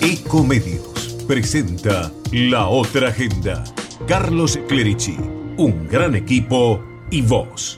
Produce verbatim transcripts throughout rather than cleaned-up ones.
Ecomedios presenta La Otra Agenda. Carlos Clerici, un gran equipo y vos.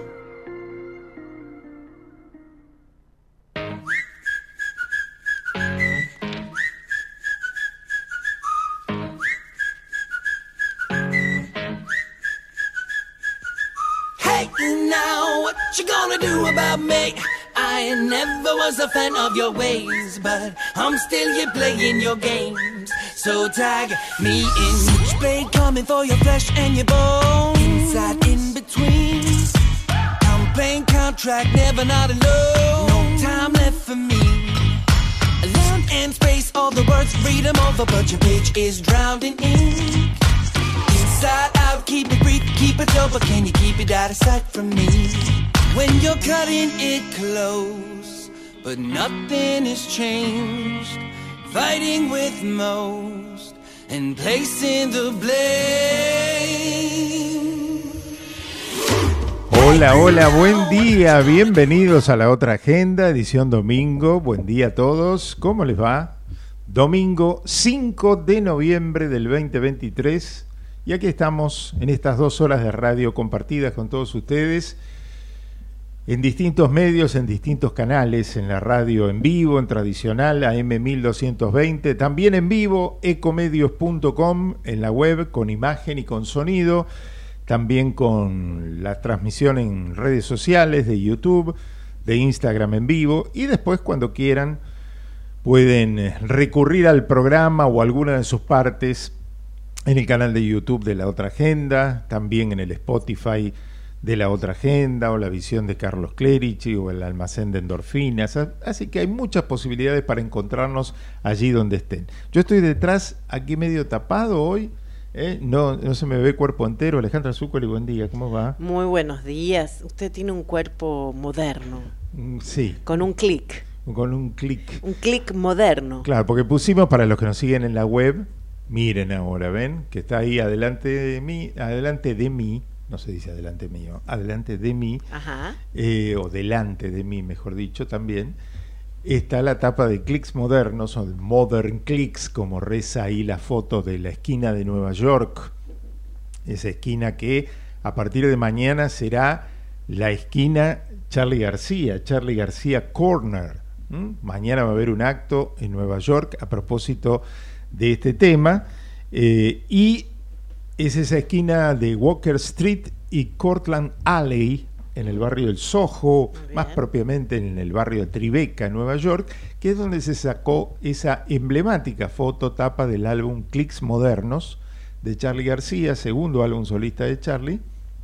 Hey now, what you gonna do about me? I never was a fan of your ways, but I'm still here playing your games. So tag me in. Switchblade coming for your flesh and your bones. Inside, in between. I'm playing contract, never not alone. No time left for me. Land and space, all the words, read them over, but your page is drowned in ink. Inside out, keep it brief, keep it over. Can you keep it out of sight from me? When you're cutting it close, but nothing has changed. Fighting with most and placing the blame. Hola, hola, buen día, bienvenidos a La Otra Agenda, edición domingo. Buen día a todos, ¿cómo les va? Domingo cinco de noviembre del veinte veintitrés. Y aquí estamos en estas dos horas de radio compartidas con todos ustedes en distintos medios, en distintos canales, en la radio en vivo, en tradicional, A M mil doscientos veinte, también en vivo, ecomedios punto com, en la web con imagen y con sonido, también con la transmisión en redes sociales de YouTube, de Instagram en vivo, y después cuando quieran pueden recurrir al programa o alguna de sus partes en el canal de YouTube de La Otra Agenda, también en el Spotify de La Otra Agenda, o la visión de Carlos Clerici, o el almacén de endorfinas. Así que hay muchas posibilidades para encontrarnos allí donde estén. Yo estoy detrás, aquí medio tapado hoy, ¿eh? no, no se me ve cuerpo entero. Alejandra Zúcoli, buen día, ¿cómo va? Muy buenos días. Usted tiene un cuerpo moderno. Mm, sí. Con un clic. Con un clic. Un clic moderno. Claro, porque pusimos, para los que nos siguen en la web, miren ahora, ven, que está ahí adelante de mí, adelante de mí, no se dice adelante mío, adelante de mí, Ajá. Eh, o delante de mí, mejor dicho, también, está la tapa de Clics Modernos, o de Modern Clicks, como reza ahí la foto de la esquina de Nueva York, esa esquina que a partir de mañana será la esquina Charly García, Charly García Corner. ¿Mm? Mañana va a haber un acto en Nueva York a propósito de este tema, eh, y es esa esquina de Walker Street y Cortlandt Alley, en el barrio del Soho, más propiamente en el barrio de Tribeca, en Nueva York, que es donde se sacó esa emblemática foto tapa del álbum Clics Modernos de Charly García, segundo álbum solista de Charly.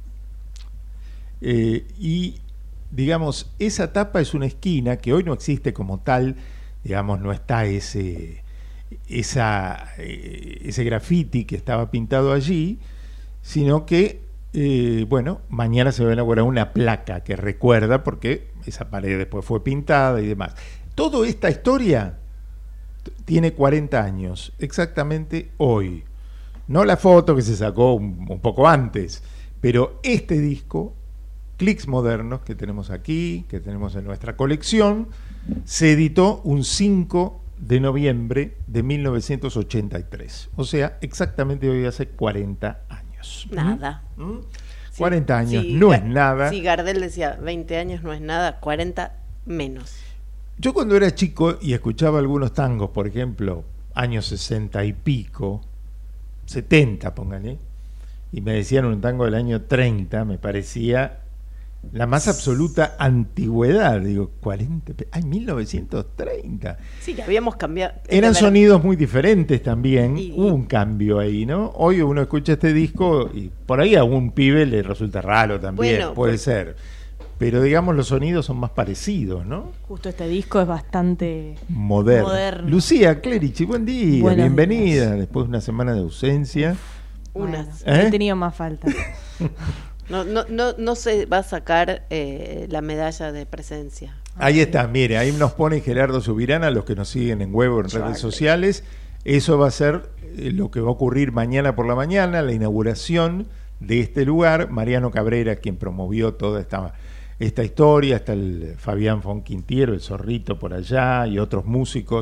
Eh, y, digamos, esa tapa es una esquina que hoy no existe como tal, digamos, no está ese... Esa, eh, ese graffiti que estaba pintado allí, sino que, eh, bueno, mañana se va a elaborar una placa que recuerda, porque esa pared después fue pintada y demás. Toda esta historia t- tiene cuarenta años, exactamente hoy. No la foto que se sacó un, un poco antes, pero este disco, Clics Modernos, que tenemos aquí, que tenemos en nuestra colección, se editó un cinco de noviembre de mil novecientos ochenta y tres, o sea, exactamente hoy hace cuarenta años. Nada. ¿Mm? Sí, cuarenta años sí, no Ga- es nada. Sí, Gardel decía, veinte años no es nada, cuarenta menos. Yo cuando era chico y escuchaba algunos tangos, por ejemplo, años sesenta y pico, setenta, póngale, y me decían un tango del año treinta, me parecía la más absoluta antigüedad. Digo, cuarenta, ay, mil novecientos treinta. Sí, que habíamos cambiado. Eran de ver- sonidos muy diferentes también, Y- hubo un cambio ahí, ¿no? Hoy uno escucha este disco y por ahí a algún pibe le resulta raro también, Bueno, puede pues- ser. Pero digamos los sonidos son más parecidos, ¿no? Justo este disco es bastante Moderno. moderno. Lucía Clerici, buen día, Buenos bienvenida, días. después de una semana de ausencia. Unas. Bueno, ¿Eh? he tenido más falta. No, no, no, no se va a sacar eh, la medalla de presencia. Ahí está, mire, ahí nos pone Gerardo Subirana, los que nos siguen en web o en redes Charlie. sociales. Eso va a ser eh, lo que va a ocurrir mañana por la mañana, la inauguración de este lugar. Mariano Cabrera, quien promovió toda esta, esta historia, está el Fabián Fonquintiero, el Zorrito por allá, y otros músicos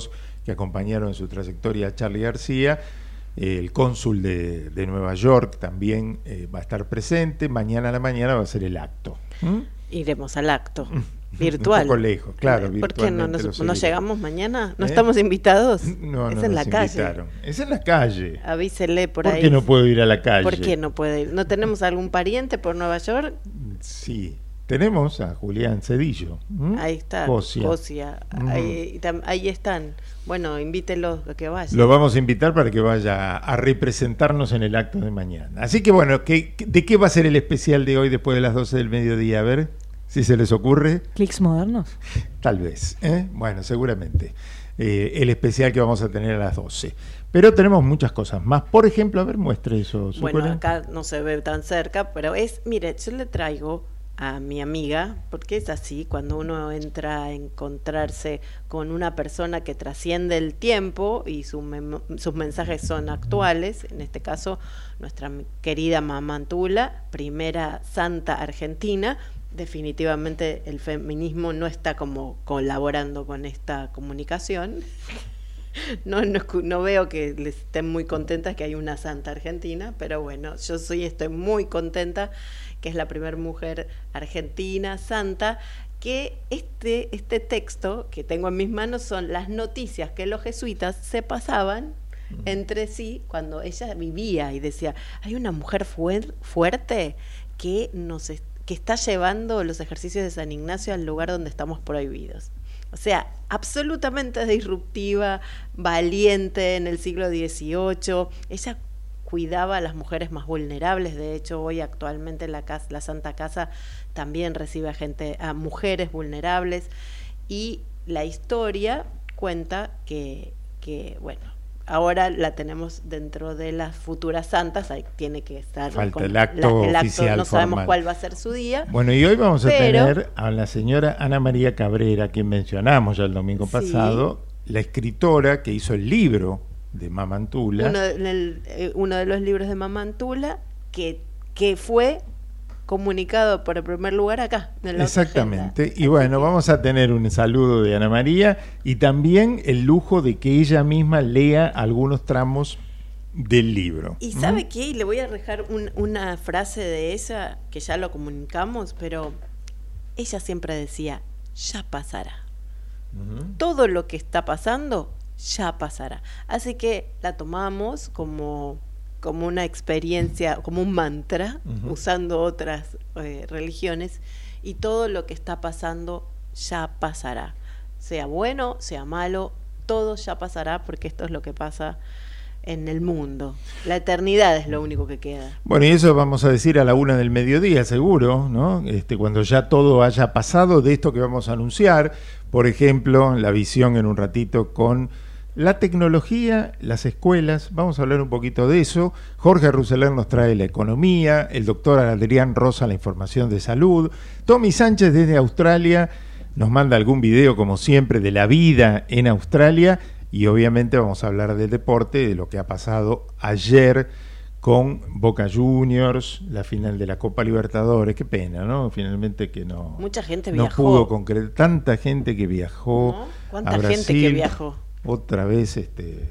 que acompañaron en su trayectoria a Charly García. Eh, el cónsul de, de Nueva York también eh, va a estar presente. Mañana a la mañana va a ser el acto. ¿Mm? Iremos al acto. Virtual. Un poco lejos, claro. ¿Por qué no nos, virtualmente no lo llegamos mañana? ¿No ¿Eh? estamos invitados? No, es no en nos la calle. invitaron. Es en la calle. Avísele por, ¿Por ahí. qué no puedo ir a la calle? ¿Por qué no puede ir? ¿No tenemos algún pariente por Nueva York? Sí. Tenemos a Julián Cedillo. ¿Mm? Ahí está. Cosia. Cosia. Mm. Ahí, tam- ahí están. Bueno, invítelos a que vayan. Lo vamos a invitar para que vaya a representarnos en el acto de mañana. Así que bueno, ¿qué, ¿de qué va a ser el especial de hoy después de las doce del mediodía? A ver si se les ocurre. ¿Clics modernos? Tal vez. ¿eh? Bueno, seguramente. Eh, el especial que vamos a tener a las doce. Pero tenemos muchas cosas más. Por ejemplo, a ver, muestre eso. Bueno, Zuccola. acá no se ve tan cerca, pero es, mire, yo le traigo a mi amiga, porque es así, cuando uno entra a encontrarse con una persona que trasciende el tiempo y su mem- sus mensajes son actuales, en este caso nuestra querida Mamantula, primera santa argentina. Definitivamente el feminismo no está como colaborando con esta comunicación. No, no, no veo que les estén muy contentas que hay una santa argentina, pero bueno, yo soy, estoy muy contenta que es la primera mujer argentina santa, que este, este texto que tengo en mis manos son las noticias que los jesuitas se pasaban entre sí cuando ella vivía y decía, hay una mujer fuer- fuerte que nos est- que está llevando los ejercicios de San Ignacio al lugar donde estamos prohibidos. O sea, absolutamente disruptiva, valiente en el siglo dieciocho. Ella cuidaba a las mujeres más vulnerables. De hecho, hoy actualmente la, casa, la Santa Casa también recibe a gente, a mujeres vulnerables. Y la historia cuenta que, que bueno, ahora la tenemos dentro de las futuras santas, ahí tiene que estar. Falta con el acto la, el oficial, no sabemos formal. cuál va a ser su día. Bueno, y hoy vamos a Pero- tener a la señora Ana María Cabrera, quien mencionamos ya el domingo Sí. pasado, la escritora que hizo el libro de Mamantula. Uno de, el- eh, uno de los libros de Mamantula que, que fue comunicado por el primer lugar acá. En la otra Exactamente. agenda. Y bueno, Así que- vamos a tener un saludo de Ana María y también el lujo de que ella misma lea algunos tramos del libro. Y ¿Mm? ¿sabe qué? Y le voy a dejar un- una frase de esa, que ya lo comunicamos, pero ella siempre decía, ya pasará. Ujú. Todo lo que está pasando, ya pasará. Así que la tomamos como, como una experiencia, como un mantra, Ujú. usando otras eh, religiones, y todo lo que está pasando ya pasará. Sea bueno, sea malo, todo ya pasará, porque esto es lo que pasa en el mundo. La eternidad es lo único que queda. Bueno, y eso vamos a decir a la una del mediodía, seguro, ¿no? Este, cuando ya todo haya pasado de esto que vamos a anunciar, por ejemplo, la visión en un ratito con la tecnología, las escuelas, vamos a hablar un poquito de eso. Jorge Rousseler nos trae la economía, el doctor Adrián Rosa la información de salud, Tommy Sánchez desde Australia nos manda algún video, como siempre, de la vida en Australia. Y obviamente vamos a hablar del deporte, de lo que ha pasado ayer con Boca Juniors, la final de la Copa Libertadores. Qué pena, ¿no? Finalmente que no, Mucha gente no viajó. pudo concretar. Tanta gente que viajó ¿No? ¿Cuánta a gente Brasil. que viajó? Otra vez, este,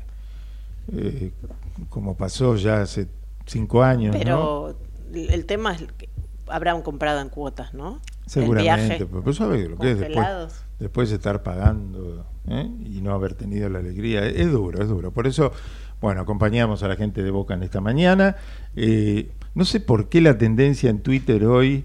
eh, como pasó ya hace cinco años, ¿no? Pero el tema es que habrán comprado en cuotas, ¿no? Seguramente, El viaje, pero ¿sabe lo que es después? congelados. Después de estar pagando, ¿eh? Y no haber tenido la alegría, es, es duro, es duro. Por eso, bueno, acompañamos a la gente de Boca en esta mañana. Eh, no sé por qué la tendencia en Twitter hoy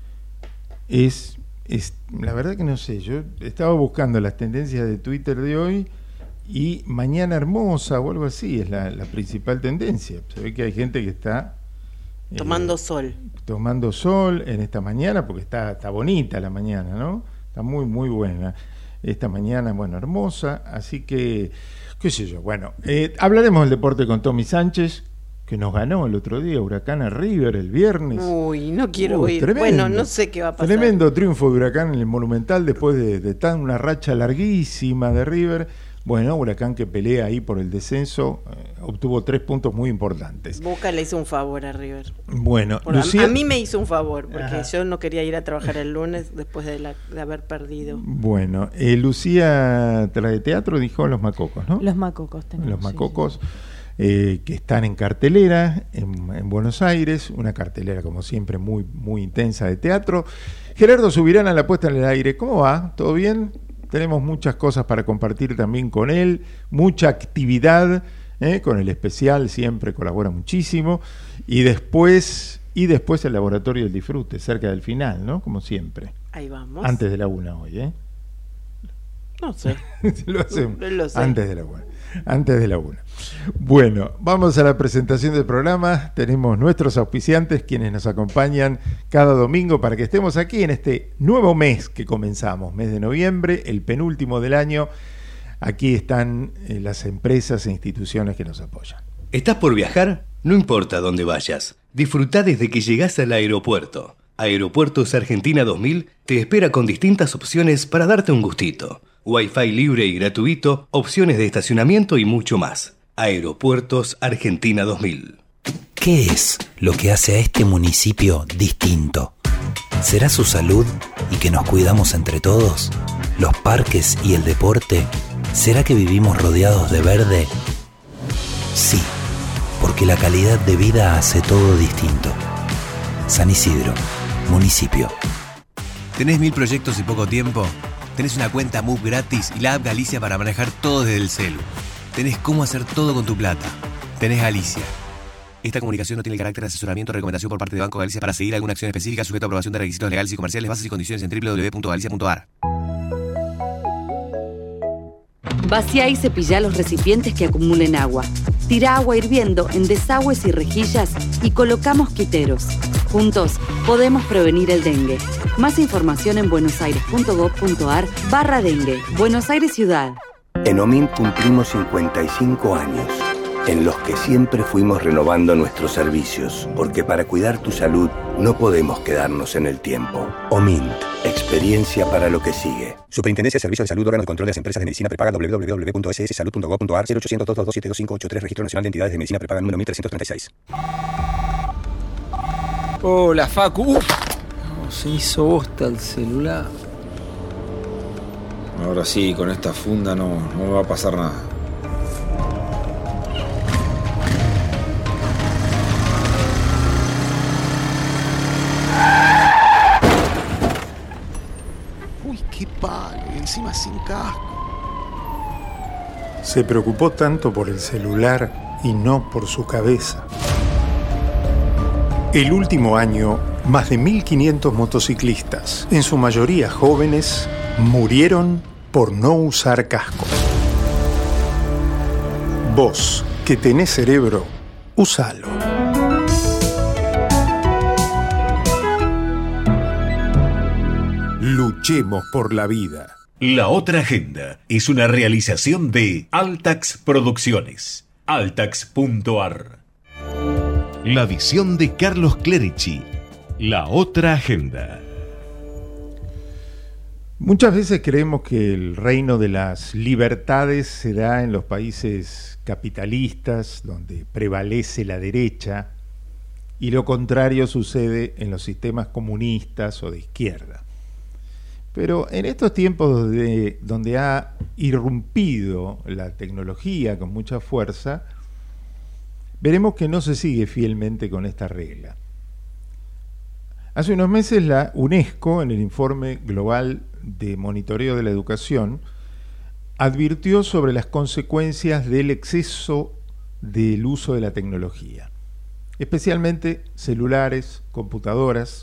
es, es, la verdad que no sé, yo estaba buscando las tendencias de Twitter de hoy y Mañana Hermosa o algo así es la, la principal tendencia. Se ve que hay gente que está... eh, Tomando sol. tomando sol en esta mañana, porque está, está bonita la mañana, ¿no? Está muy, muy buena. Esta mañana, bueno, hermosa. Así que, qué sé yo, bueno, eh, hablaremos del deporte con Tommy Sánchez, que nos ganó el otro día, Huracán a River el viernes. Uy, no quiero Uy, ir. tremendo. Bueno, no sé qué va a pasar. Tremendo triunfo de Huracán en el Monumental después de, de tan una racha larguísima de River. Bueno, Huracán que pelea ahí por el descenso, eh, obtuvo tres puntos muy importantes. Boca le hizo un favor a River. Bueno, Por, Lucía... a, a mí me hizo un favor, porque Ajá. yo no quería ir a trabajar el lunes después de, la, de haber perdido. Bueno, eh, Lucía trae teatro, dijo Los Macocos, ¿no? Los Macocos tenemos. Los sí, Macocos, sí. Eh, que están en cartelera en, en Buenos Aires, una cartelera como siempre muy, muy intensa de teatro. Gerardo Subirán a la puesta en el aire. ¿Cómo va? ¿Todo bien? Tenemos muchas cosas para compartir también con él, mucha actividad, ¿eh? Con el especial siempre colabora muchísimo. Y después, y después el Laboratorio del Disfrute, cerca del final, ¿no? Como siempre. Ahí vamos. Antes de la una hoy, ¿eh? No sé. Lo hacemos. No lo sé. Antes de la una. Antes de la una. Bueno, vamos a la presentación del programa. Tenemos nuestros auspiciantes, quienes nos acompañan cada domingo para que estemos aquí en este nuevo mes que comenzamos, mes de noviembre, el penúltimo del año. Aquí están eh, las empresas e instituciones que nos apoyan. ¿Estás por viajar? No importa dónde vayas. Disfrutá desde que llegás al aeropuerto. Aeropuertos Argentina dos mil te espera con distintas opciones para darte un gustito. Wi-Fi libre y gratuito, opciones de estacionamiento y mucho más. Aeropuertos Argentina dos mil. ¿Qué es lo que hace a este municipio distinto? ¿Será su salud y que nos cuidamos entre todos? ¿Los parques y el deporte? ¿Será que vivimos rodeados de verde? Sí, porque la calidad de vida hace todo distinto. San Isidro, municipio. ¿Tenés mil proyectos y poco tiempo? Tenés una cuenta Move gratis y la app Galicia para manejar todo desde el celu. Tenés cómo hacer todo con tu plata. Tenés Galicia. Esta comunicación no tiene el carácter de asesoramiento o recomendación por parte de Banco Galicia para seguir alguna acción específica sujeta a aprobación de requisitos legales y comerciales, bases y condiciones en doble u doble u doble u punto galicia punto a r. Vacía y cepilla los recipientes que acumulen agua. Tira agua hirviendo en desagües y rejillas y coloca mosquiteros. Juntos podemos prevenir el dengue. Más información en buenosaires.gov.ar barra dengue. Buenos Aires Ciudad. En OMINT cumplimos cincuenta y cinco años, en los que siempre fuimos renovando nuestros servicios, porque para cuidar tu salud no podemos quedarnos en el tiempo. OMINT, experiencia para lo que sigue. Superintendencia de Servicios de Salud, órgano de control de las empresas de medicina prepaga, doble u doble u doble u punto ese ese salud punto gov punto a r, cero ochocientos, dos dos dos, siete dos cinco ocho tres, Registro Nacional de Entidades de Medicina Prepaga número mil trescientos treinta y seis. Hola, Facu. Uf, no, se hizo bosta el celular. Ahora sí, con esta funda no, no me va a pasar nada. Uy, qué palo, y encima sin casco. Se preocupó tanto por el celular y no por su cabeza. El último año, más de mil quinientos motociclistas, en su mayoría jóvenes, murieron por no usar casco. Vos, que tenés cerebro, úsalo. Luchemos por la vida. La Otra Agenda es una realización de Altax Producciones. altax punto a r. La visión de Carlos Clerici. La Otra Agenda. Muchas veces creemos que el reino de las libertades se da en los países capitalistas, donde prevalece la derecha, y lo contrario sucede en los sistemas comunistas o de izquierda. Pero en estos tiempos de, donde ha irrumpido la tecnología con mucha fuerza, veremos que no se sigue fielmente con esta regla. Hace unos meses la UNESCO, en el informe global de monitoreo de la educación, advirtió sobre las consecuencias del exceso del uso de la tecnología, especialmente celulares, computadoras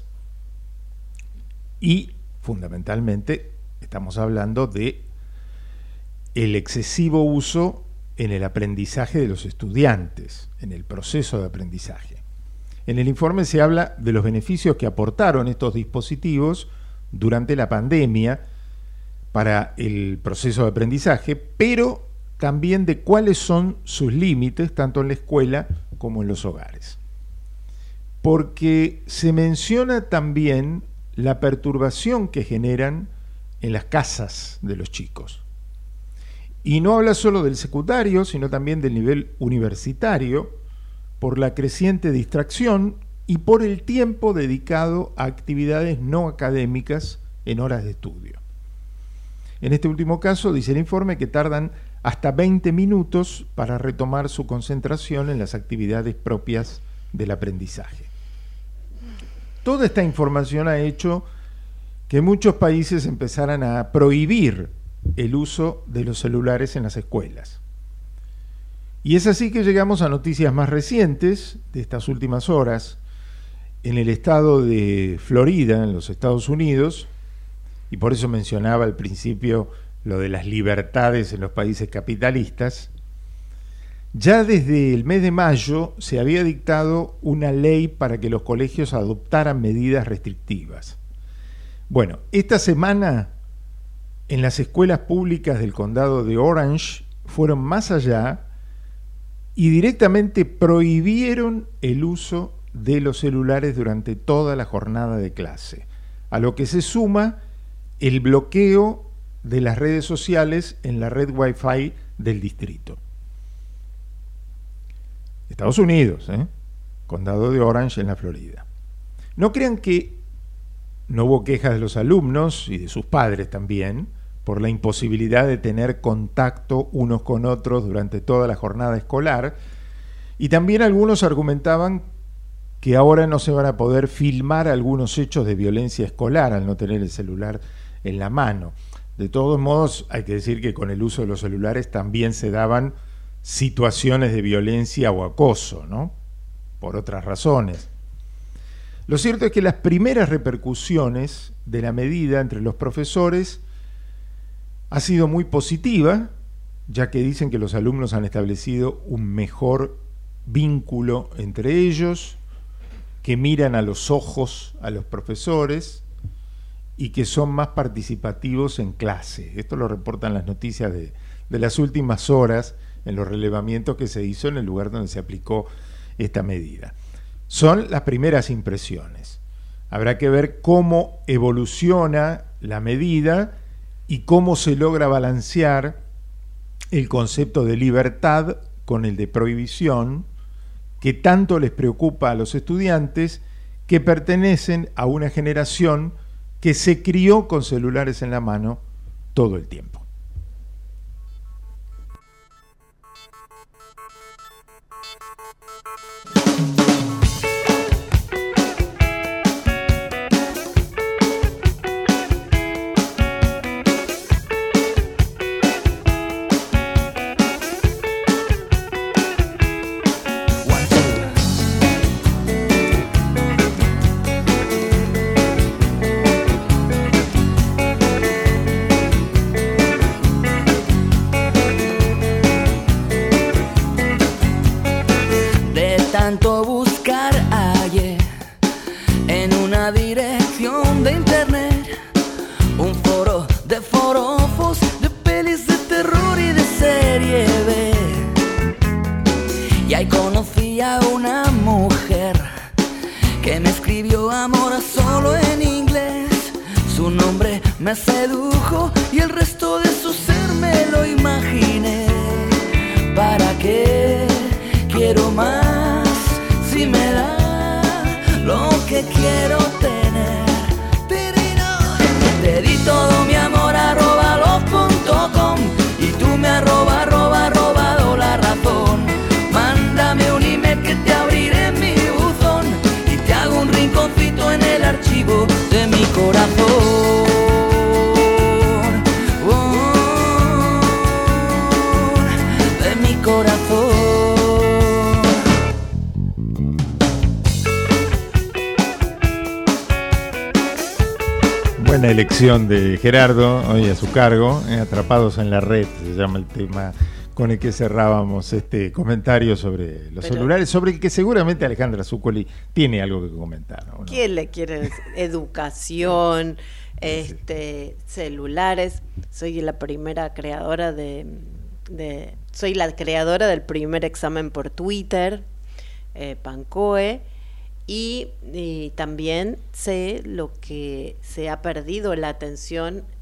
y, fundamentalmente, estamos hablando de el excesivo uso en el aprendizaje de los estudiantes, en el proceso de aprendizaje. En el informe se habla de los beneficios que aportaron estos dispositivos durante la pandemia para el proceso de aprendizaje, pero también de cuáles son sus límites, tanto en la escuela como en los hogares. Porque se menciona también la perturbación que generan en las casas de los chicos. Y no habla solo del secundario, sino también del nivel universitario, por la creciente distracción y por el tiempo dedicado a actividades no académicas en horas de estudio. En este último caso, dice el informe que tardan hasta veinte minutos para retomar su concentración en las actividades propias del aprendizaje. Toda esta información ha hecho que muchos países empezaran a prohibir el uso de los celulares en las escuelas. Y es así que llegamos a noticias más recientes de estas últimas horas. En el estado de Florida, en los Estados Unidos, y por eso mencionaba al principio lo de las libertades en los países capitalistas, ya desde el mes de mayo se había dictado una ley para que los colegios adoptaran medidas restrictivas. Bueno, esta semana en las escuelas públicas del condado de Orange fueron más allá y directamente prohibieron el uso de los celulares durante toda la jornada de clase, a lo que se suma el bloqueo de las redes sociales en la red Wi-Fi del distrito. Estados Unidos, ¿eh? Condado de Orange en la Florida. No crean que no hubo quejas de los alumnos y de sus padres también por la imposibilidad de tener contacto unos con otros durante toda la jornada escolar, y también algunos argumentaban que ahora no se van a poder filmar algunos hechos de violencia escolar al no tener el celular en la mano. De todos modos, hay que decir que con el uso de los celulares también se daban situaciones de violencia o acoso, ¿no? Por otras razones. Lo cierto es que las primeras repercusiones de la medida entre los profesores ha sido muy positiva, ya que dicen que los alumnos han establecido un mejor vínculo entre ellos, que miran a los ojos a los profesores y que son más participativos en clase. Esto lo reportan las noticias de, de las últimas horas en los relevamientos que se hizo en el lugar donde se aplicó esta medida. Son las primeras impresiones. Habrá que ver cómo evoluciona la medida y cómo se logra balancear el concepto de libertad con el de prohibición, que tanto les preocupa a los estudiantes que pertenecen a una generación que se crió con celulares en la mano todo el tiempo. Tanto buscar hallé en una dirección de internet un foro de forofos, de pelis de terror y de serie B. Y ahí conocí a una mujer que me escribió amor solo en inglés. Su nombre me sedujo y el resto de su ser me lo imaginé. ¿Para qué quiero más? Si me da lo que quiero tener. Te di todo mi amor arroba los punto com y tú me arroba arroba robado la razón. Mándame un email que te abriré en mi buzón y te hago un rinconcito en el archivo de mi corazón. Oh, de mi corazón. Buena elección de Gerardo, hoy a su cargo, eh, Atrapados en la Red, se llama el tema con el que cerrábamos este comentario sobre los Pero, celulares, sobre el que seguramente Alejandra Zuccoli tiene algo que comentar, ¿no? ¿Quién le quiere decir? Educación, este, celulares. Soy la primera creadora de, de, soy la creadora del primer examen por Twitter, eh, Pancoe. Y, y también sé lo que se ha perdido la atención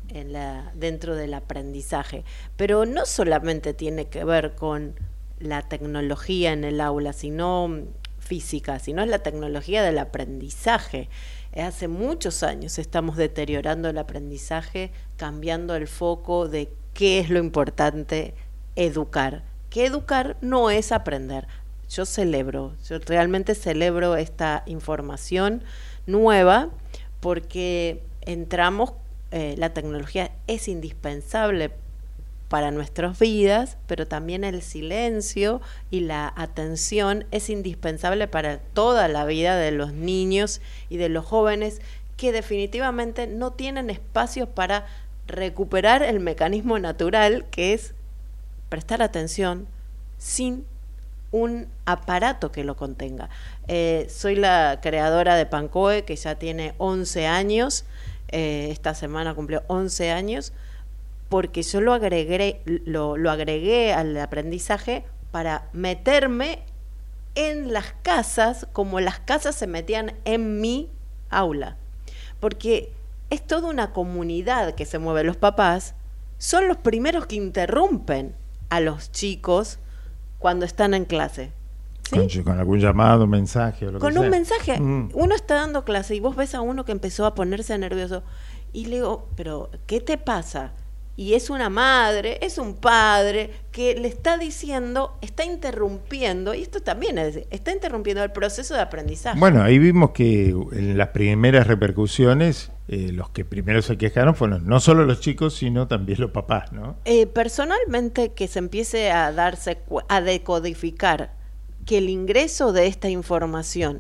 en la, dentro del aprendizaje. Pero no solamente tiene que ver con la tecnología en el aula, sino física, sino es la tecnología del aprendizaje. Hace muchos años estamos deteriorando el aprendizaje, cambiando el foco de qué es lo importante educar. Que educar no es aprender. Yo celebro, yo realmente celebro esta información nueva porque entramos, eh, la tecnología es indispensable para nuestras vidas, pero también el silencio y la atención es indispensable para toda la vida de los niños y de los jóvenes que definitivamente no tienen espacios para recuperar el mecanismo natural que es prestar atención sin un aparato que lo contenga. Eh, soy la creadora de Pancoe, que ya tiene once años, eh, esta semana cumplió once años, porque yo lo agregué, lo, lo agregué al aprendizaje para meterme en las casas como las casas se metían en mi aula. Porque es toda una comunidad que se mueve. Los papás son los primeros que interrumpen a los chicos cuando están en clase. ¿Sí? Con, con algún llamado, mensaje o lo Con que un sea. mensaje. Mm. Uno está dando clase y vos ves a uno que empezó a ponerse nervioso y le digo, pero ¿qué te pasa? Y es una madre, es un padre que le está diciendo, está interrumpiendo, y esto también es, está interrumpiendo el proceso de aprendizaje. Bueno, ahí vimos que en las primeras repercusiones, eh, los que primero se quejaron fueron no solo los chicos, sino también los papás, ¿no? Eh, personalmente, que se empiece a darse, cu- a decodificar que el ingreso de esta información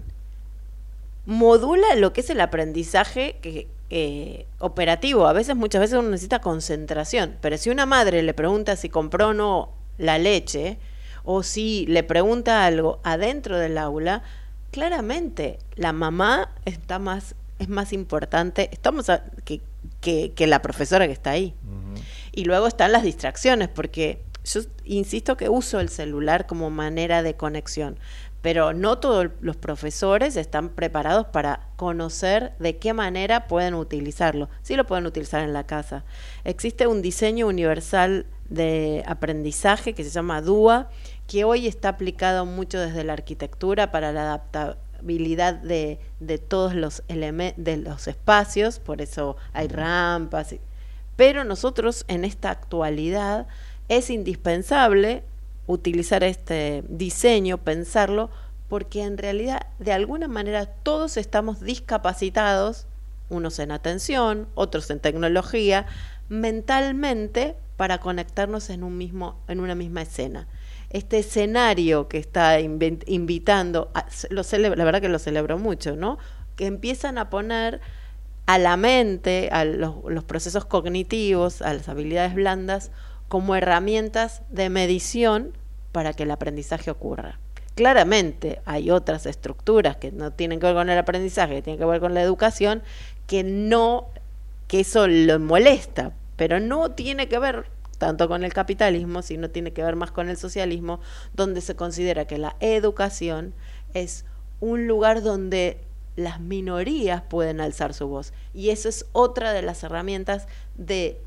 modula lo que es el aprendizaje que Eh, operativo. A veces, muchas veces uno necesita concentración, pero si una madre le pregunta si compró o no la leche, o si le pregunta algo adentro del aula, claramente la mamá está más, es más importante estamos a, que, que, que la profesora que está ahí. Uh-huh. Y luego están las distracciones, porque yo insisto que uso el celular como manera de conexión, pero no todos los profesores están preparados para conocer de qué manera pueden utilizarlo. Sí lo pueden utilizar en la casa. Existe un diseño universal de aprendizaje que se llama D U A, que hoy está aplicado mucho desde la arquitectura para la adaptabilidad de, de todos los elementos, de los espacios, por eso hay rampas. Y, pero nosotros en esta actualidad es indispensable utilizar este diseño, pensarlo, porque en realidad de alguna manera todos estamos discapacitados, unos en atención, otros en tecnología, mentalmente, para conectarnos en un mismo, en una misma escena. Este escenario que está inv- invitando, a, lo celebro, la verdad que lo celebro mucho, ¿no? Que empiezan a poner a la mente, a los, los procesos cognitivos, a las habilidades blandas, como herramientas de medición para que el aprendizaje ocurra. Claramente hay otras estructuras que no tienen que ver con el aprendizaje, que tienen que ver con la educación, que no, que eso lo molesta, pero no tiene que ver tanto con el capitalismo, sino tiene que ver más con el socialismo, donde se considera que la educación es un lugar donde las minorías pueden alzar su voz, y eso es otra de las herramientas de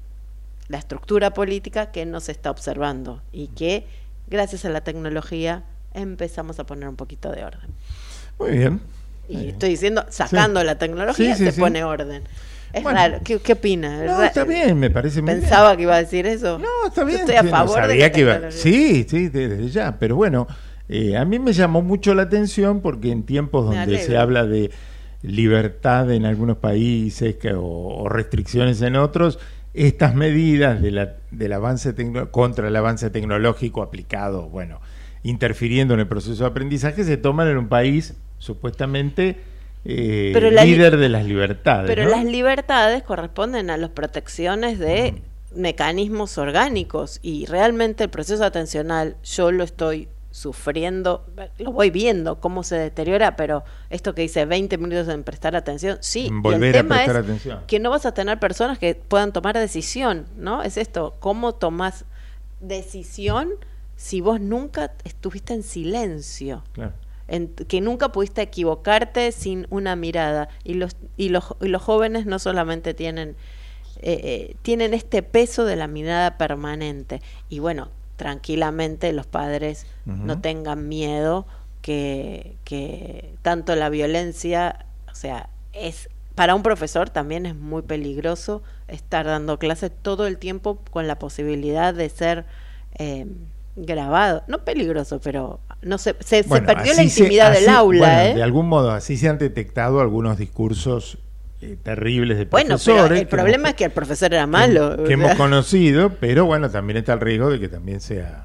la estructura política que nos está observando y que gracias a la tecnología empezamos a poner un poquito de orden. Muy bien. Y Muy estoy bien. diciendo, sacando sí. la tecnología sí, sí, se sí. pone orden. Es bueno, raro. ¿Qué, qué opina? No, está bien, me parece muy Pensaba bien. que iba a decir eso. No, está bien. Yo estoy a sí, favor no, de sabía la que iba. tecnología. Sí, sí, desde ya. Pero bueno, eh, a mí me llamó mucho la atención porque en tiempos Me donde alegro. se habla de libertad en algunos países que, o, o restricciones en otros, estas medidas de la, del avance tecno, contra el avance tecnológico aplicado, bueno, interfiriendo en el proceso de aprendizaje, se toman en un país supuestamente eh, Pero la li- líder de las libertades. Pero ¿no? las libertades corresponden a las protecciones de mm. mecanismos orgánicos, y realmente el proceso atencional yo lo estoy sufriendo, lo voy viendo cómo se deteriora, pero esto que dice veinte minutos en prestar atención, sí, En y volver el a tema prestar es atención. que no vas a tener personas que puedan tomar decisión, ¿no? Es esto, ¿cómo tomás decisión si vos nunca estuviste en silencio? Claro. En, que nunca pudiste equivocarte sin una mirada, y los y los, y los jóvenes no solamente tienen eh, tienen este peso de la mirada permanente. Y bueno, tranquilamente los padres uh-huh. no tengan miedo que, que tanto la violencia, o sea, es para un profesor también es muy peligroso estar dando clases todo el tiempo con la posibilidad de ser eh, grabado. No peligroso, pero no se, se, bueno, se perdió la intimidad se, así, del aula. Bueno, ¿eh? De algún modo, así se han detectado algunos discursos eh, terribles de bueno, profesores. Bueno, pero el problema hemos, es que el profesor era malo. Que, que hemos conocido, pero bueno, también está el riesgo de que también sea...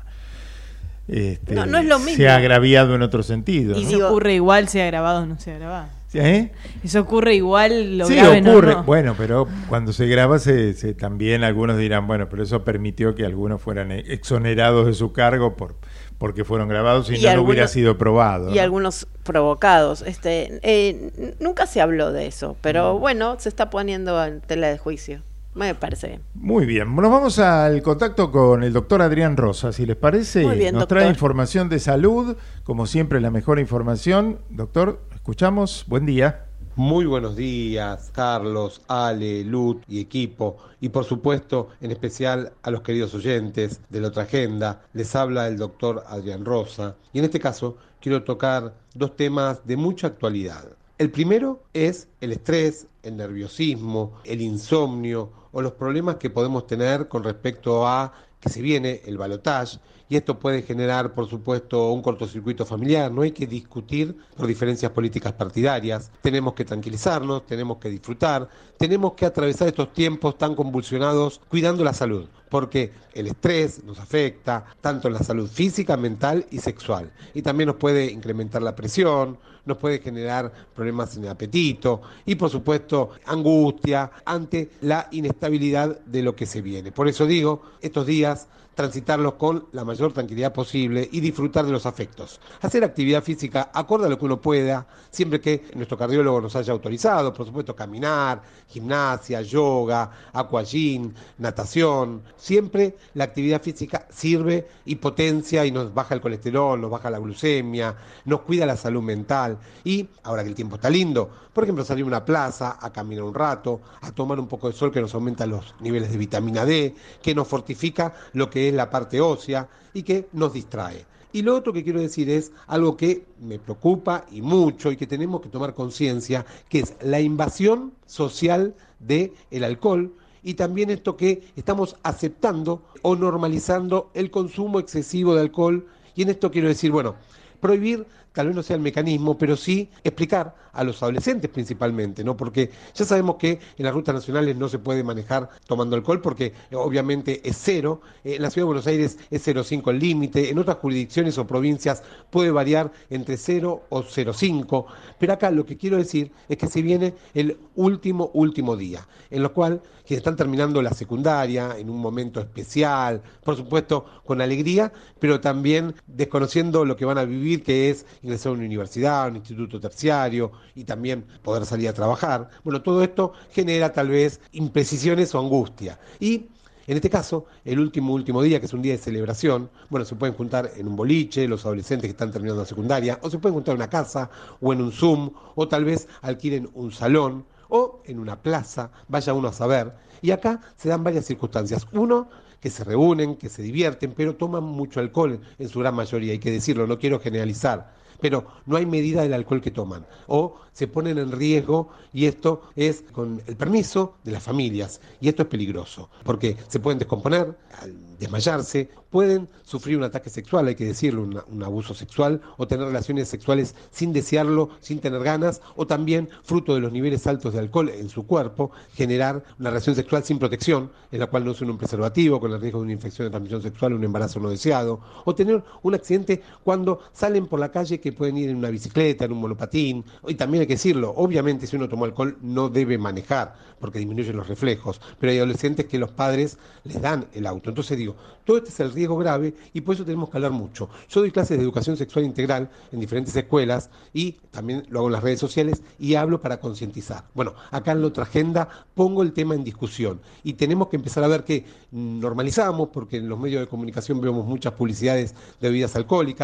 Este, no, no es lo mismo. Se ha agraviado en otro sentido. Y ¿no? si ocurre igual, sea grabado o no sea grabado. ¿Eh? Eso ocurre igual, lo sí, grave ocurre. No, no. Bueno, pero cuando se graba se, se, también algunos dirán, bueno, pero eso permitió que algunos fueran exonerados de su cargo por porque fueron grabados y, y no, algunos, no hubiera sido probado. Y ¿no? algunos provocados. Este, eh, nunca se habló de eso, pero bueno, se está poniendo en tela de juicio. Me parece bien. Muy bien. Nos vamos al contacto con el doctor Adrián Rosa, si les parece. Muy bien, Nos doctor. trae información de salud, como siempre la mejor información. Doctor, escuchamos. Buen día. Muy buenos días, Carlos, Ale, Lut y equipo. Y por supuesto, en especial a los queridos oyentes de La Otra Agenda. Les habla el doctor Adrián Rosa. Y en este caso, quiero tocar dos temas de mucha actualidad. El primero es el estrés, el nerviosismo, el insomnio o los problemas que podemos tener con respecto a que se viene el balotaje, y esto puede generar, por supuesto, un cortocircuito familiar. No hay que discutir por diferencias políticas partidarias, tenemos que tranquilizarnos, tenemos que disfrutar, tenemos que atravesar estos tiempos tan convulsionados cuidando la salud, porque el estrés nos afecta tanto en la salud física, mental y sexual, y también nos puede incrementar la presión, nos puede generar problemas en el apetito y, por supuesto, angustia ante la inestabilidad de lo que se viene. Por eso digo, estos días transitarlos con la mayor tranquilidad posible y disfrutar de los afectos. Hacer actividad física acorde a lo que uno pueda, siempre que nuestro cardiólogo nos haya autorizado, por supuesto, caminar, gimnasia, yoga, aquagym, natación. Siempre la actividad física sirve y potencia y nos baja el colesterol, nos baja la glucemia, nos cuida la salud mental. Y ahora que el tiempo está lindo, por ejemplo, salir a una plaza, a caminar un rato, a tomar un poco de sol que nos aumenta los niveles de vitamina D, que nos fortifica lo que es la parte ósea y que nos distrae. Y lo otro que quiero decir es algo que me preocupa y mucho y que tenemos que tomar conciencia, que es la invasión social del alcohol y también esto que estamos aceptando o normalizando el consumo excesivo de alcohol. Y en esto quiero decir, bueno, prohibir tal vez no sea el mecanismo, pero sí explicar a los adolescentes principalmente, ¿no? Porque ya sabemos que en las rutas nacionales no se puede manejar tomando alcohol porque eh, obviamente es cero, eh, en la Ciudad de Buenos Aires es cero coma cinco el límite, en otras jurisdicciones o provincias puede variar entre cero o cero coma cinco, pero acá lo que quiero decir es que se viene el último, último día, en lo cual quienes están terminando la secundaria en un momento especial, por supuesto con alegría, pero también desconociendo lo que van a vivir, que es ingresar a una universidad, a un instituto terciario y también poder salir a trabajar. Bueno, todo esto genera tal vez imprecisiones o angustia. Y en este caso, el último, último día, que es un día de celebración, bueno, se pueden juntar en un boliche, los adolescentes que están terminando la secundaria, o se pueden juntar en una casa, o en un Zoom, o tal vez alquilen un salón, o en una plaza, vaya uno a saber. Y acá se dan varias circunstancias. Uno, que se reúnen, que se divierten, pero toman mucho alcohol en su gran mayoría, hay que decirlo, no quiero generalizar. Pero no hay medida del alcohol que toman, o se ponen en riesgo, y esto es con el permiso de las familias, y esto es peligroso, porque se pueden descomponer, al desmayarse, pueden sufrir un ataque sexual, hay que decirlo, una, un abuso sexual, o tener relaciones sexuales sin desearlo, sin tener ganas, o también, fruto de los niveles altos de alcohol en su cuerpo, generar una relación sexual sin protección, en la cual no usa un preservativo, con el riesgo de una infección de transmisión sexual, un embarazo no deseado, o tener un accidente cuando salen por la calle, que pueden ir en una bicicleta, en un monopatín, y también hay que decirlo, obviamente si uno toma alcohol no debe manejar, porque disminuyen los reflejos, pero hay adolescentes que los padres les dan el auto. Entonces digo, todo este es el riesgo grave y por eso tenemos que hablar mucho. Yo doy clases de educación sexual integral en diferentes escuelas y también lo hago en las redes sociales y hablo para concientizar. Bueno, acá en La Otra Agenda pongo el tema en discusión y tenemos que empezar a ver que normalizamos, porque en los medios de comunicación vemos muchas publicidades de bebidas alcohólicas.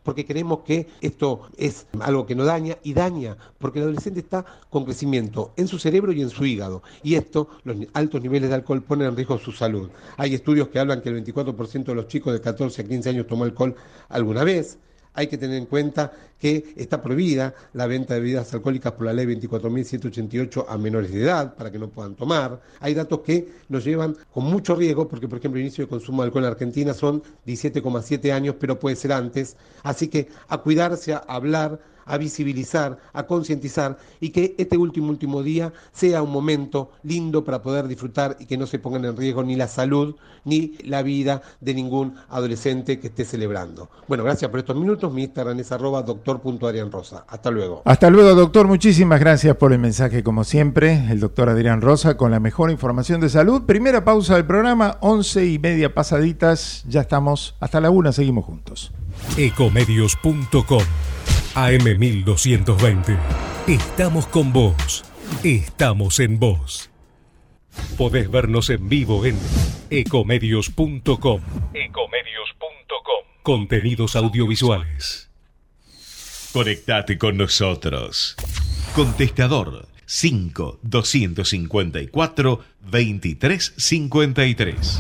porque creemos que esto es algo que no daña y daña, porque el adolescente está con crecimiento en su cerebro y en su hígado, y esto, los altos niveles de alcohol ponen en riesgo su salud. Hay estudios que hablan que el veinticuatro por ciento de los chicos de catorce a quince años tomó alcohol alguna vez. Hay que tener en cuenta que está prohibida la venta de bebidas alcohólicas por la ley veinticuatro mil ciento ochenta y ocho a menores de edad, para que no puedan tomar. Hay datos que nos llevan con mucho riesgo, porque por ejemplo el inicio de consumo de alcohol en Argentina son diecisiete coma siete años, pero puede ser antes. Así que a cuidarse, a hablar, a visibilizar, a concientizar, y que este último último día sea un momento lindo para poder disfrutar y que no se pongan en riesgo ni la salud ni la vida de ningún adolescente que esté celebrando. Bueno, gracias por estos minutos. Mi Instagram es arroba doctor punto adrián rosa. Hasta luego. Hasta luego, doctor. Muchísimas gracias por el mensaje, como siempre. El doctor Adrián Rosa con la mejor información de salud. Primera pausa del programa, once y media pasaditas. Ya estamos hasta la una, seguimos juntos. Ecomedios punto com A M mil doscientos veinte. Estamos con vos. Estamos en vos. Podés vernos en vivo en ecomedios punto com. ecomedios punto com. Contenidos audiovisuales. Conectate con nosotros. Contestador cinco doscientos cincuenta y cuatro veintitrés cincuenta y tres.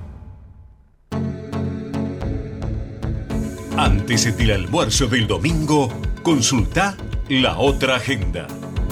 Antes del almuerzo del domingo, consulta La Otra Agenda.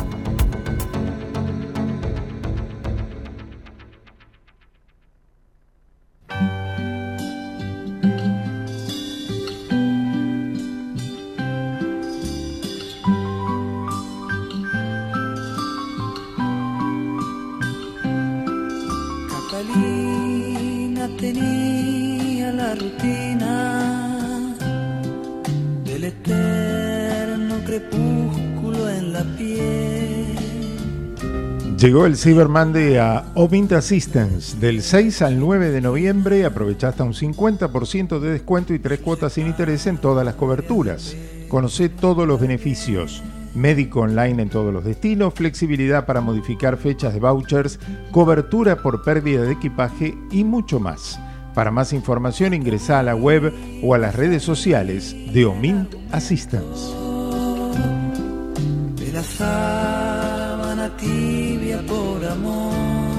Catalina tenía la rutina del eterno crepúsculo en la piel. Llegó el Cyber Monday a Omint Assistance. Del seis al nueve de noviembre aprovecha hasta un cincuenta por ciento de descuento y tres cuotas sin interés en todas las coberturas. Conoce todos los beneficios. Médico online en todos los destinos, flexibilidad para modificar fechas de vouchers, cobertura por pérdida de equipaje y mucho más. Para más información ingresa a la web o a las redes sociales de Omint Assistance. De la sábana tibia por amor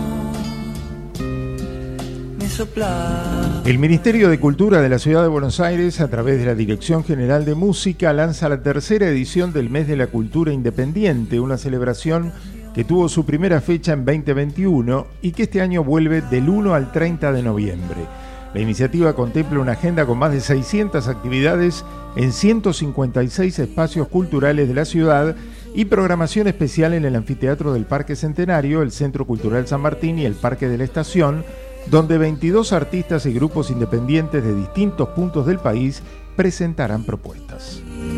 me sopla. El Ministerio de Cultura de la Ciudad de Buenos Aires, a través de la Dirección General de Música, lanza la tercera edición del Mes de la Cultura Independiente, una celebración que tuvo su primera fecha en veinte veintiuno y que este año vuelve del uno al treinta de noviembre. La iniciativa contempla una agenda con más de seiscientas actividades en ciento cincuenta y seis espacios culturales de la ciudad y programación especial en el Anfiteatro del Parque Centenario, el Centro Cultural San Martín y el Parque de la Estación, donde veintidós artistas y grupos independientes de distintos puntos del país presentarán propuestas.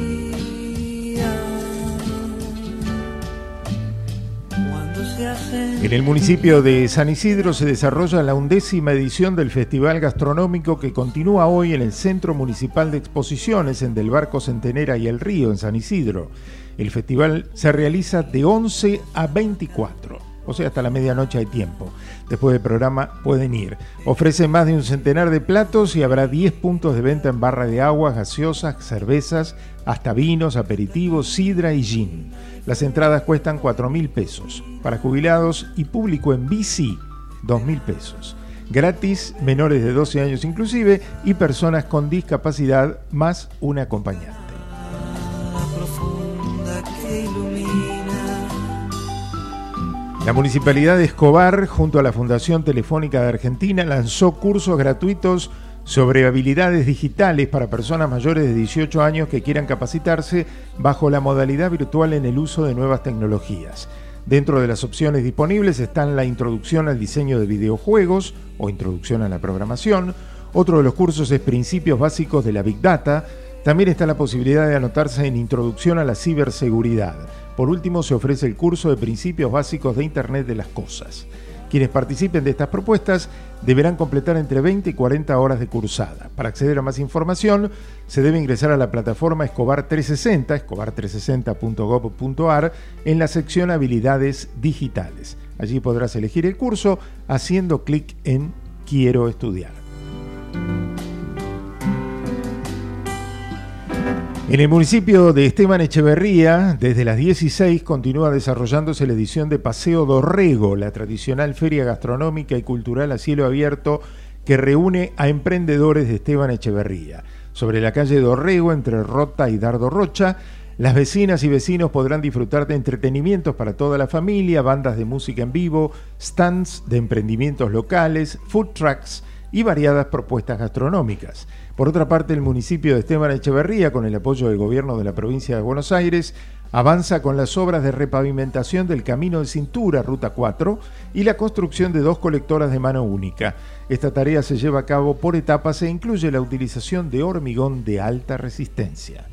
En el municipio de San Isidro se desarrolla la undécima edición del Festival Gastronómico que continúa hoy en el Centro Municipal de Exposiciones en Del Barco Centenera y El Río, en San Isidro. El festival se realiza de once a veinticuatro, o sea, hasta la medianoche hay tiempo. Después del programa pueden ir. Ofrece más de un centenar de platos y habrá diez puntos de venta en barra de aguas, gaseosas, cervezas, hasta vinos, aperitivos, sidra y gin. Las entradas cuestan cuatro mil pesos. Para jubilados y público en bici, dos mil pesos. Gratis, menores de doce años inclusive, y personas con discapacidad más un acompañante. La Municipalidad de Escobar, junto a la Fundación Telefónica de Argentina, lanzó cursos gratuitos sobre habilidades digitales para personas mayores de dieciocho años que quieran capacitarse bajo la modalidad virtual en el uso de nuevas tecnologías. Dentro de las opciones disponibles están la introducción al diseño de videojuegos o introducción a la programación. Otro de los cursos es Principios Básicos de la Big Data. También está la posibilidad de anotarse en Introducción a la Ciberseguridad. Por último, se ofrece el curso de Principios Básicos de Internet de las Cosas. Quienes participen de estas propuestas deberán completar entre veinte y cuarenta horas de cursada. Para acceder a más información, se debe ingresar a la plataforma Escobar trescientos sesenta, escobar trescientos sesenta punto gob punto ar, en la sección Habilidades Digitales. Allí podrás elegir el curso haciendo clic en Quiero estudiar. En el municipio de Esteban Echeverría, desde las dieciséis continúa desarrollándose la edición de Paseo Dorrego, la tradicional feria gastronómica y cultural a cielo abierto que reúne a emprendedores de Esteban Echeverría. Sobre la calle Dorrego, entre Rota y Dardo Rocha, las vecinas y vecinos podrán disfrutar de entretenimientos para toda la familia, bandas de música en vivo, stands de emprendimientos locales, food trucks y variadas propuestas gastronómicas. Por otra parte, el municipio de Esteban Echeverría, con el apoyo del gobierno de la provincia de Buenos Aires, avanza con las obras de repavimentación del camino de cintura, Ruta cuatro, y la construcción de dos colectoras de mano única. Esta tarea se lleva a cabo por etapas e incluye la utilización de hormigón de alta resistencia.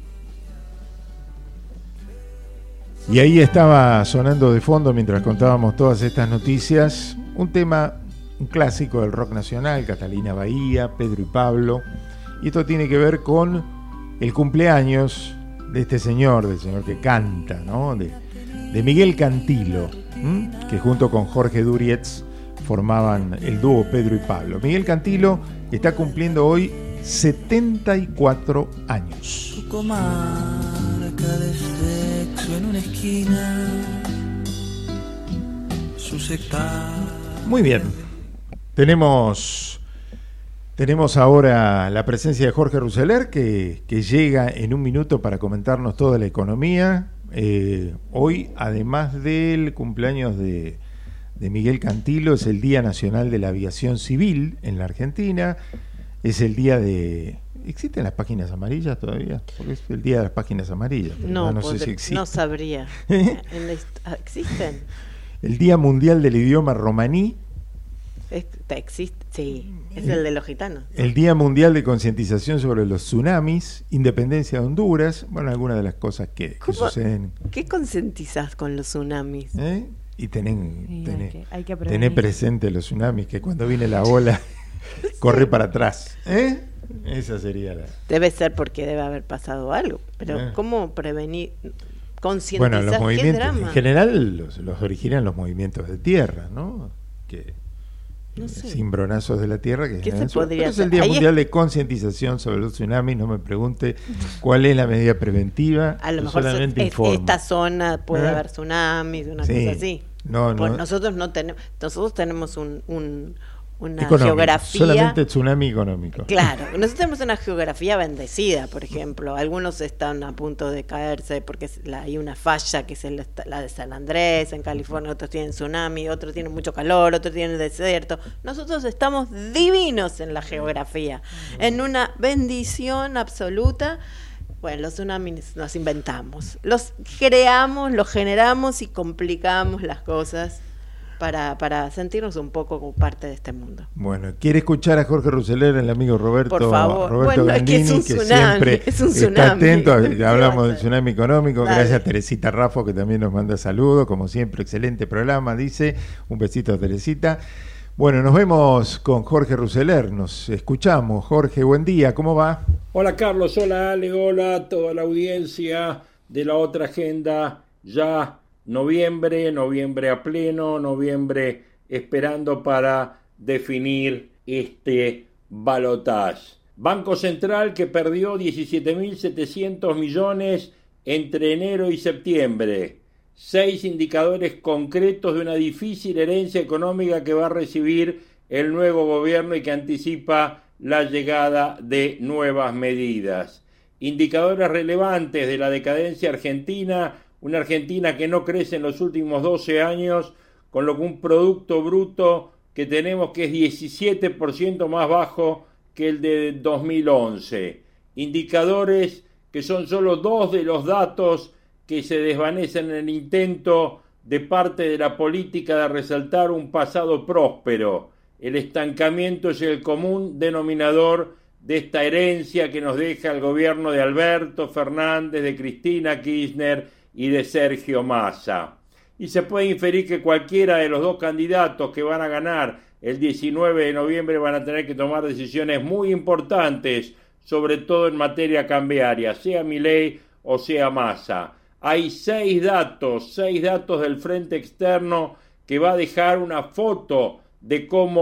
Y ahí estaba sonando de fondo, mientras contábamos todas estas noticias, un tema, un clásico del rock nacional, Catalina Bahía, Pedro y Pablo, y esto tiene que ver con el cumpleaños de este señor, del señor que canta, ¿no? De, de Miguel Cantilo, ¿m? que junto con Jorge Durietz formaban el dúo Pedro y Pablo. Miguel Cantilo está cumpliendo hoy setenta y cuatro años. Tu comarca de sexo en una esquina, su sectar. Muy bien. Tenemos, tenemos ahora la presencia de Jorge Ruseler, que, que llega en un minuto para comentarnos toda la economía. Eh, hoy, además del cumpleaños de, de Miguel Cantilo, es el Día Nacional de la Aviación Civil en la Argentina. Es el día de... ¿Existen las páginas amarillas todavía? Porque es el día de las páginas amarillas. No, no, poder, sé si existen. no sabría. En la, ¿existen? El Día Mundial del Idioma Romaní. Existe, sí, es el de los gitanos. El Día Mundial de Concientización sobre los Tsunamis, Independencia de Honduras, bueno, algunas de las cosas que, que suceden. ¿Qué concientizás con los tsunamis? ¿Eh? Y tenés, Sí, tenés, hay que- hay que tenés prevenir. presente los tsunamis, que cuando viene la ola, corre para atrás. ¿Eh? Esa sería la... Debe ser porque debe haber pasado algo, pero Eh. ¿cómo prevenir? Concientizar, Bueno, los ¿qué movimientos, drama? en general, los, los originan los movimientos de tierra, ¿no? Que... No sé. Cimbronazos de la tierra que ¿Qué generan se su- podría pero es el hacer? Día Ahí Mundial de Concientización sobre los tsunamis. No me pregunte cuál es la medida preventiva. A lo yo mejor solamente es- informo. esta zona puede ¿Eh? haber tsunamis, una Sí. cosa así. No, Pues no. nosotros no tenemos, nosotros tenemos un, un- una Económico, geografía. solamente tsunami económico. Claro, nosotros tenemos una geografía bendecida, por ejemplo. Algunos están a punto de caerse porque es la- hay una falla que es el- la de San Andrés, en California, otros tienen tsunami, otros tienen mucho calor, otros tienen desierto. Nosotros estamos divinos en la geografía, en una bendición absoluta. Bueno, los tsunamis nos inventamos, los creamos, los generamos y complicamos las cosas para, para sentirnos un poco como parte de este mundo. Bueno, quiere escuchar a Jorge Ruseler, el amigo Roberto, Por favor. Roberto Bueno, es que es Gandini, un que tsunami, siempre es un está tsunami. atento. ¿Qué Hablamos va a del tsunami económico. Dale. Gracias a Teresita Raffo, que también nos manda saludos. Como siempre, excelente programa, dice. Un besito a Teresita. Bueno, nos vemos con Jorge Ruseler. Nos escuchamos. Jorge, buen día. ¿Cómo va? Hola Carlos, hola Ale, hola a toda la audiencia de La Otra Agenda. Ya noviembre, noviembre a pleno, noviembre esperando para definir este balotaje. Banco Central que perdió diecisiete mil setecientos millones entre enero y septiembre. Seis indicadores concretos de una difícil herencia económica que va a recibir el nuevo gobierno y que anticipa la llegada de nuevas medidas. Indicadores relevantes de la decadencia argentina, una Argentina que no crece en los últimos doce años, con lo que un producto bruto que tenemos que es diecisiete por ciento más bajo que el de dos mil once. Indicadores que son solo dos de los datos que se desvanecen en el intento de parte de la política de resaltar un pasado próspero. El estancamiento es el común denominador de esta herencia que nos deja el gobierno de Alberto Fernández, de Cristina Kirchner y de Sergio Massa. Y se puede inferir que cualquiera de los dos candidatos que van a ganar el diecinueve de noviembre van a tener que tomar decisiones muy importantes, sobre todo en materia cambiaria, sea Milei o sea Massa. Hay seis datos, seis datos del frente externo que va a dejar una foto de cómo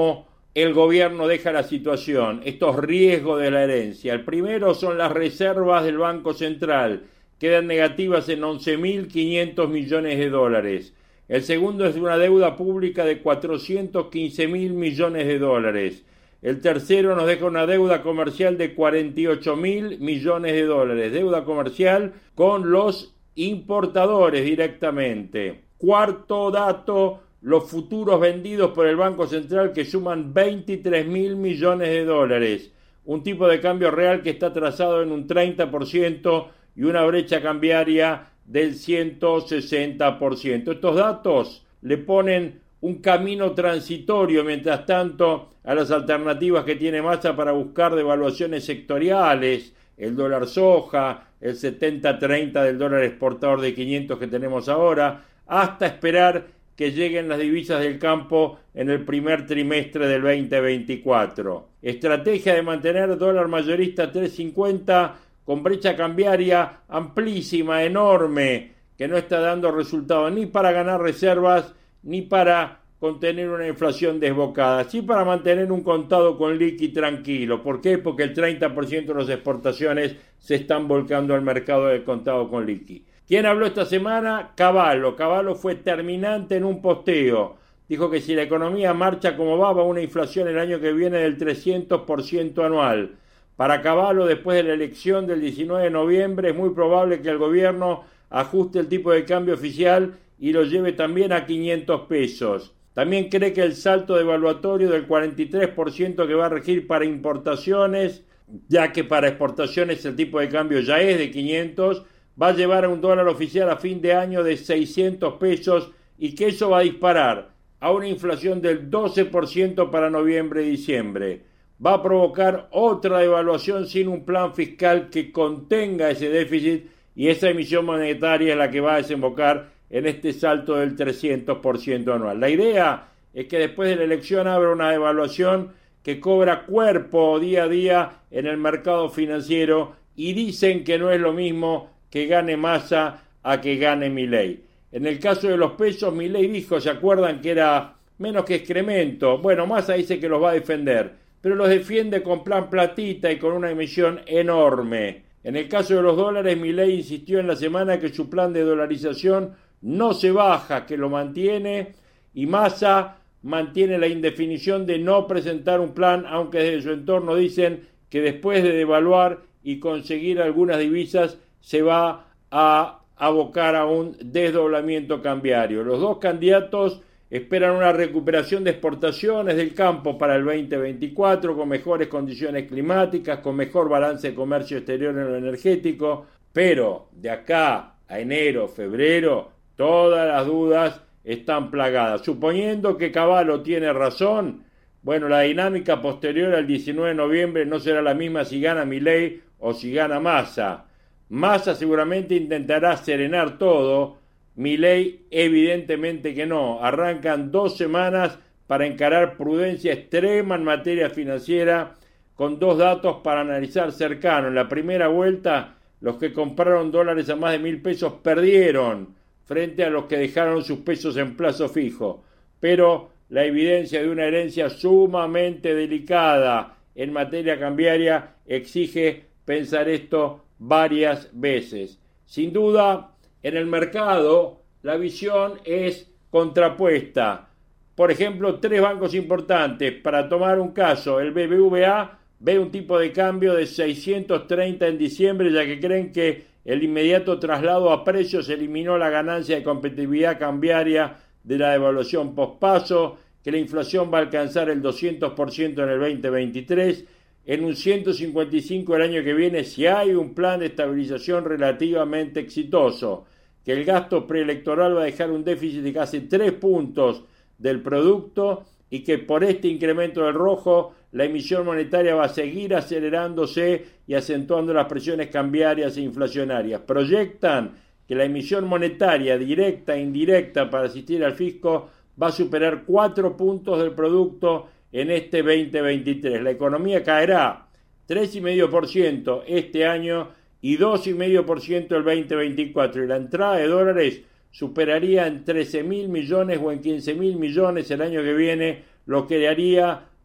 el gobierno deja la situación, estos riesgos de la herencia? El primero son las reservas del Banco Central, quedan negativas en once mil quinientos millones de dólares. El segundo es una deuda pública de cuatrocientos quince mil millones de dólares. El tercero nos deja una deuda comercial de cuarenta y ocho mil millones de dólares, deuda comercial con los importadores directamente. Cuarto dato, los futuros vendidos por el Banco Central que suman veintitrés mil millones de dólares, un tipo de cambio real que está trazado en un treinta por ciento y una brecha cambiaria del ciento sesenta por ciento. Estos datos le ponen un camino transitorio, mientras tanto, a las alternativas que tiene Massa para buscar devaluaciones sectoriales, el dólar soja, el setenta treinta del dólar exportador de quinientos que tenemos ahora, hasta esperar que lleguen las divisas del campo en el primer trimestre del veinte veinticuatro. Estrategia de mantener dólar mayorista tres cincuenta con brecha cambiaria amplísima, enorme, que no está dando resultados ni para ganar reservas ni para contener una inflación desbocada, sí para mantener un contado con liqui tranquilo. ¿Por qué? Porque el treinta por ciento de las exportaciones se están volcando al mercado del contado con liqui. ¿Quién habló esta semana? Cavallo. Cavallo fue terminante en un posteo. Dijo que si la economía marcha como va, va a una inflación el año que viene del trescientos por ciento anual. Para Cavallo, después de la elección del diecinueve de noviembre, es muy probable que el gobierno ajuste el tipo de cambio oficial y lo lleve también a quinientos pesos. También cree que el salto devaluatorio del cuarenta y tres por ciento que va a regir para importaciones, ya que para exportaciones el tipo de cambio ya es de quinientos, va a llevar a un dólar oficial a fin de año de seiscientos pesos y que eso va a disparar a una inflación del doce por ciento para noviembre y diciembre. Va a provocar otra devaluación sin un plan fiscal que contenga ese déficit, y esa emisión monetaria es la que va a desembocar en este salto del trescientos por ciento anual. La idea es que después de la elección habrá una devaluación que cobra cuerpo día a día en el mercado financiero, y dicen que no es lo mismo que gane Massa a que gane Milei. En el caso de los pesos, Milei dijo, ¿se acuerdan que era menos que excremento? Bueno, Massa dice que los va a defender, pero los defiende con plan platita y con una emisión enorme. En el caso de los dólares, Milei insistió en la semana que su plan de dolarización no se baja, que lo mantiene, y Massa mantiene la indefinición de no presentar un plan, aunque desde su entorno dicen que después de devaluar y conseguir algunas divisas se va a abocar a un desdoblamiento cambiario. Los dos candidatos esperan una recuperación de exportaciones del campo para el veinte veinticuatro, con mejores condiciones climáticas, con mejor balance de comercio exterior en lo energético, pero de acá a enero, febrero, todas las dudas están plagadas. Suponiendo que Cavallo tiene razón, bueno, la dinámica posterior al diecinueve de noviembre no será la misma si gana Milei o si gana Massa. Massa seguramente intentará serenar todo, Milei evidentemente que no. Arrancan dos semanas para encarar prudencia extrema en materia financiera, con dos datos para analizar cercano. En la primera vuelta, los que compraron dólares a más de mil pesos perdieron frente a los que dejaron sus pesos en plazo fijo. Pero la evidencia de una herencia sumamente delicada en materia cambiaria exige pensar esto varias veces. Sin duda, en el mercado la visión es contrapuesta. Por ejemplo, tres bancos importantes, para tomar un caso, el B B V A ve un tipo de cambio de seiscientos treinta en diciembre, ya que creen que el inmediato traslado a precios eliminó la ganancia de competitividad cambiaria de la devaluación pospaso, que la inflación va a alcanzar el doscientos por ciento en el veinte veintitrés, en un ciento cincuenta y cinco el año que viene si hay un plan de estabilización relativamente exitoso, que el gasto preelectoral va a dejar un déficit de casi tres puntos del producto y que por este incremento del rojo la emisión monetaria va a seguir acelerándose y acentuando las presiones cambiarias e inflacionarias. Proyectan que la emisión monetaria directa e indirecta para asistir al fisco va a superar cuatro puntos del producto en este veinte veintitrés. La economía caerá tres coma cinco por ciento este año y dos coma cinco por ciento el veinte veinticuatro, y la entrada de dólares superaría en trece mil millones o en quince mil millones el año que viene, lo que haría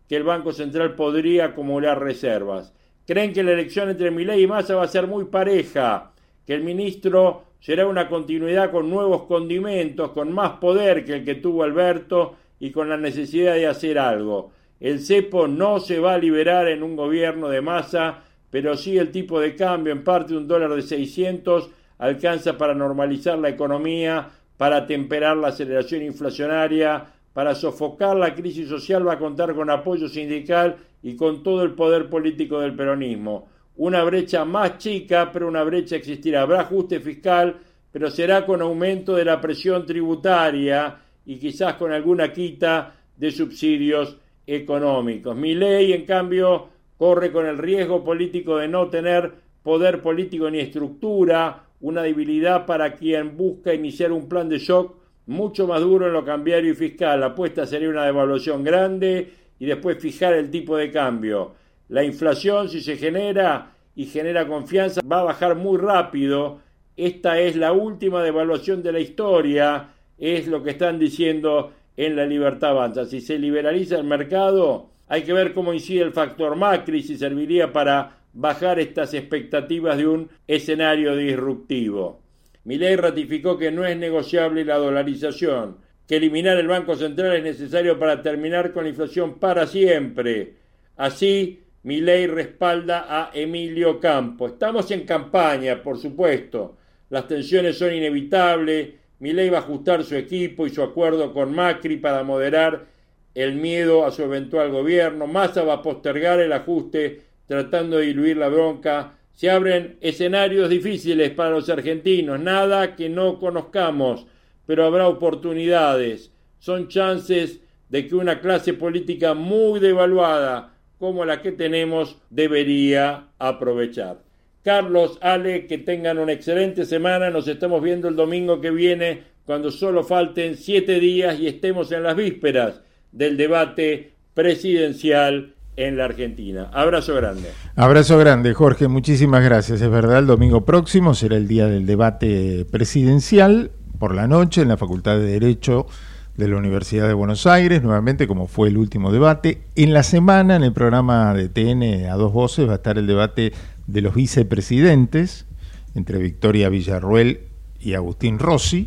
que el Banco Central podría acumular reservas. Creen que la elección entre Milei y Massa va a ser muy pareja, que el ministro será una continuidad con nuevos condimentos, con más poder que el que tuvo Alberto y con la necesidad de hacer algo. El cepo no se va a liberar en un gobierno de Massa, pero sí el tipo de cambio, en parte un dólar de seiscientos, alcanza para normalizar la economía, para temperar la aceleración inflacionaria, para sofocar la crisis social. Va a contar con apoyo sindical y con todo el poder político del peronismo. Una brecha más chica, pero una brecha existirá. Habrá ajuste fiscal, pero será con aumento de la presión tributaria y quizás con alguna quita de subsidios económicos. Milei, en cambio, corre con el riesgo político de no tener poder político ni estructura, una debilidad para quien busca iniciar un plan de shock mucho más duro en lo cambiario y fiscal. La apuesta sería una devaluación grande y después fijar el tipo de cambio. La inflación, si se genera y genera confianza, va a bajar muy rápido. Esta es la última devaluación de la historia, es lo que están diciendo en La Libertad Avanza. Si se liberaliza el mercado, hay que ver cómo incide el factor Macri, si serviría para bajar estas expectativas de un escenario disruptivo. Milei ratificó que no es negociable la dolarización, que eliminar el Banco Central es necesario para terminar con la inflación para siempre. Así, Milei respalda a Emilio Campo. Estamos en campaña, por supuesto. Las tensiones son inevitables. Milei va a ajustar su equipo y su acuerdo con Macri para moderar el miedo a su eventual gobierno. Massa va a postergar el ajuste tratando de diluir la bronca. Se abren escenarios difíciles para los argentinos, nada que no conozcamos, pero habrá oportunidades. Son chances de que una clase política muy devaluada como la que tenemos debería aprovechar. Carlos, Ale, que tengan una excelente semana. Nos estamos viendo el domingo que viene, cuando solo falten siete días y estemos en las vísperas del debate presidencial en la Argentina. Abrazo grande. Abrazo grande, Jorge, muchísimas gracias. Es verdad, el domingo próximo será el día del debate presidencial por la noche en la Facultad de Derecho de la Universidad de Buenos Aires, nuevamente como fue el último debate. En la semana, en el programa de T N a dos voces, va a estar el debate de los vicepresidentes entre Victoria Villarruel y Agustín Rossi.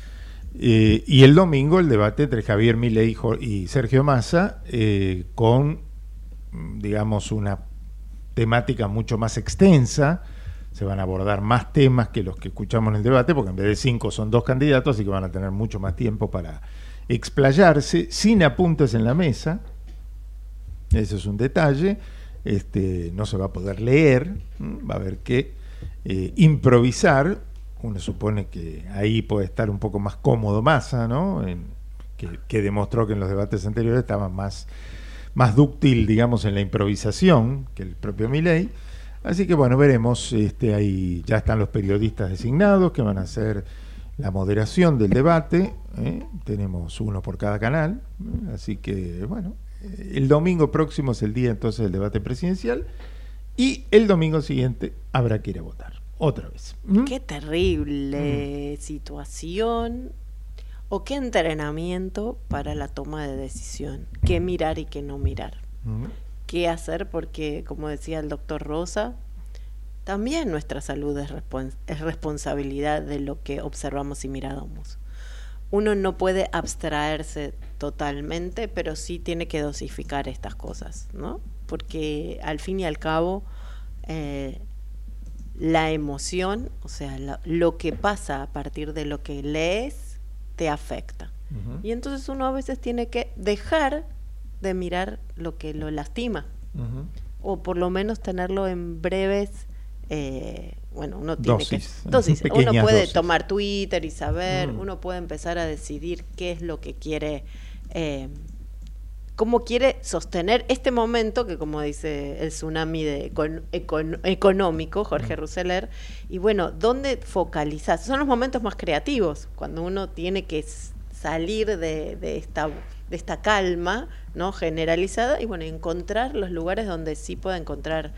Eh, y el domingo el debate entre Javier Milei y Sergio Massa, eh, con, digamos, una temática mucho más extensa. Se van a abordar más temas que los que escuchamos en el debate, porque en vez de cinco son dos candidatos, así que van a tener mucho más tiempo para explayarse, sin apuntes en la mesa. Ese es un detalle. Este, no se va a poder leer, va a haber que eh, improvisar. Uno supone que ahí puede estar un poco más cómodo Massa, ¿no? En, que, que demostró que en los debates anteriores estaba más, más dúctil, digamos, en la improvisación que el propio Milei. Así que bueno, veremos. Este, ahí ya están los periodistas designados que van a hacer la moderación del debate, ¿eh? Tenemos uno por cada canal, ¿eh? Así que bueno, el domingo próximo es el día entonces del debate presidencial y el domingo siguiente habrá que ir a votar otra vez. ¿Mm? Qué terrible mm. situación o qué entrenamiento para la toma de decisión, qué mirar y qué no mirar, mm. qué hacer, porque como decía el doctor Rosa, también nuestra salud es, respons- es responsabilidad de lo que observamos y miramos. Uno no puede abstraerse totalmente, pero sí tiene que dosificar estas cosas, ¿no? Porque al fin y al cabo, eh, la emoción, o sea, la, lo que pasa a partir de lo que lees, te afecta. Uh-huh. Y entonces uno a veces tiene que dejar de mirar lo que lo lastima, uh-huh. o por lo menos tenerlo en breves... Eh, bueno, uno tiene dosis, que dosis. Uno puede dosis. tomar Twitter y saber, mm. uno puede empezar a decidir qué es lo que quiere, eh, cómo quiere sostener este momento que, como dice el tsunami de econ- econ- económico, Jorge mm. Russeler, y bueno, dónde focalizar. Son los momentos más creativos, cuando uno tiene que salir de, de esta de esta calma, ¿no?, generalizada, y bueno, encontrar los lugares donde sí pueda encontrar.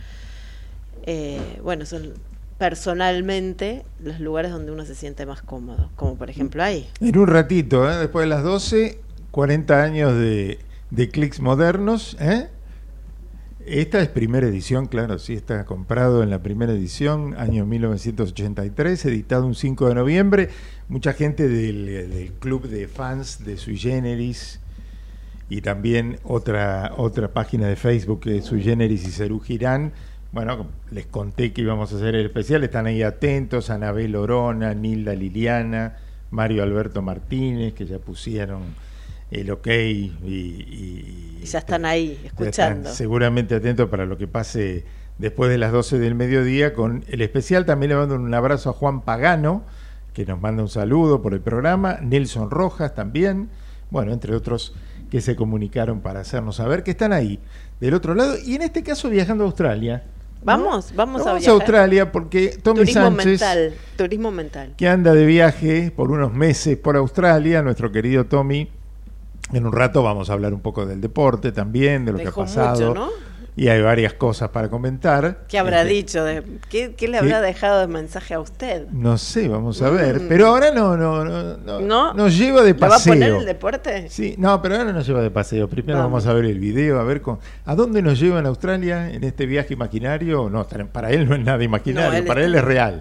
Eh, bueno, son personalmente los lugares donde uno se siente más cómodo, como por ejemplo ahí. En un ratito, ¿eh? Después de las doce, cuarenta años de de clics modernos, ¿eh? Esta es primera edición, claro, sí, está comprado en la primera edición, año mil novecientos ochenta y tres, editado un cinco de noviembre. Mucha gente del, del club de fans de Sui Generis y también otra otra página de Facebook que es Sui Generis y Serú Girán. Bueno, les conté que íbamos a hacer el especial, están ahí atentos, Anabel Orona, Nilda Liliana, Mario Alberto Martínez, que ya pusieron el ok y, y, y ya están ahí escuchando. Están seguramente atentos para lo que pase después de las doce del mediodía con el especial. También le mando un abrazo a Juan Pagano, que nos manda un saludo por el programa, Nelson Rojas también, bueno, entre otros que se comunicaron para hacernos saber que están ahí del otro lado y en este caso viajando a Australia. Vamos, ¿no? vamos, vamos a a viajar. Australia porque Tommy turismo Sánchez, mental, turismo mental, que anda de viaje por unos meses por Australia, nuestro querido Tommy. En un rato vamos a hablar un poco del deporte también, de lo Dejó que ha pasado. mucho, ¿no? Y hay varias cosas para comentar. ¿Qué habrá este, dicho? De, ¿qué, ¿Qué le habrá ¿qué? dejado de mensaje a usted? No sé, vamos a ver. Mm. Pero ahora no, no, no, no, ¿No? nos lleva de ¿Le va a paseo. poner el deporte? Sí, no, pero ahora nos lleva de paseo. Primero vamos, Vamos. a ver el video, a ver con, a dónde nos lleva en Australia en este viaje imaginario. No, para él no es nada imaginario, No, él para está- él es real.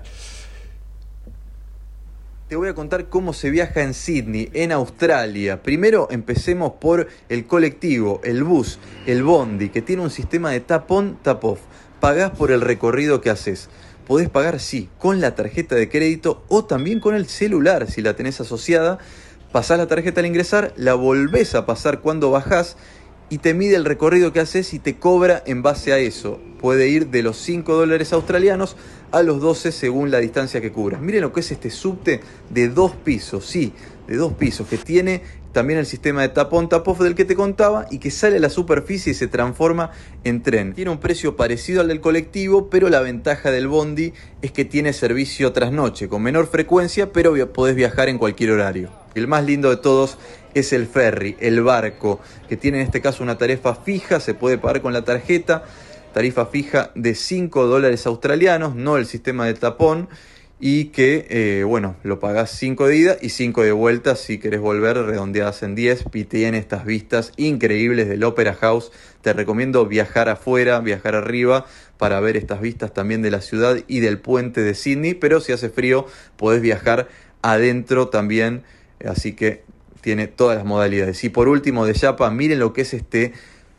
Te voy a contar cómo se viaja en Sydney, en Australia. Primero empecemos por el colectivo, el bus, el bondi, que tiene un sistema de tap-on, tap-off. Pagás por el recorrido que haces. Podés pagar, sí, con la tarjeta de crédito o también con el celular, si la tenés asociada. Pasás la tarjeta al ingresar, la volvés a pasar cuando bajás y te mide el recorrido que haces y te cobra en base a eso. Puede ir de los cinco dólares australianos a los doce según la distancia que cubras. Miren lo que es este subte de dos pisos, sí, de dos pisos, que tiene también el sistema de tap-on, tap-off del que te contaba y que sale a la superficie y se transforma en tren. Tiene un precio parecido al del colectivo, pero la ventaja del bondi es que tiene servicio trasnoche, con menor frecuencia, pero vi- podés viajar en cualquier horario. El más lindo de todos es el ferry, el barco, que tiene en este caso una tarifa fija, se puede pagar con la tarjeta, tarifa fija de cinco dólares australianos, no el sistema de tapón, y que, eh, bueno, lo pagás cinco de ida y cinco de vuelta. Si querés volver, redondeadas en diez. Y tiene estas vistas increíbles del Opera House. Te recomiendo viajar afuera, viajar arriba, para ver estas vistas también de la ciudad y del puente de Sydney. Pero si hace frío, podés viajar adentro también. Así que tiene todas las modalidades. Y por último, de Yapa, miren lo que es este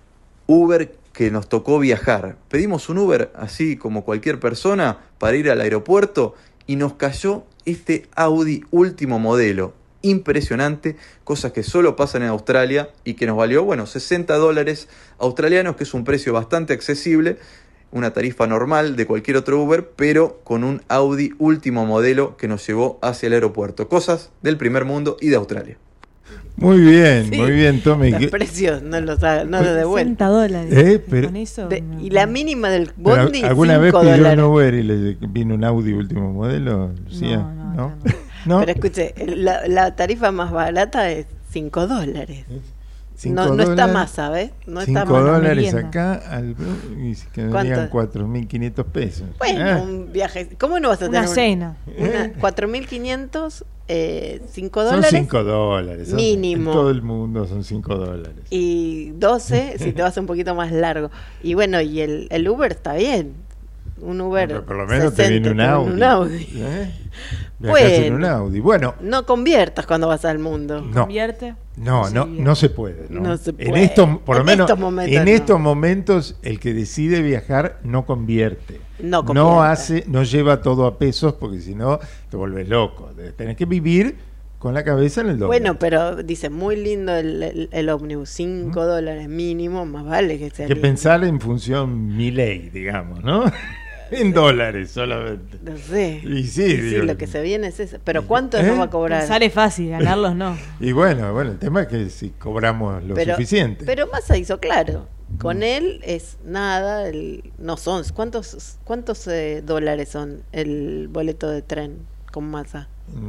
Uber que nos tocó viajar. Pedimos un Uber así como cualquier persona para ir al aeropuerto y nos cayó este Audi último modelo. Impresionante, cosas que solo pasan en Australia y que nos valió, bueno, sesenta dólares australianos, que es un precio bastante accesible, una tarifa normal de cualquier otro Uber, pero con un Audi último modelo que nos llevó hacia el aeropuerto. Cosas del primer mundo y de Australia. Muy bien, Sí, muy bien, Tommy. los ¿Qué- precios no los ha, no los devuelven. sesenta dólares. Eh, pero- Con eso, De- no. y la mínima del pero bondi, ¿Alguna vez cinco pidió dólares. un Uber y le vino un Audi último modelo, Lucía? No, no, ¿No? Pero escuche, la, la tarifa más barata es cinco dólares. Cinco No, no está dólares, más, ¿sabes? No está cinco más. dólares merienda. acá al, y se quedarían ¿Cuánto? cuatro mil quinientos pesos. Bueno, Ah. un viaje. ¿Cómo no vas a Una tener un- cena. Una, cuatro mil quinientos, eh, cinco Son dólares. cinco dólares. son- mínimo. En todo el mundo son cinco dólares. Y doce si te vas un poquito más largo. Y bueno, y el, el Uber está bien. Un Uber. Pero por lo menos te sesenta, viene un te Audi. un Audi. ¿Eh? Viajás en un Bueno. Audi. Bueno, No conviertas cuando vas al mundo. no. Convierte. No, no, no se puede. No, No se En puede. estos, por lo En menos, estos momentos en no. estos momentos, el que decide viajar no convierte. No convierte. hace, no lleva todo a pesos, porque si no te vuelves loco. Tenés que vivir con la cabeza en el dólar. Bueno, pero dice, muy lindo el, el, el ómnibus, cinco dólares mínimo, más vale que sea que lindo. pensar en función mi ley, digamos, ¿no? En dólares solamente. No sé. Y sí, Y digo, lo que se viene es eso. Pero ¿cuánto ¿Eh? nos va a cobrar? Sale fácil, ganarlos no. Y bueno, bueno, el tema es que si cobramos lo pero, suficiente. Pero Massa hizo claro. Con él es nada, el, no son. ¿Cuántos cuántos eh, dólares son el boleto de tren con Massa?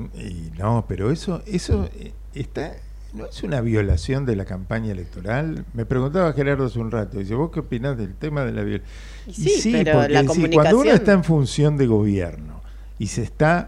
Y no, pero eso, eso eh, está, ¿no es una violación de la campaña electoral? Me preguntaba Gerardo hace un rato, dice, ¿vos qué opinás del tema de la violación? Y sí, pero porque la sí, cuando uno comunicación- está en función de gobierno y se está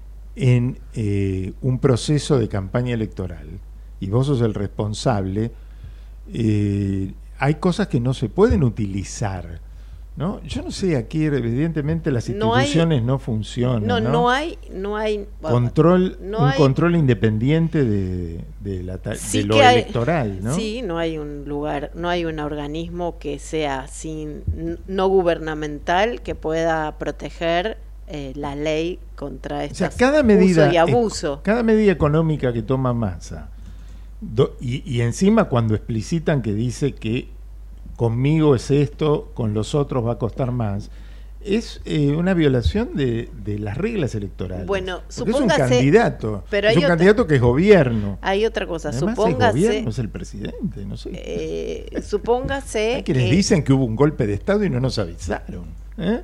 en eh, un proceso de campaña electoral y vos sos el responsable, eh, hay cosas que no se pueden utilizar, ¿no? Yo no sé, aquí evidentemente las instituciones no, hay, no funcionan. No, no, no hay, no hay control, no un hay, control independiente de, de, la, sí de lo hay, electoral, ¿no? Sí, no hay un lugar, no hay un organismo que sea sin no gubernamental que pueda proteger eh, la ley contra este o sea, cada medida, uso y abuso. Cada medida económica que toma Massa, do, y, y encima cuando explicitan que dice que conmigo es esto, con los otros va a costar más, es eh, una violación de, de las reglas electorales. Bueno, porque supóngase, es un candidato, pero es un otra, candidato que es gobierno. Hay otra cosa, Además, supóngase... el gobierno es el presidente, no sé. Eh, supóngase... Hay quienes que, dicen que hubo un golpe de Estado y no nos avisaron. ¿eh?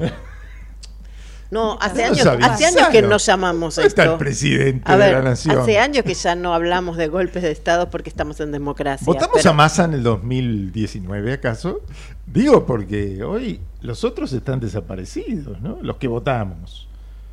No, hace años, hace años que no llamamos esto. Está el presidente a ver, de la nación. Hace años que ya no hablamos de golpes de Estado porque estamos en democracia. ¿Votamos pero... a Massa en el dos mil diecinueve acaso? Digo porque hoy los otros están desaparecidos, ¿no? Los que votamos.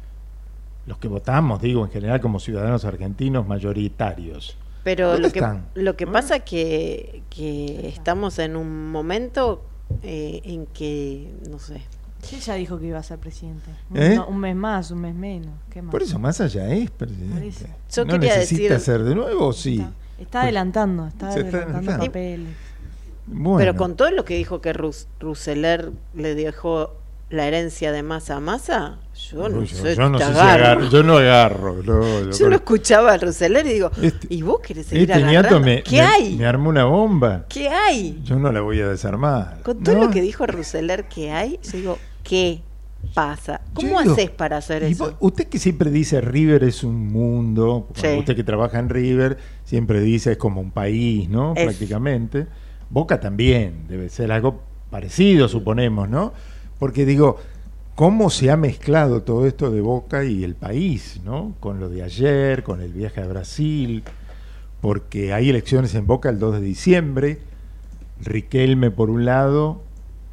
Los que votamos, digo, en general como ciudadanos argentinos mayoritarios. Pero lo que, están? lo que pasa es que, que estamos en un momento eh, en que, no sé... Sí, ya dijo que iba a ser presidente. ¿Eh? Un, un mes más, un mes menos. ¿Qué más? Por eso Massa ya es presidente. Yo ¿No quería necesita decir, ser de nuevo o sí? Está, está adelantando, está Se adelantando está papeles. Bueno. Pero con todo lo que dijo que Rus, Ruseler le dejó la herencia de Massa a Massa, yo no Uy, sé, yo no te sé si agarro. agarro, yo no agarro. No, yo lo escuchaba a Ruseler y digo, este, ¿y vos querés seguir este agarrando? Me, ¿Qué me, hay? Me armó una bomba. ¿Qué hay? Yo no la voy a desarmar. Con todo no. lo que dijo Ruseler que hay, yo digo, ¿qué pasa? ¿Cómo digo, haces para hacer eso? Vos, usted que siempre dice River es un mundo, sí. Usted que trabaja en River siempre dice es como un país, ¿no? Es. Prácticamente. Boca también debe ser algo parecido, suponemos, ¿no? Porque digo, ¿cómo se ha mezclado todo esto de Boca y el país, ¿no? Con lo de ayer, con el viaje a Brasil, porque hay elecciones en Boca el dos de diciembre, Riquelme por un lado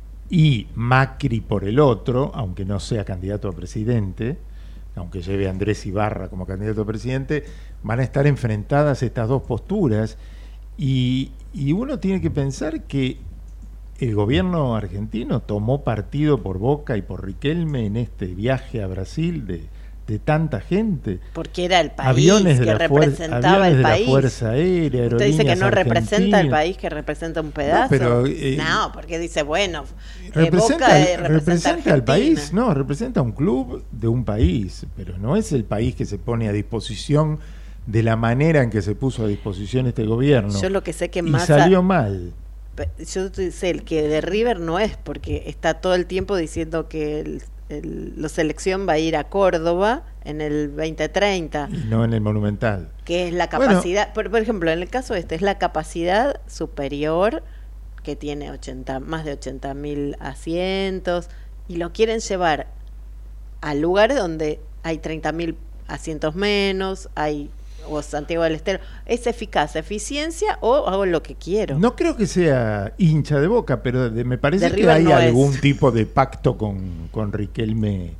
y Macri por el otro, aunque no sea candidato a presidente, aunque lleve a Andrés Ibarra como candidato a presidente, van a estar enfrentadas estas dos posturas y, y uno tiene que pensar que el gobierno argentino tomó partido por Boca y por Riquelme en este viaje a Brasil de, de tanta gente. Porque era el país aviones de que la representaba fuer- el de país. La Fuerza Aérea, Usted dice que no Aerolíneas representa el Argentinas. país, que representa un pedazo. No, pero, eh, no porque dice, bueno, representa, eh, Boca, eh, representa, representa al Argentina. país, no, representa un club de un país, pero no es el país que se pone a disposición de la manera en que se puso a disposición este gobierno. Yo lo que sé que y Massa, salió mal. Yo sé el que de River no es, porque está todo el tiempo diciendo que el, el, la selección va a ir a Córdoba en el veinte treinta. Y no en el Monumental. Que es la capacidad, bueno, por, por ejemplo, en el caso este, es la capacidad superior que tiene ochenta, más de ochenta mil asientos, y lo quieren llevar a lugares donde hay treinta mil asientos menos, hay o Santiago del Estero. ¿Es eficaz, eficiencia o hago lo que quiero? No creo que sea hincha de Boca, pero de, me parece de que hay no algún es. tipo de pacto con, con Riquelme.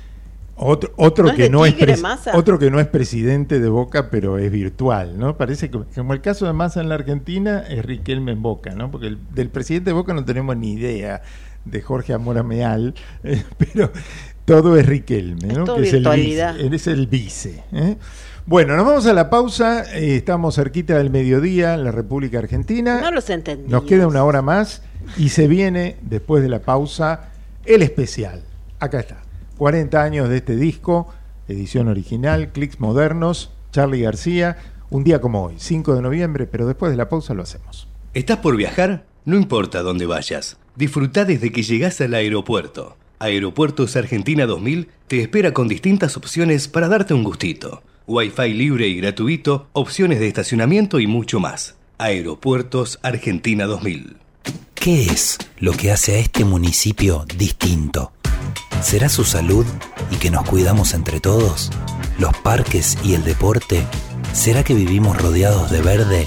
Otro, otro ¿No que es no es Tigre, pres, Massa? otro que no es presidente de Boca, pero es virtual, ¿no? Parece que como el caso de Massa en la Argentina es Riquelme en Boca, ¿no? Porque el, del presidente de Boca no tenemos ni idea, de Jorge Amora Meal, eh, pero todo es Riquelme, ¿no? Es todo que virtualidad. Es el vice. Es el vice ¿eh? Bueno, nos vamos a la pausa, eh, estamos cerquita del mediodía en la República Argentina. No los entendí. Nos queda una hora más y se viene, después de la pausa, el especial. Acá está, cuarenta años de este disco, edición original, clics modernos, Charly García, un día como hoy, cinco de noviembre, pero después de la pausa lo hacemos. ¿Estás por viajar? No importa dónde vayas, disfrutá desde que llegás al aeropuerto. Aeropuertos Argentina dos mil te espera con distintas opciones para darte un gustito. Wi-Fi libre y gratuito, opciones de estacionamiento y mucho más. Aeropuertos Argentina dos mil. ¿Qué es lo que hace a este municipio distinto? ¿Será su salud y que nos cuidamos entre todos? ¿Los parques y el deporte? ¿Será que vivimos rodeados de verde?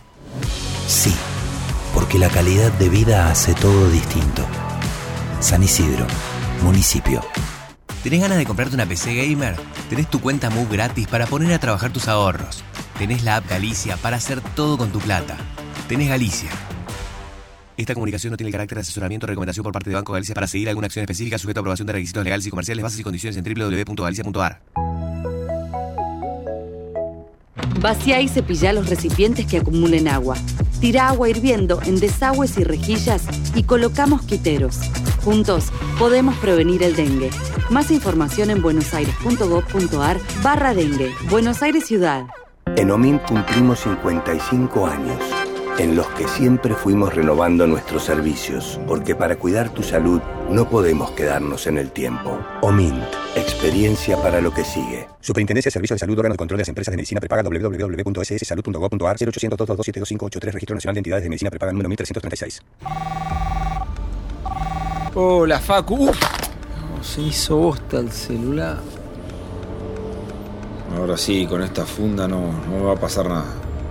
Sí, porque la calidad de vida hace todo distinto. San Isidro, municipio. ¿Tenés ganas de comprarte una P C gamer? Tenés tu cuenta Move gratis para poner a trabajar tus ahorros. Tenés la app Galicia para hacer todo con tu plata. tenés Galicia. Esta comunicación no tiene el carácter de asesoramiento o recomendación por parte de Banco Galicia para seguir alguna acción específica sujeta a aprobación de requisitos legales y comerciales, bases y condiciones en doble u doble u doble u punto galicia punto a r. Vacía y cepillá los recipientes que acumulen agua. Tira agua hirviendo en desagües y rejillas y coloca mosquiteros. Juntos podemos prevenir el dengue. Más información en buenosaires.gov.ar barra dengue. Buenos Aires Ciudad. En OMINT cumplimos cincuenta y cinco años, en los que siempre fuimos renovando nuestros servicios, porque para cuidar tu salud no podemos quedarnos en el tiempo. OMINT, experiencia para lo que sigue. Superintendencia de Servicios de Salud, órgano de control de las empresas de medicina prepaga, doble u doble u doble u punto ese ese salud punto gov punto a r, cero ochocientos, dos dos dos, siete dos cinco ocho tres, Registro Nacional de Entidades de Medicina Prepaga número mil trescientos treinta y seis. Hola, Facu. Uf, no, se hizo bosta el celular. Ahora sí, con esta funda no, no me va a pasar nada.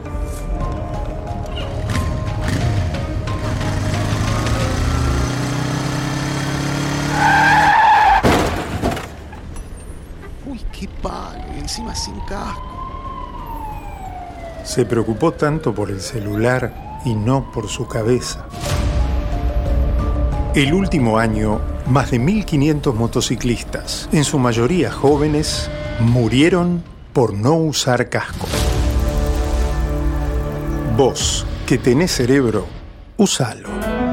Uy, qué palo, y encima sin casco. Se preocupó tanto por el celular y no por su cabeza. El último año, más de mil quinientos motociclistas, en su mayoría jóvenes, murieron por no usar casco. Vos, que tenés cerebro, usalo.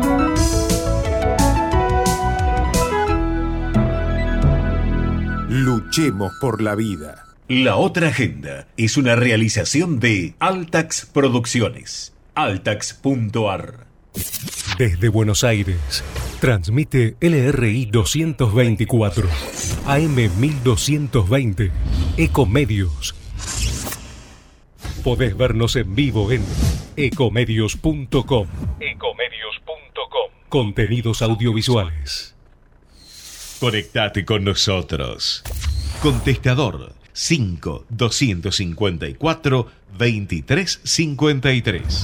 Luchemos por la vida. La Otra Agenda es una realización de Altax Producciones. altax punto a r. Desde Buenos Aires, transmite L R I doscientos veinticuatro, A M mil doscientos veinte, Ecomedios. Podés vernos en vivo en ecomedios punto com. ecomedios punto com. Contenidos audiovisuales. Conectate con nosotros. Contestador cinco doscientos cincuenta y cuatro veintitrés cincuenta y tres.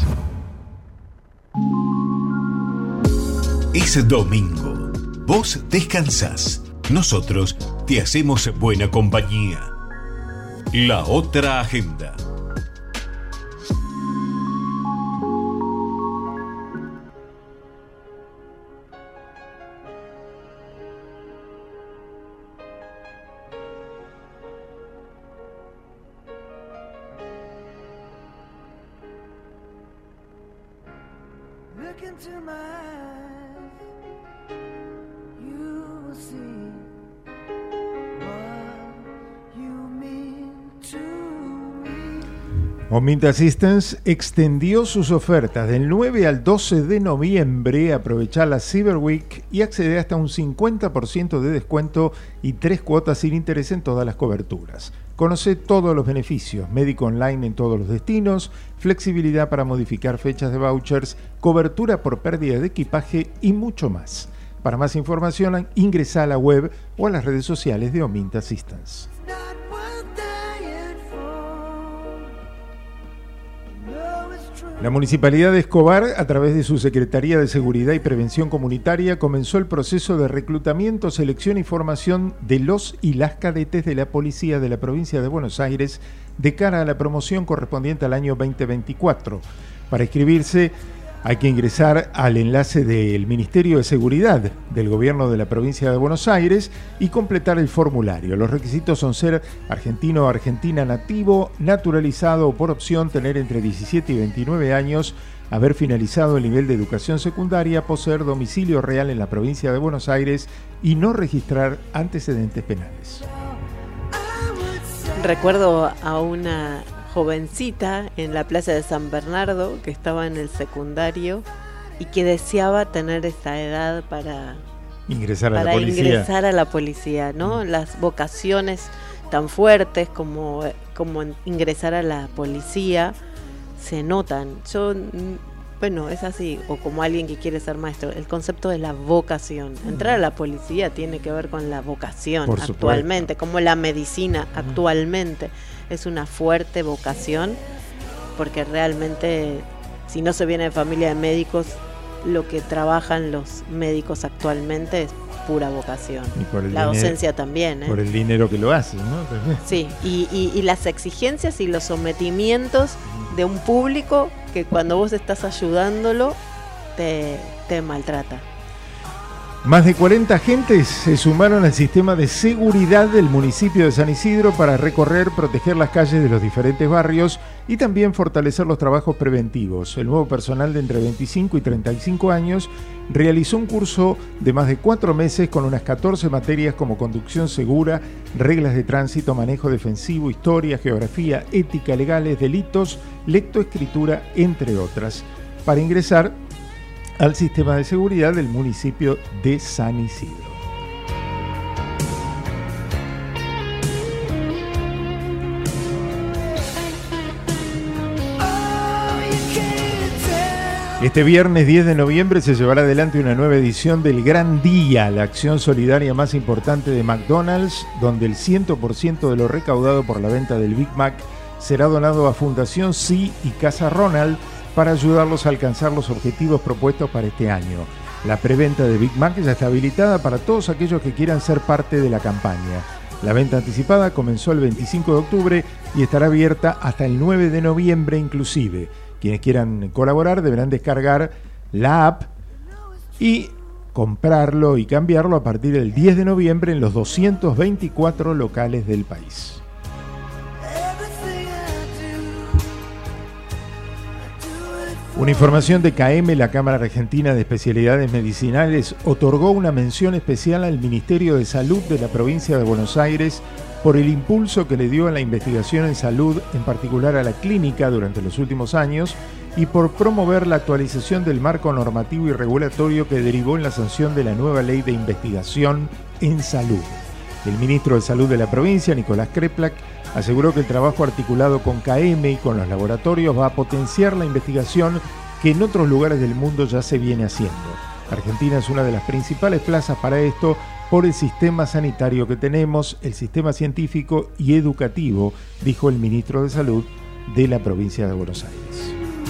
Es domingo. Vos descansás. Nosotros te hacemos buena compañía. La Otra Agenda. Look into my eyes, you will see what you mean to me. OMINT Assistance extendió sus ofertas del nueve al doce de noviembre. Aprovechá la Cyber Week y accede hasta un cincuenta por ciento de descuento y tres cuotas sin interés en todas las coberturas. Conoce todos los beneficios: médico online en todos los destinos, flexibilidad para modificar fechas de vouchers, cobertura por pérdida de equipaje y mucho más. Para más información, ingresa a la web o a las redes sociales de OMINT Assistance. La Municipalidad de Escobar, a través de su Secretaría de Seguridad y Prevención Comunitaria, comenzó el proceso de reclutamiento, selección y formación de los y las cadetes de la Policía de la Provincia de Buenos Aires de cara a la promoción correspondiente al año veinte veinticuatro. Para inscribirse hay que ingresar al enlace del Ministerio de Seguridad del Gobierno de la Provincia de Buenos Aires y completar el formulario. Los requisitos son ser argentino o argentina nativo, naturalizado o por opción tener entre diecisiete y veintinueve años, haber finalizado el nivel de educación secundaria, poseer domicilio real en la Provincia de Buenos Aires y no registrar antecedentes penales. Recuerdo a una jovencita en la Plaza de San Bernardo que estaba en el secundario y que deseaba tener esa edad para ingresar a para la policía. ingresar a la policía, ¿no? Las vocaciones tan fuertes como, como ingresar a la policía se notan. Yo, bueno, es así, o como alguien que quiere ser maestro, el concepto de la vocación. Entrar a la policía tiene que ver con la vocación. Por actualmente, supuesto. Como la medicina actualmente es una fuerte vocación, porque realmente, si no se viene de familia de médicos, lo que trabajan los médicos actualmente es pura vocación. Y por el la dinero, docencia también. ¿eh? Por el dinero que lo haces, ¿no? Sí, y, y, y las exigencias y los sometimientos de un público que cuando vos estás ayudándolo te, te maltrata. Más de cuarenta agentes se sumaron al sistema de seguridad del municipio de San Isidro para recorrer, proteger las calles de los diferentes barrios y también fortalecer los trabajos preventivos. El nuevo personal de entre veinticinco y treinta y cinco años realizó un curso de más de cuatro meses con unas catorce materias como conducción segura, reglas de tránsito, manejo defensivo, historia, geografía, ética, legales, delitos, lectoescritura, entre otras, para ingresar al sistema de seguridad del municipio de San Isidro. Este viernes diez de noviembre se llevará adelante una nueva edición del Gran Día, la acción solidaria más importante de McDonald's, donde el cien por ciento de lo recaudado por la venta del Big Mac será donado a Fundación Sí y Casa Ronald para ayudarlos a alcanzar los objetivos propuestos para este año. La preventa de Big Mac ya está habilitada para todos aquellos que quieran ser parte de la campaña. La venta anticipada comenzó el veinticinco de octubre y estará abierta hasta el nueve de noviembre inclusive. Quienes quieran colaborar deberán descargar la app y comprarlo y cambiarlo a partir del diez de noviembre en los doscientos veinticuatro locales del país. Una información de C A E M, la Cámara Argentina de Especialidades Medicinales, otorgó una mención especial al Ministerio de Salud de la provincia de Buenos Aires por el impulso que le dio a la investigación en salud, en particular a la clínica durante los últimos años, y por promover la actualización del marco normativo y regulatorio que derivó en la sanción de la nueva ley de investigación en salud. El ministro de Salud de la provincia, Nicolás Kreplak, aseguró que el trabajo articulado con C A E M y con los laboratorios va a potenciar la investigación que en otros lugares del mundo ya se viene haciendo. Argentina es una de las principales plazas para esto por el sistema sanitario que tenemos, el sistema científico y educativo, dijo el ministro de Salud de la provincia de Buenos Aires.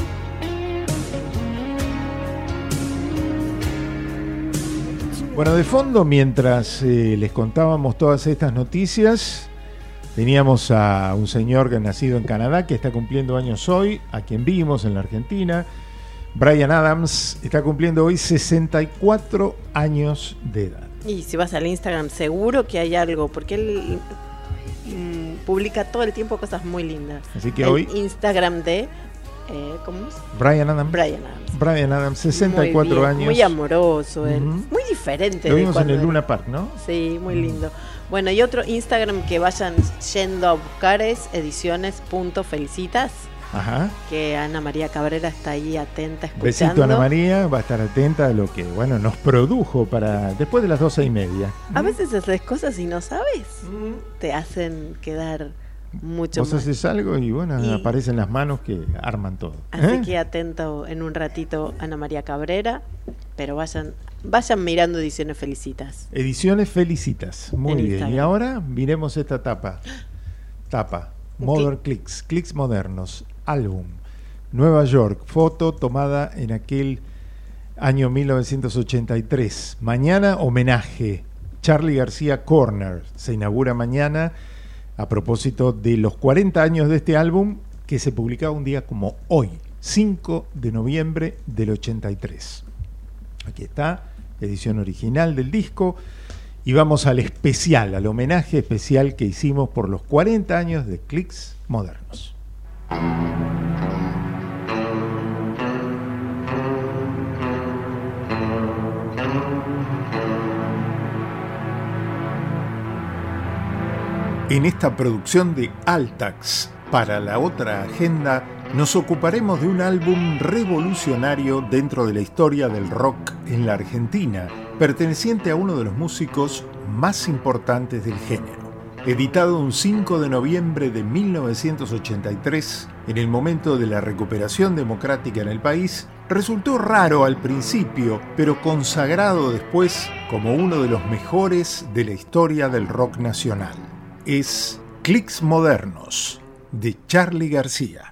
Bueno, de fondo, mientras eh, les contábamos todas estas noticias, teníamos a un señor que ha nacido en Canadá, que está cumpliendo años hoy, a quien vimos en la Argentina. Bryan Adams está cumpliendo hoy sesenta y cuatro años de edad. Y si vas al Instagram seguro que hay algo, porque él mmm, publica todo el tiempo cosas muy lindas. Así que el hoy Instagram de eh, ¿cómo es? Bryan Adams. Bryan Adams. Bryan Adams, sesenta y cuatro muy bien, años. Muy amoroso él, Uh-huh. muy diferente. Lo de vimos en el era. Luna Park, ¿no? Sí, muy lindo. Bueno, y otro Instagram que vayan yendo a buscar es ediciones.felicitas. Ajá. Que Ana María Cabrera está ahí atenta, escuchando. Besito a Ana María, va a estar atenta a lo que, bueno, nos produjo para después de las doce y media. A veces haces cosas y no sabes, te hacen quedar mucho Vos más. haces algo y bueno, Y- aparecen las manos que arman todo. Así ¿Eh? que atento en un ratito Ana María Cabrera, pero vayan, vayan mirando Ediciones Felicitas. Ediciones Felicitas, muy En bien. Instagram. Y ahora miremos esta tapa. Tapa, Modern Clicks, Clicks Modernos, álbum, Nueva York, foto tomada en aquel año mil novecientos ochenta y tres. Mañana, homenaje, Charly García Corner, se inaugura mañana a propósito de los cuarenta años de este álbum que se publicaba un día como hoy, cinco de noviembre del ochenta y tres. Aquí está, edición original del disco. Y vamos al especial, al homenaje especial que hicimos por los cuarenta años de Clicks Modernos. En esta producción de Altax para la otra agenda, nos ocuparemos de un álbum revolucionario dentro de la historia del rock en la Argentina, perteneciente a uno de los músicos más importantes del género. Editado un cinco de noviembre de mil novecientos ochenta y tres, en el momento de la recuperación democrática en el país, resultó raro al principio, pero consagrado después como uno de los mejores de la historia del rock nacional. Es Clicks Modernos, de Charly García.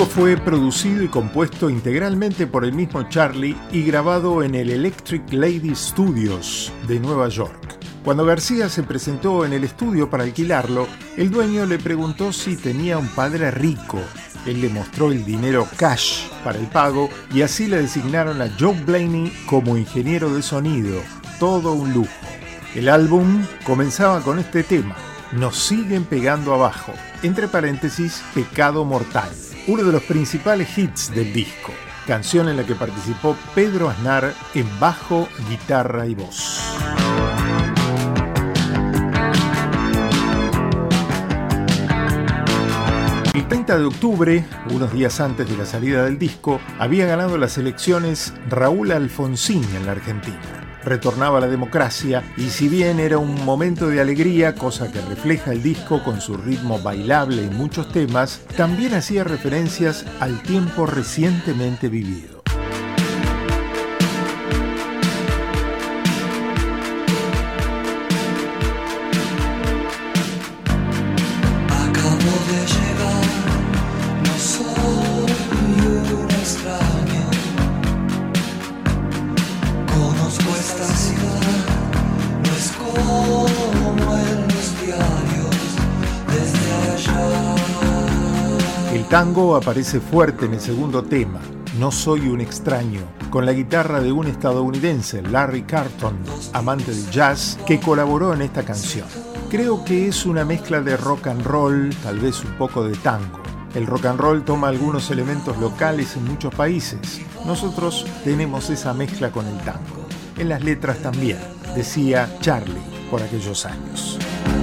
disco fue producido y compuesto integralmente por el mismo Charlie y grabado en el Electric Lady Studios de Nueva York. Cuando García se presentó en el estudio para alquilarlo, el dueño le preguntó si tenía un padre rico. Él le mostró el dinero cash para el pago y así le designaron a Joe Blaney como ingeniero de sonido. Todo un lujo. El álbum comenzaba con este tema: Nos siguen pegando abajo, entre paréntesis, Pecado Mortal, uno de los principales hits del disco, canción en la que participó Pedro Aznar en bajo, guitarra y voz. El treinta de octubre, unos días antes de la salida del disco, había ganado las elecciones Raúl Alfonsín en la Argentina. Retornaba la democracia y si bien era un momento de alegría, cosa que refleja el disco con su ritmo bailable en muchos temas, también hacía referencias al tiempo recientemente vivido. El tango aparece fuerte en el segundo tema, No soy un extraño, con la guitarra de un estadounidense, Larry Carlton, amante del jazz, que colaboró en esta canción. Creo que es una mezcla de rock and roll, tal vez un poco de tango. El rock and roll toma algunos elementos locales en muchos países. Nosotros tenemos esa mezcla con el tango. En las letras también, decía Charlie por aquellos años.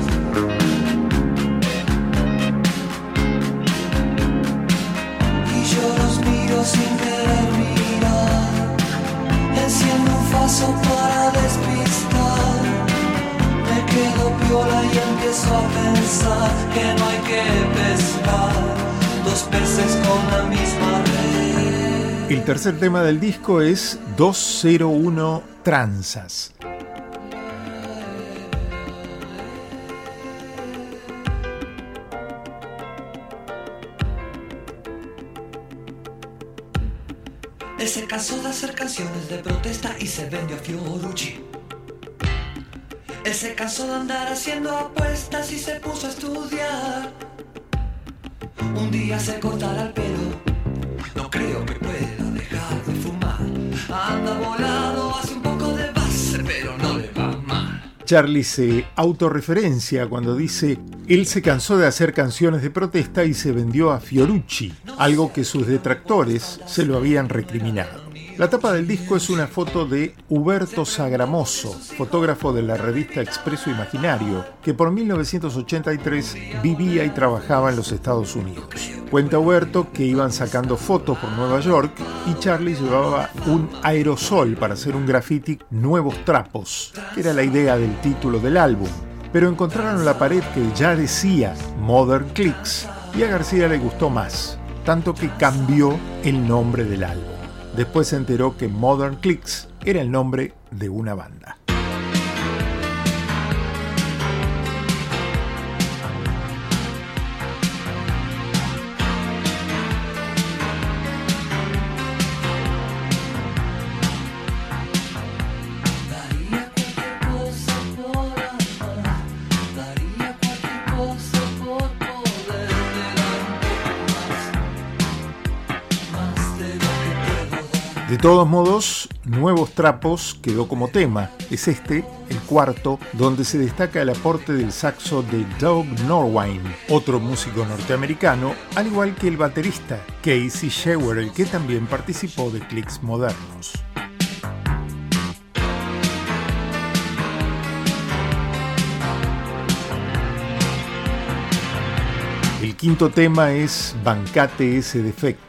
Sin querer mirar, enciendo un faso para despistar, me quedo piola y empiezo a pensar que no hay que pescar dos peces con la misma red. El tercer tema del disco es dos cero uno Tranzas. Él se cansó de hacer canciones de protesta y se vendió a Fiorucci. Él se cansó de andar haciendo apuestas y se puso a estudiar. Un día se cortará el pelo, no creo que pueda dejar de fumar. Anda volado, hace un poco de base, pero no le va mal. Charlie se autorreferencia cuando dice: él se cansó de hacer canciones de protesta y se vendió a Fiorucci, algo que sus detractores se lo habían recriminado. La tapa del disco es una foto de Huberto Sagramoso, fotógrafo de la revista Expreso Imaginario, que por mil novecientos ochenta y tres vivía y trabajaba en los Estados Unidos. Cuenta Huberto que iban sacando fotos por Nueva York y Charlie llevaba un aerosol para hacer un graffiti Nuevos Trapos, que era la idea del título del álbum. Pero encontraron la pared que ya decía Modern Clicks y a García le gustó más, tanto que cambió el nombre del álbum. Después se enteró que Modern Clicks era el nombre de una banda. De todos modos, Nuevos Trapos quedó como tema. Es este, el cuarto, donde se destaca el aporte del saxo de Doug Norwine, otro músico norteamericano, al igual que el baterista Casey Shewell, que también participó de Clicks Modernos. El quinto tema es Bancate ese defecto.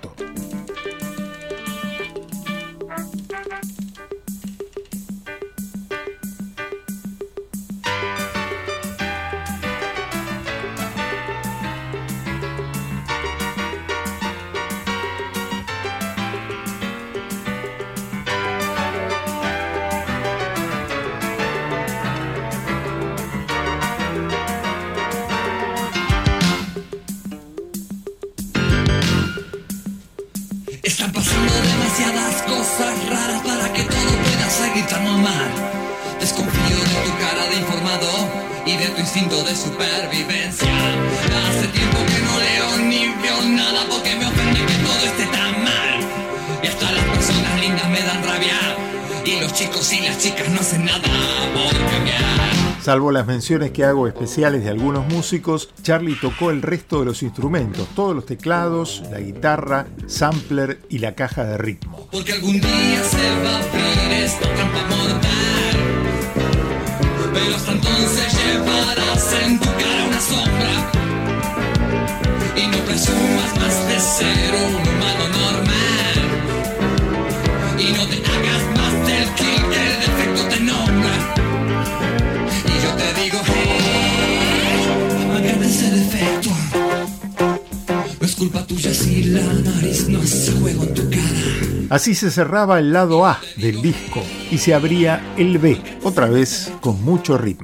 pasando demasiadas cosas raras para que todo pueda seguir tan normal. Desconfío de tu cara de informado y de tu instinto de supervivencia. Hace tiempo que no leo ni veo nada porque me ofende que todo esté tan mal. Y hasta las personas lindas me dan rabia y los chicos y las chicas no hacen nada por cambiar. Salvo las menciones que hago especiales de algunos músicos, Charlie tocó el resto de los instrumentos, todos los teclados, la guitarra, sampler y la caja de ritmo. Porque algún día se va a abrir esta trampa mortal, pero hasta entonces llevarás en tu cara una sombra y no presumas más de ser un humano normal y no te hagas más del kill que el defecto te nombra. Y yo te digo, hey, amagate ese defecto. No es culpa tuya si la nariz no hace juego en tu cara. Así se cerraba el lado A del disco y se abría el B, otra vez con mucho ritmo.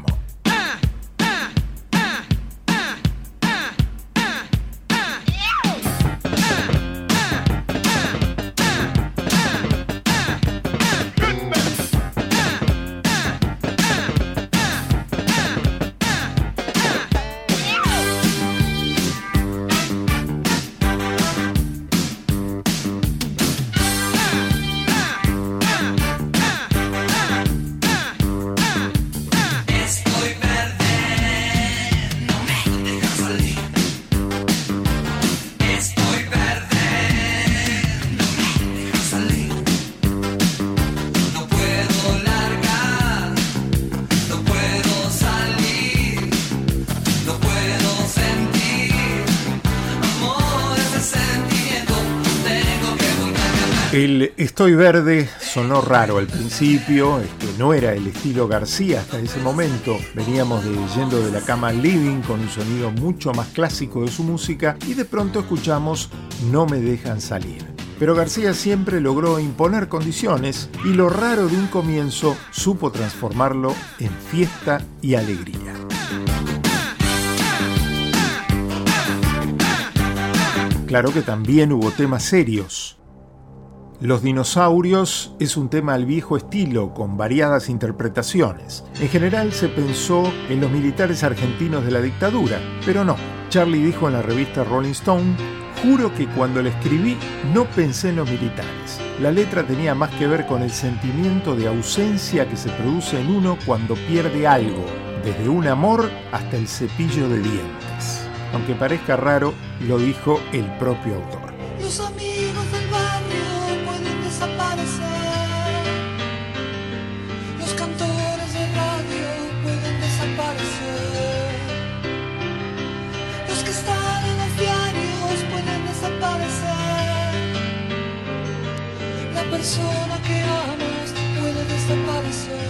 El Estoy Verde sonó raro al principio, este, no era el estilo García hasta ese momento. Veníamos de Yendo de la Cama al Living con un sonido mucho más clásico de su música y de pronto escuchamos No me dejan salir. Pero García siempre logró imponer condiciones y lo raro de un comienzo supo transformarlo en fiesta y alegría. Claro que también hubo temas serios. Los dinosaurios es un tema al viejo estilo, con variadas interpretaciones. En general se pensó en los militares argentinos de la dictadura, pero no. Charlie dijo en la revista Rolling Stone: juro que cuando la escribí no pensé en los militares. La letra tenía más que ver con el sentimiento de ausencia que se produce en uno cuando pierde algo, desde un amor hasta el cepillo de dientes. Aunque parezca raro, lo dijo el propio autor. Los amigos del barrio pueden desaparecer. Los cantores de radio pueden desaparecer. Los que están en los diarios pueden desaparecer. La persona que amas puede desaparecer.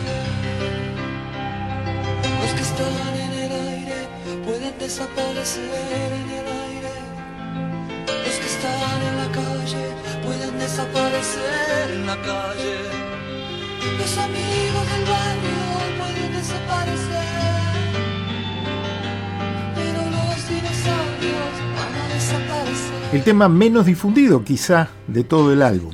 Los que están en el aire pueden desaparecer en el aire. Los que están en la calle pueden desaparecer en la calle. Los amigos del barrio pueden desaparecer, pero los dinosaurios van a desaparecer. El tema menos difundido quizá de todo el álbum.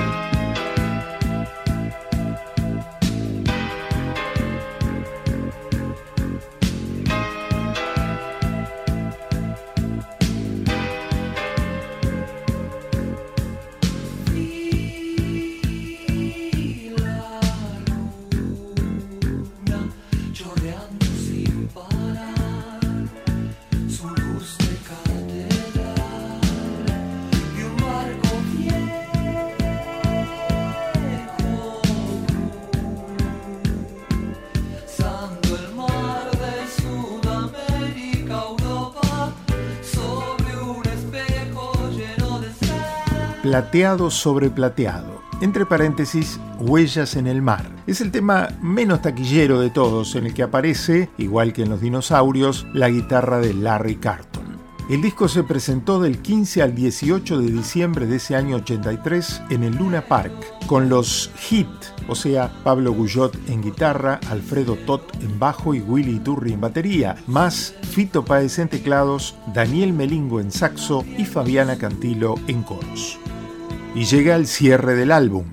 Plateado sobre plateado, entre paréntesis, Huellas en el mar. Es el tema menos taquillero de todos, en el que aparece, igual que en los dinosaurios, la guitarra de Larry Carlton. El disco se presentó del quince al dieciocho de diciembre de ese año ochenta y tres en el Luna Park, con los Hit, o sea, Pablo Guyot en guitarra, Alfredo Tot en bajo y Willy Iturri en batería, más Fito Páez en teclados, Daniel Melingo en saxo y Fabiana Cantilo en coros. y llega el cierre del álbum.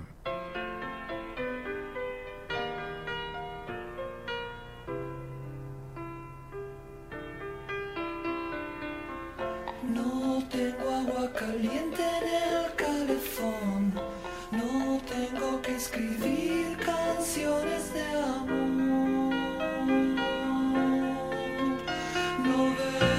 No tengo agua caliente en el calefón, no tengo que escribir canciones de amor. No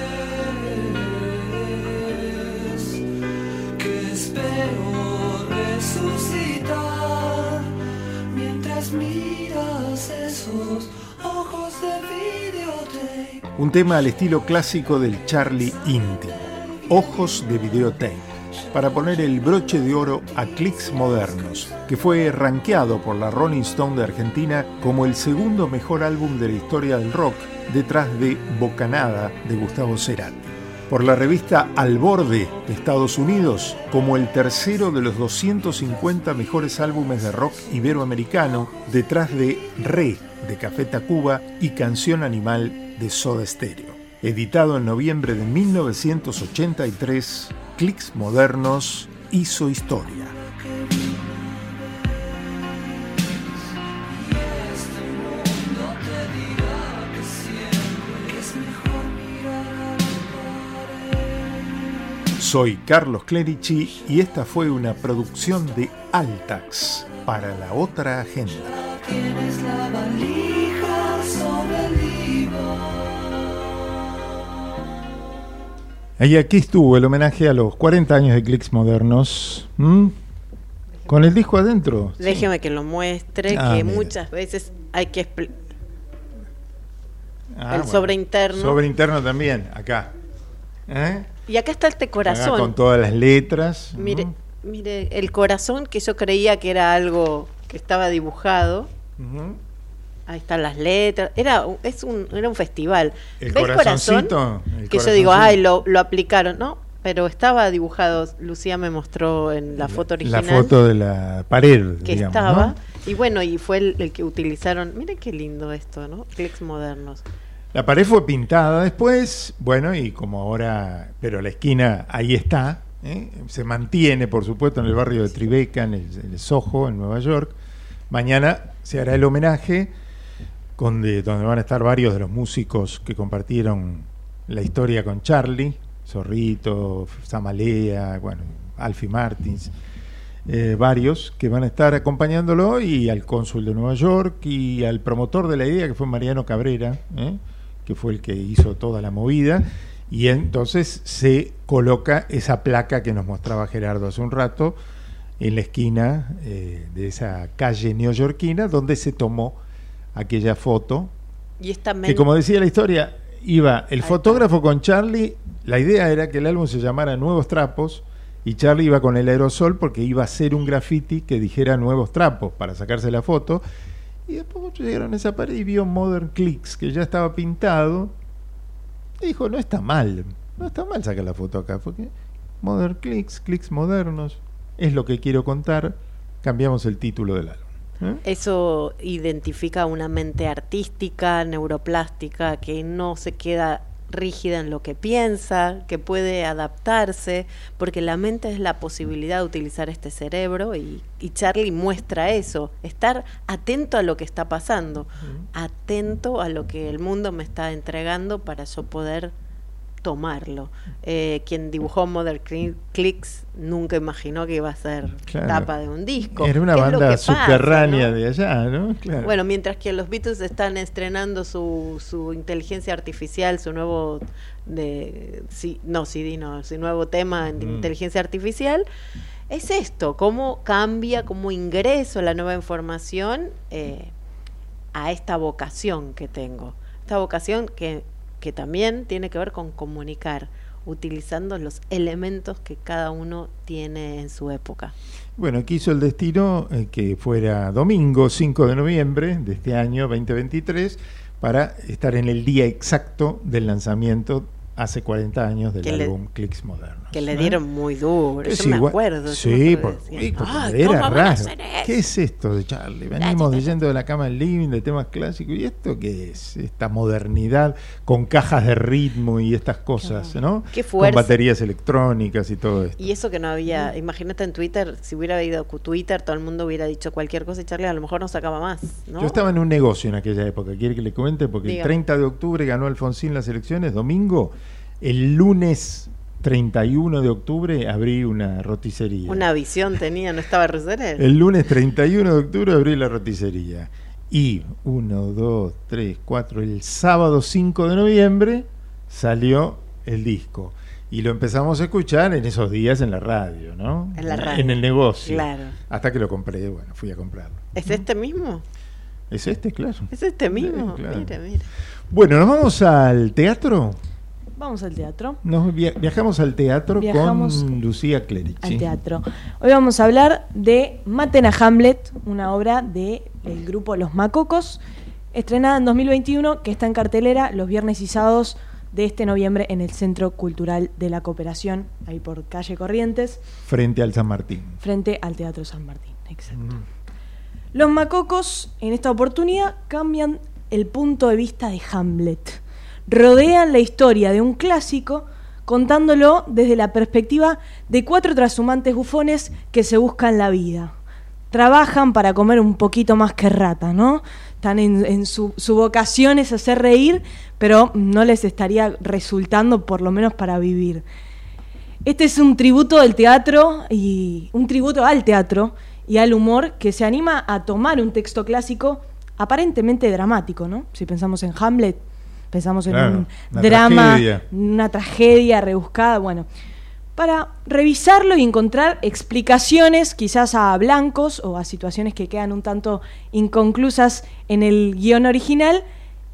ves que espero resucitar mientras miras esos ojos de videotape. Un tema al estilo clásico del Charlie íntimo, Ojos de Videotape, para poner el broche de oro a Clics Modernos, que fue rankeado por la Rolling Stone de Argentina como el segundo mejor álbum de la historia del rock, detrás de Bocanada de Gustavo Cerati. Por la revista Al Borde de Estados Unidos como el tercero de los doscientos cincuenta mejores álbumes de rock iberoamericano, detrás de Re de Café Tacuba y Canción Animal de Soda Stereo. Editado en noviembre de mil novecientos ochenta y tres, Clics Modernos hizo historia. Soy Carlos Clerici y esta fue una producción de Altax para La Otra Agenda. Tienes la valija sobre el diván. Y aquí estuvo el homenaje a los cuarenta años de Clics Modernos. ¿Mm? Con el disco adentro. Déjeme sí. que lo muestre, ah, que mira. muchas veces hay que explicar. Ah, el bueno. sobre interno. Sobre interno también, acá. ¿Eh? Y acá está este corazón. Acá con todas las letras. Mire, uh-huh. mire, el corazón, que yo creía que era algo que estaba dibujado. Uh-huh. Ahí están las letras. Era, es un, era un festival. El corazoncito. El que yo digo, ay, lo, lo aplicaron. No, pero estaba dibujado. Lucía me mostró en la foto original. La foto de la pared, que digamos, estaba. ¿no? Y bueno, y fue el, el que utilizaron. Miren qué lindo esto, ¿no? Clics Modernos. La pared fue pintada después, bueno, y como ahora, pero la esquina ahí está, ¿eh? Se mantiene, por supuesto, en el barrio de Tribeca, en el, en el Soho, en Nueva York. Mañana se hará el homenaje, donde, donde van a estar varios de los músicos que compartieron la historia con Charlie, Zorrito, Samalea, bueno, Alfie Martins, eh, varios que van a estar acompañándolo, y al cónsul de Nueva York y al promotor de la idea, que fue Mariano Cabrera, ¿eh? que fue el que hizo toda la movida, y entonces se coloca esa placa que nos mostraba Gerardo hace un rato en la esquina eh, de esa calle neoyorquina donde se tomó aquella foto, y esta men- que, como decía la historia, iba el fotógrafo con Charlie. La idea era que el álbum se llamara Nuevos Trapos, y Charlie iba con el aerosol porque iba a hacer un graffiti que dijera Nuevos Trapos para sacarse la foto. Y después muchos llegaron a esa pared y vio Modern Clics, que ya estaba pintado, y dijo, no está mal, no está mal sacar la foto acá, porque Modern Clics, Clics Modernos, es lo que quiero contar. Cambiamos el título del álbum. ¿Eh? Eso identifica una mente artística, neuroplástica, que no se queda rígida en lo que piensa, que puede adaptarse, porque la mente es la posibilidad de utilizar este cerebro, y, y Charlie muestra eso, estar atento a lo que está pasando, uh-huh. atento a lo que el mundo me está entregando para yo poder tomarlo. Eh, quien dibujó Modern Clics nunca imaginó que iba a ser claro. tapa de un disco. Era una banda subterránea, ¿no? De allá, ¿no? Claro. Bueno, mientras que los Beatles están estrenando su, su inteligencia artificial, su nuevo de sí, no, C D, no, su nuevo tema en mm. inteligencia artificial, es esto, cómo cambia, cómo ingreso la nueva información eh, a esta vocación que tengo. Esta vocación que que también tiene que ver con comunicar, utilizando los elementos que cada uno tiene en su época. Bueno, quiso el destino eh, que fuera domingo cinco de noviembre de este año veinte veintitrés, para estar en el día exacto del lanzamiento hace cuarenta años del que álbum le, Clics Modernos. Que le ¿eh? dieron muy duro, Que yo sí, me igual- acuerdo. Sí, yo me porque, decía, porque "Ay, era ¿cómo van a raro. hacer eso?". ¿Qué es esto de Charlie? Venimos leyendo de la cama del living de temas clásicos. ¿Y esto qué es? Esta modernidad con cajas de ritmo y estas cosas, ¿no? Qué Con fuerza. baterías electrónicas y todo esto. Y eso que no había, imagínate en Twitter, si hubiera habido Twitter, todo el mundo hubiera dicho cualquier cosa y Charlie a lo mejor no sacaba más, ¿no? Yo estaba en un negocio en aquella época, quiere que le comente, porque Dígame. el treinta de octubre ganó Alfonsín las elecciones, domingo, el lunes treinta y uno de octubre abrí una roticería. Una visión tenía, no estaba Roserel. El lunes treinta y uno de octubre abrí la roticería. Y uno, dos, tres, cuatro, el sábado cinco de noviembre salió el disco. Y lo empezamos a escuchar en esos días en la radio, ¿no? En la radio. En el negocio. Claro. Hasta que lo compré, bueno, fui a comprarlo. ¿Es este mismo? ¿Es este, claro? ¿Es este mismo? Sí, claro. Mira, mira. Bueno, ¿nos vamos al teatro? Vamos al teatro. Nos via- viajamos al teatro Viajamos con Lucía Clerici. Al teatro. Hoy vamos a hablar de Maten a Hamlet, una obra del grupo Los Macocos, estrenada en dos mil veintiuno, que está en cartelera los viernes y sábados de este noviembre en el Centro Cultural de la Cooperación, ahí por calle Corrientes, Frente al San Martín. frente al Teatro San Martín. Exacto. Los Macocos, en esta oportunidad, cambian el punto de vista de Hamlet. Rodean la historia de un clásico contándolo desde la perspectiva de cuatro trashumantes bufones que se buscan la vida. Trabajan para comer un poquito más que rata, ¿no? Están en, en su, su vocación es hacer reír, pero no les estaría resultando por lo menos para vivir. Este es un tributo del teatro y un tributo al teatro y al humor que se anima a tomar un texto clásico aparentemente dramático, ¿no? Si pensamos en Hamlet, pensamos en Claro, un una drama, tragedia. una tragedia rebuscada, bueno, para revisarlo y encontrar explicaciones quizás a blancos o a situaciones que quedan un tanto inconclusas en el guión original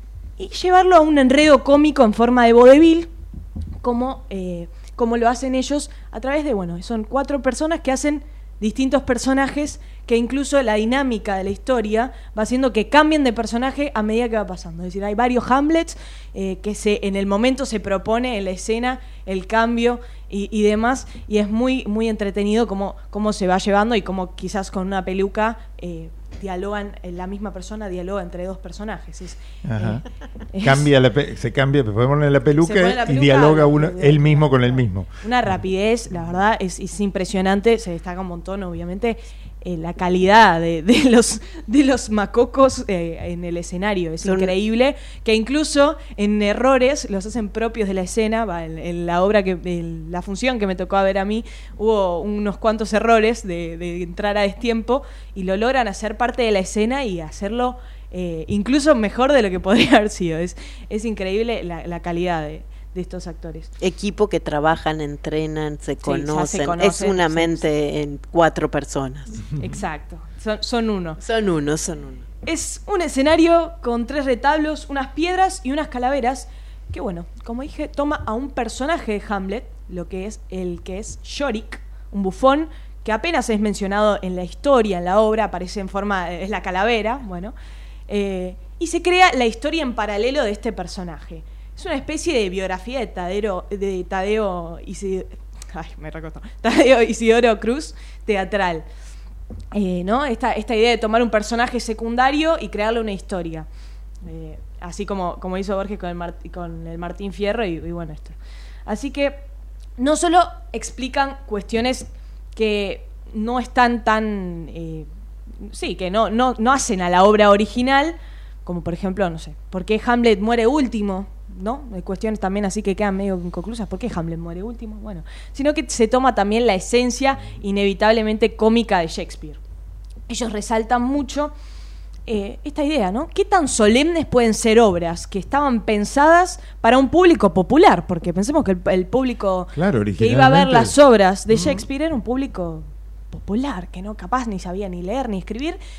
y llevarlo a un enredo cómico en forma de vodevil, como, eh, como lo hacen ellos a través de, bueno, son cuatro personas que hacen distintos personajes, que incluso la dinámica de la historia va haciendo que cambien de personaje a medida que va pasando. Es decir, hay varios Hamlets eh, que se en el momento se propone en la escena el cambio y, y demás, y es muy muy entretenido cómo, cómo se va llevando y cómo quizás con una peluca eh, dialogan, eh, la misma persona dialoga entre dos personajes. Es, Ajá. eh, es- Cambia la pe- se cambia, se pone la peluca, Se pone la y peluca, dialoga uno, de- él mismo con él mismo. Una rapidez, la verdad, es, es impresionante, se destaca un montón, obviamente, eh, la calidad de, de los de los macocos eh, en el escenario, es Son- increíble, que incluso en errores los hacen propios de la escena, va, en, en la obra, que en la función que me tocó ver a mí, hubo unos cuantos errores de, de entrar a destiempo, y lo logran hacer parte de la escena y hacerlo eh, incluso mejor de lo que podría haber sido, es, es increíble la, la calidad de de estos actores. Equipo que trabajan, entrenan, se ya se conocen. conocen, es una sí, mente en cuatro personas. Exacto, son, son uno. Son uno, son uno. Es un escenario con tres retablos, unas piedras y unas calaveras, que bueno, como dije, toma a un personaje de Hamlet, lo que es el que es Yorick, un bufón que apenas es mencionado en la historia, en la obra, aparece en forma, es la calavera, bueno, eh, y se crea la historia en paralelo de este personaje. Es una especie de biografía de Tadeo, de Tadeo Isidoro, ay, me recostó, Tadeo Isidoro Cruz, teatral. Eh, ¿no? Esta, esta idea de tomar un personaje secundario y crearle una historia. Eh, así como, como hizo Borges con el, Mar- con el Martín Fierro y, y bueno, esto. Así que no solo explican cuestiones que no están tan... Eh, sí, que no, no, no hacen a la obra original, como por ejemplo, no sé, ¿por qué Hamlet muere último? ¿No? Hay cuestiones también así que quedan medio inconclusas. ¿Por qué Hamlet muere último? Bueno, sino que se toma también la esencia inevitablemente cómica de Shakespeare. Ellos resaltan mucho eh, esta idea, ¿no? ¿Qué tan solemnes pueden ser obras que estaban pensadas para un público popular? Porque pensemos que el, el público Claro, que iba a ver originalmente- las obras de Shakespeare era un público popular, que no capaz ni sabía ni leer ni escribir.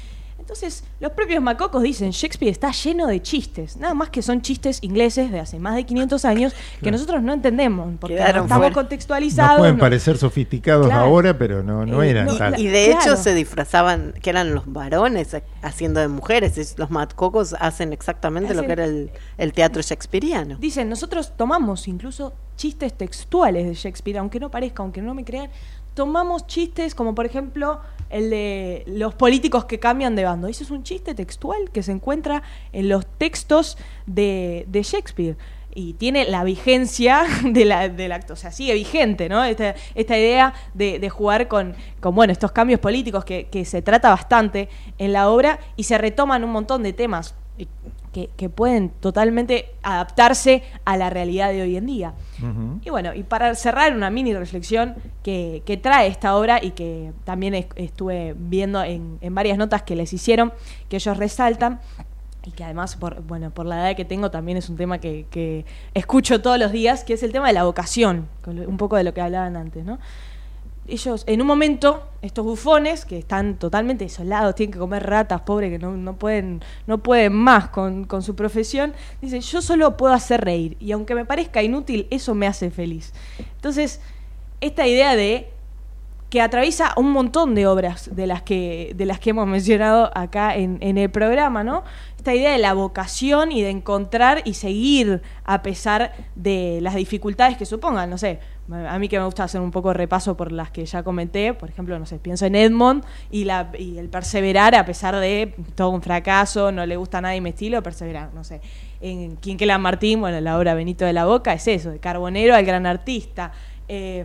Entonces, los propios macocos dicen, Shakespeare está lleno de chistes, nada más que son chistes ingleses de hace más de quinientos años que claro. nosotros no entendemos, porque no estamos fuera. contextualizados. No pueden no. parecer sofisticados claro. ahora, pero no, no eh, eran no, tal. Y de claro. hecho se disfrazaban, que eran los varones haciendo de mujeres. Los macocos hacen exactamente hacen, lo que era el, el teatro shakespeariano. Dicen, nosotros tomamos incluso chistes textuales de Shakespeare, aunque no parezca, aunque no me crean, tomamos chistes como por ejemplo el de los políticos que cambian de bando. Ese es un chiste textual que se encuentra en los textos de, de Shakespeare y tiene la vigencia de la, del acto, o sea, sigue vigente, ¿no? Esta, esta idea de, de jugar con, con bueno, estos cambios políticos que, que se trata bastante en la obra y se retoman un montón de temas que, que pueden totalmente adaptarse a la realidad de hoy en día. Uh-huh. Y bueno, y para cerrar una mini reflexión que, que trae esta obra y que también es, estuve viendo en, en varias notas que les hicieron, que ellos resaltan, y que además, por, bueno, por la edad que tengo, también es un tema que, que escucho todos los días, que es el tema de la vocación, un poco de lo que hablaban antes, ¿no? Ellos, en un momento, estos bufones, que están totalmente desolados, tienen que comer ratas, pobres, que no, no pueden no pueden más con, con su profesión, dicen, yo solo puedo hacer reír, y aunque me parezca inútil, eso me hace feliz. Entonces, esta idea de que atraviesa un montón de obras de las que, de las que hemos mencionado acá en, en el programa, ¿no? Esta idea de la vocación y de encontrar y seguir a pesar de las dificultades que supongan, no sé, a mí que me gusta hacer un poco de repaso por las que ya comenté, por ejemplo, no sé, pienso en Edmond y, la, y el perseverar a pesar de todo un fracaso, no le gusta a nadie mi estilo, perseverar, no sé. En Quinquela Martín, bueno, la obra Benito de la Boca es eso, de Carbonero al gran artista, eh,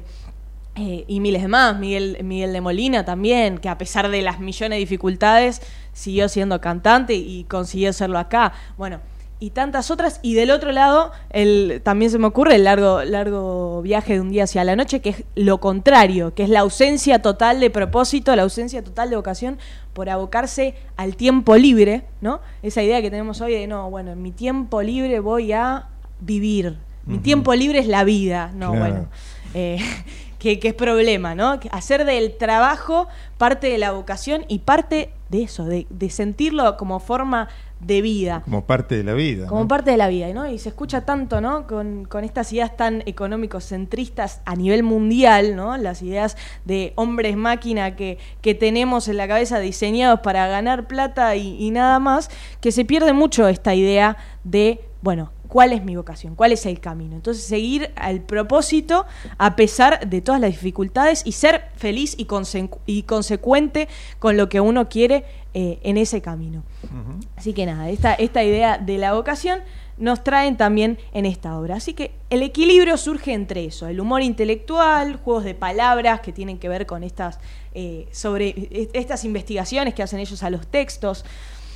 Eh, y miles más, Miguel, Miguel de Molina también, que a pesar de las millones de dificultades siguió siendo cantante y consiguió serlo acá, bueno, y tantas otras. Y del otro lado, el, también se me ocurre el largo, largo viaje de un día hacia la noche, que es lo contrario, que es la ausencia total de propósito, la ausencia total de vocación por abocarse al tiempo libre, ¿no? Esa idea que tenemos hoy de, no, bueno, en mi tiempo libre voy a vivir, mi uh-huh. tiempo libre es la vida, no, claro. bueno, eh, Que, que es problema, ¿no? Hacer del trabajo parte de la vocación y parte de eso, de, de sentirlo como forma de vida. Como parte de la vida. Como ¿no? parte de la vida, ¿no? Y se escucha tanto, ¿no? Con, con estas ideas tan económico-centristas a nivel mundial, ¿no? Las ideas de hombres máquina que, que tenemos en la cabeza diseñados para ganar plata y, y nada más, que se pierde mucho esta idea de, bueno, ¿cuál es mi vocación? ¿Cuál es el camino? Entonces, seguir al propósito a pesar de todas las dificultades y ser feliz y, conse- y consecuente con lo que uno quiere eh, en ese camino. Uh-huh. Así que nada, esta, esta idea de la vocación nos traen también en esta obra. Así que el equilibrio surge entre eso, el humor intelectual, juegos de palabras que tienen que ver con estas, eh, sobre estas investigaciones que hacen ellos a los textos,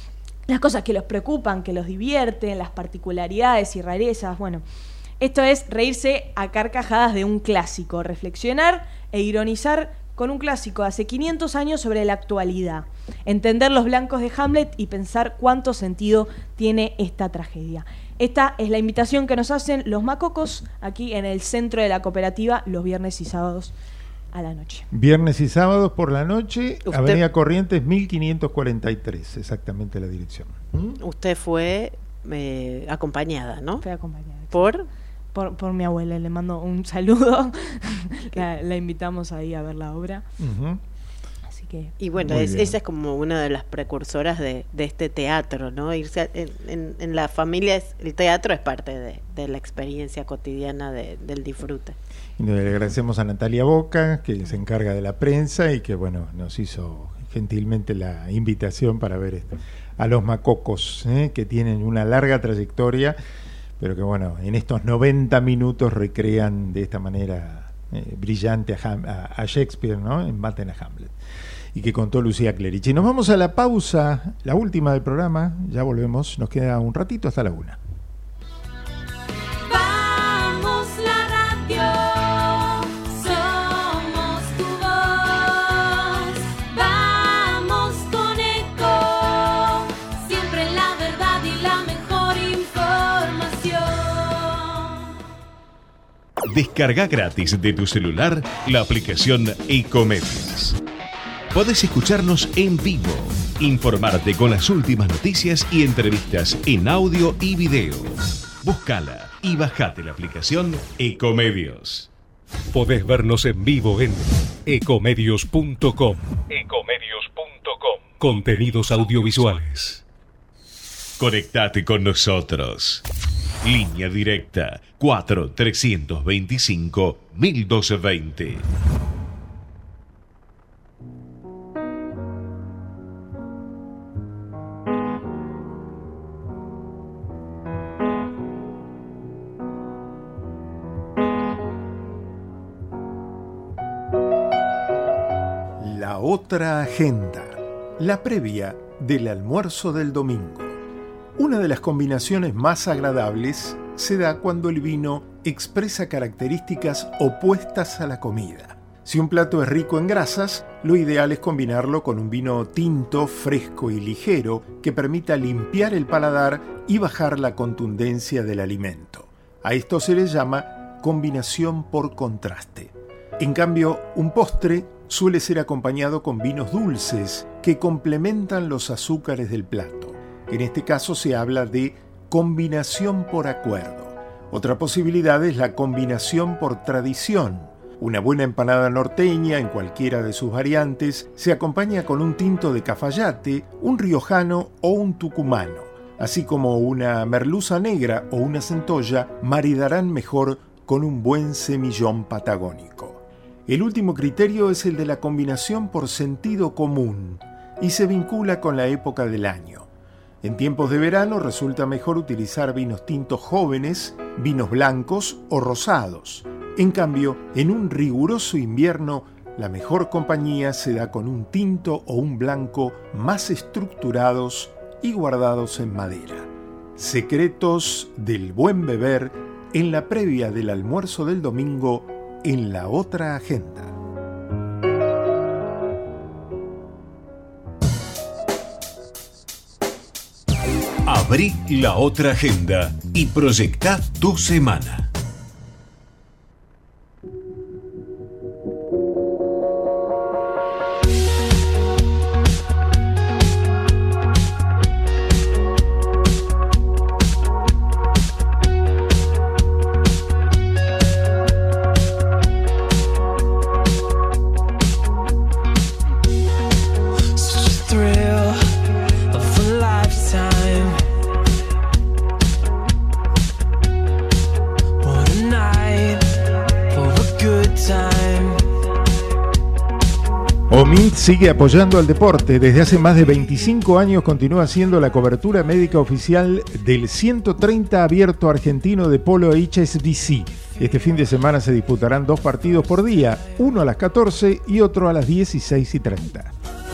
las cosas que los preocupan, que los divierten, las particularidades y rarezas, bueno, esto es reírse a carcajadas de un clásico, reflexionar e ironizar con un clásico de hace quinientos años sobre la actualidad, entender los blancos de Hamlet y pensar cuánto sentido tiene esta tragedia. Esta es la invitación que nos hacen los macocos aquí en el centro de la cooperativa los viernes y sábados a la noche. Viernes y sábados por la noche, ¿Usted? Avenida Corrientes mil quinientos cuarenta y tres, exactamente la dirección. ¿Mm? Usted fue eh, acompañada, ¿no? Fue acompañada. ¿Por? Por, por mi abuela, le mando un saludo. la, la invitamos ahí a ver la obra. Uh-huh. Así que... Y bueno, es, ella es como una de las precursoras de, de este teatro, ¿no? Irse a, en, en, en la familia, es, el teatro es parte de, de la experiencia cotidiana de, del disfrute. Y le agradecemos a Natalia Boca, que se encarga de la prensa y que, bueno, nos hizo gentilmente la invitación para ver esto. A los macocos, ¿eh? Que tienen una larga trayectoria, pero que, bueno, en estos noventa minutos recrean de esta manera eh, brillante a, Ham, a, a Shakespeare, ¿no? En Maten a Hamlet. Y que contó Lucía Clerici. Y nos vamos a la pausa, la última del programa. Ya volvemos, nos queda un ratito hasta la una. Vamos la radio. Descarga gratis de tu celular la aplicación Ecomedios. Podés escucharnos en vivo, Informarte con las últimas noticias y entrevistas en audio y video. Búscala y bajate la aplicación Ecomedios. Podés vernos en vivo en ecomedios punto com. ecomedios punto com. Contenidos audiovisuales. Conectate con nosotros. Línea directa cuatro tres dos cinco, uno dos dos cero. La otra agenda, la previa del almuerzo del domingo. Una de las combinaciones más agradables se da cuando el vino expresa características opuestas a la comida. Si un plato es rico en grasas, lo ideal es combinarlo con un vino tinto, fresco y ligero que permita limpiar el paladar y bajar la contundencia del alimento. A esto se le llama combinación por contraste. En cambio, un postre suele ser acompañado con vinos dulces que complementan los azúcares del plato. En este caso se habla de combinación por acuerdo. Otra posibilidad es la combinación por tradición. Una buena empanada norteña, en cualquiera de sus variantes, se acompaña con un tinto de Cafayate, un riojano o un tucumano, así como una merluza negra o una centolla maridarán mejor con un buen semillón patagónico. El último criterio es el de la combinación por sentido común y se vincula con la época del año. En tiempos de verano resulta mejor utilizar vinos tintos jóvenes, vinos blancos o rosados. En cambio, en un riguroso invierno, la mejor compañía se da con un tinto o un blanco más estructurados y guardados en madera. Secretos del buen beber en la previa del almuerzo del domingo en la otra agenda. Abrí la otra agenda y proyectá tu semana. OMINT sigue apoyando al deporte. Desde hace más de veinticinco años continúa haciendo la cobertura médica oficial del ciento treinta Abierto Argentino de Polo H S B C. Este fin de semana se disputarán dos partidos por día, uno a las catorce y otro a las dieciséis y treinta.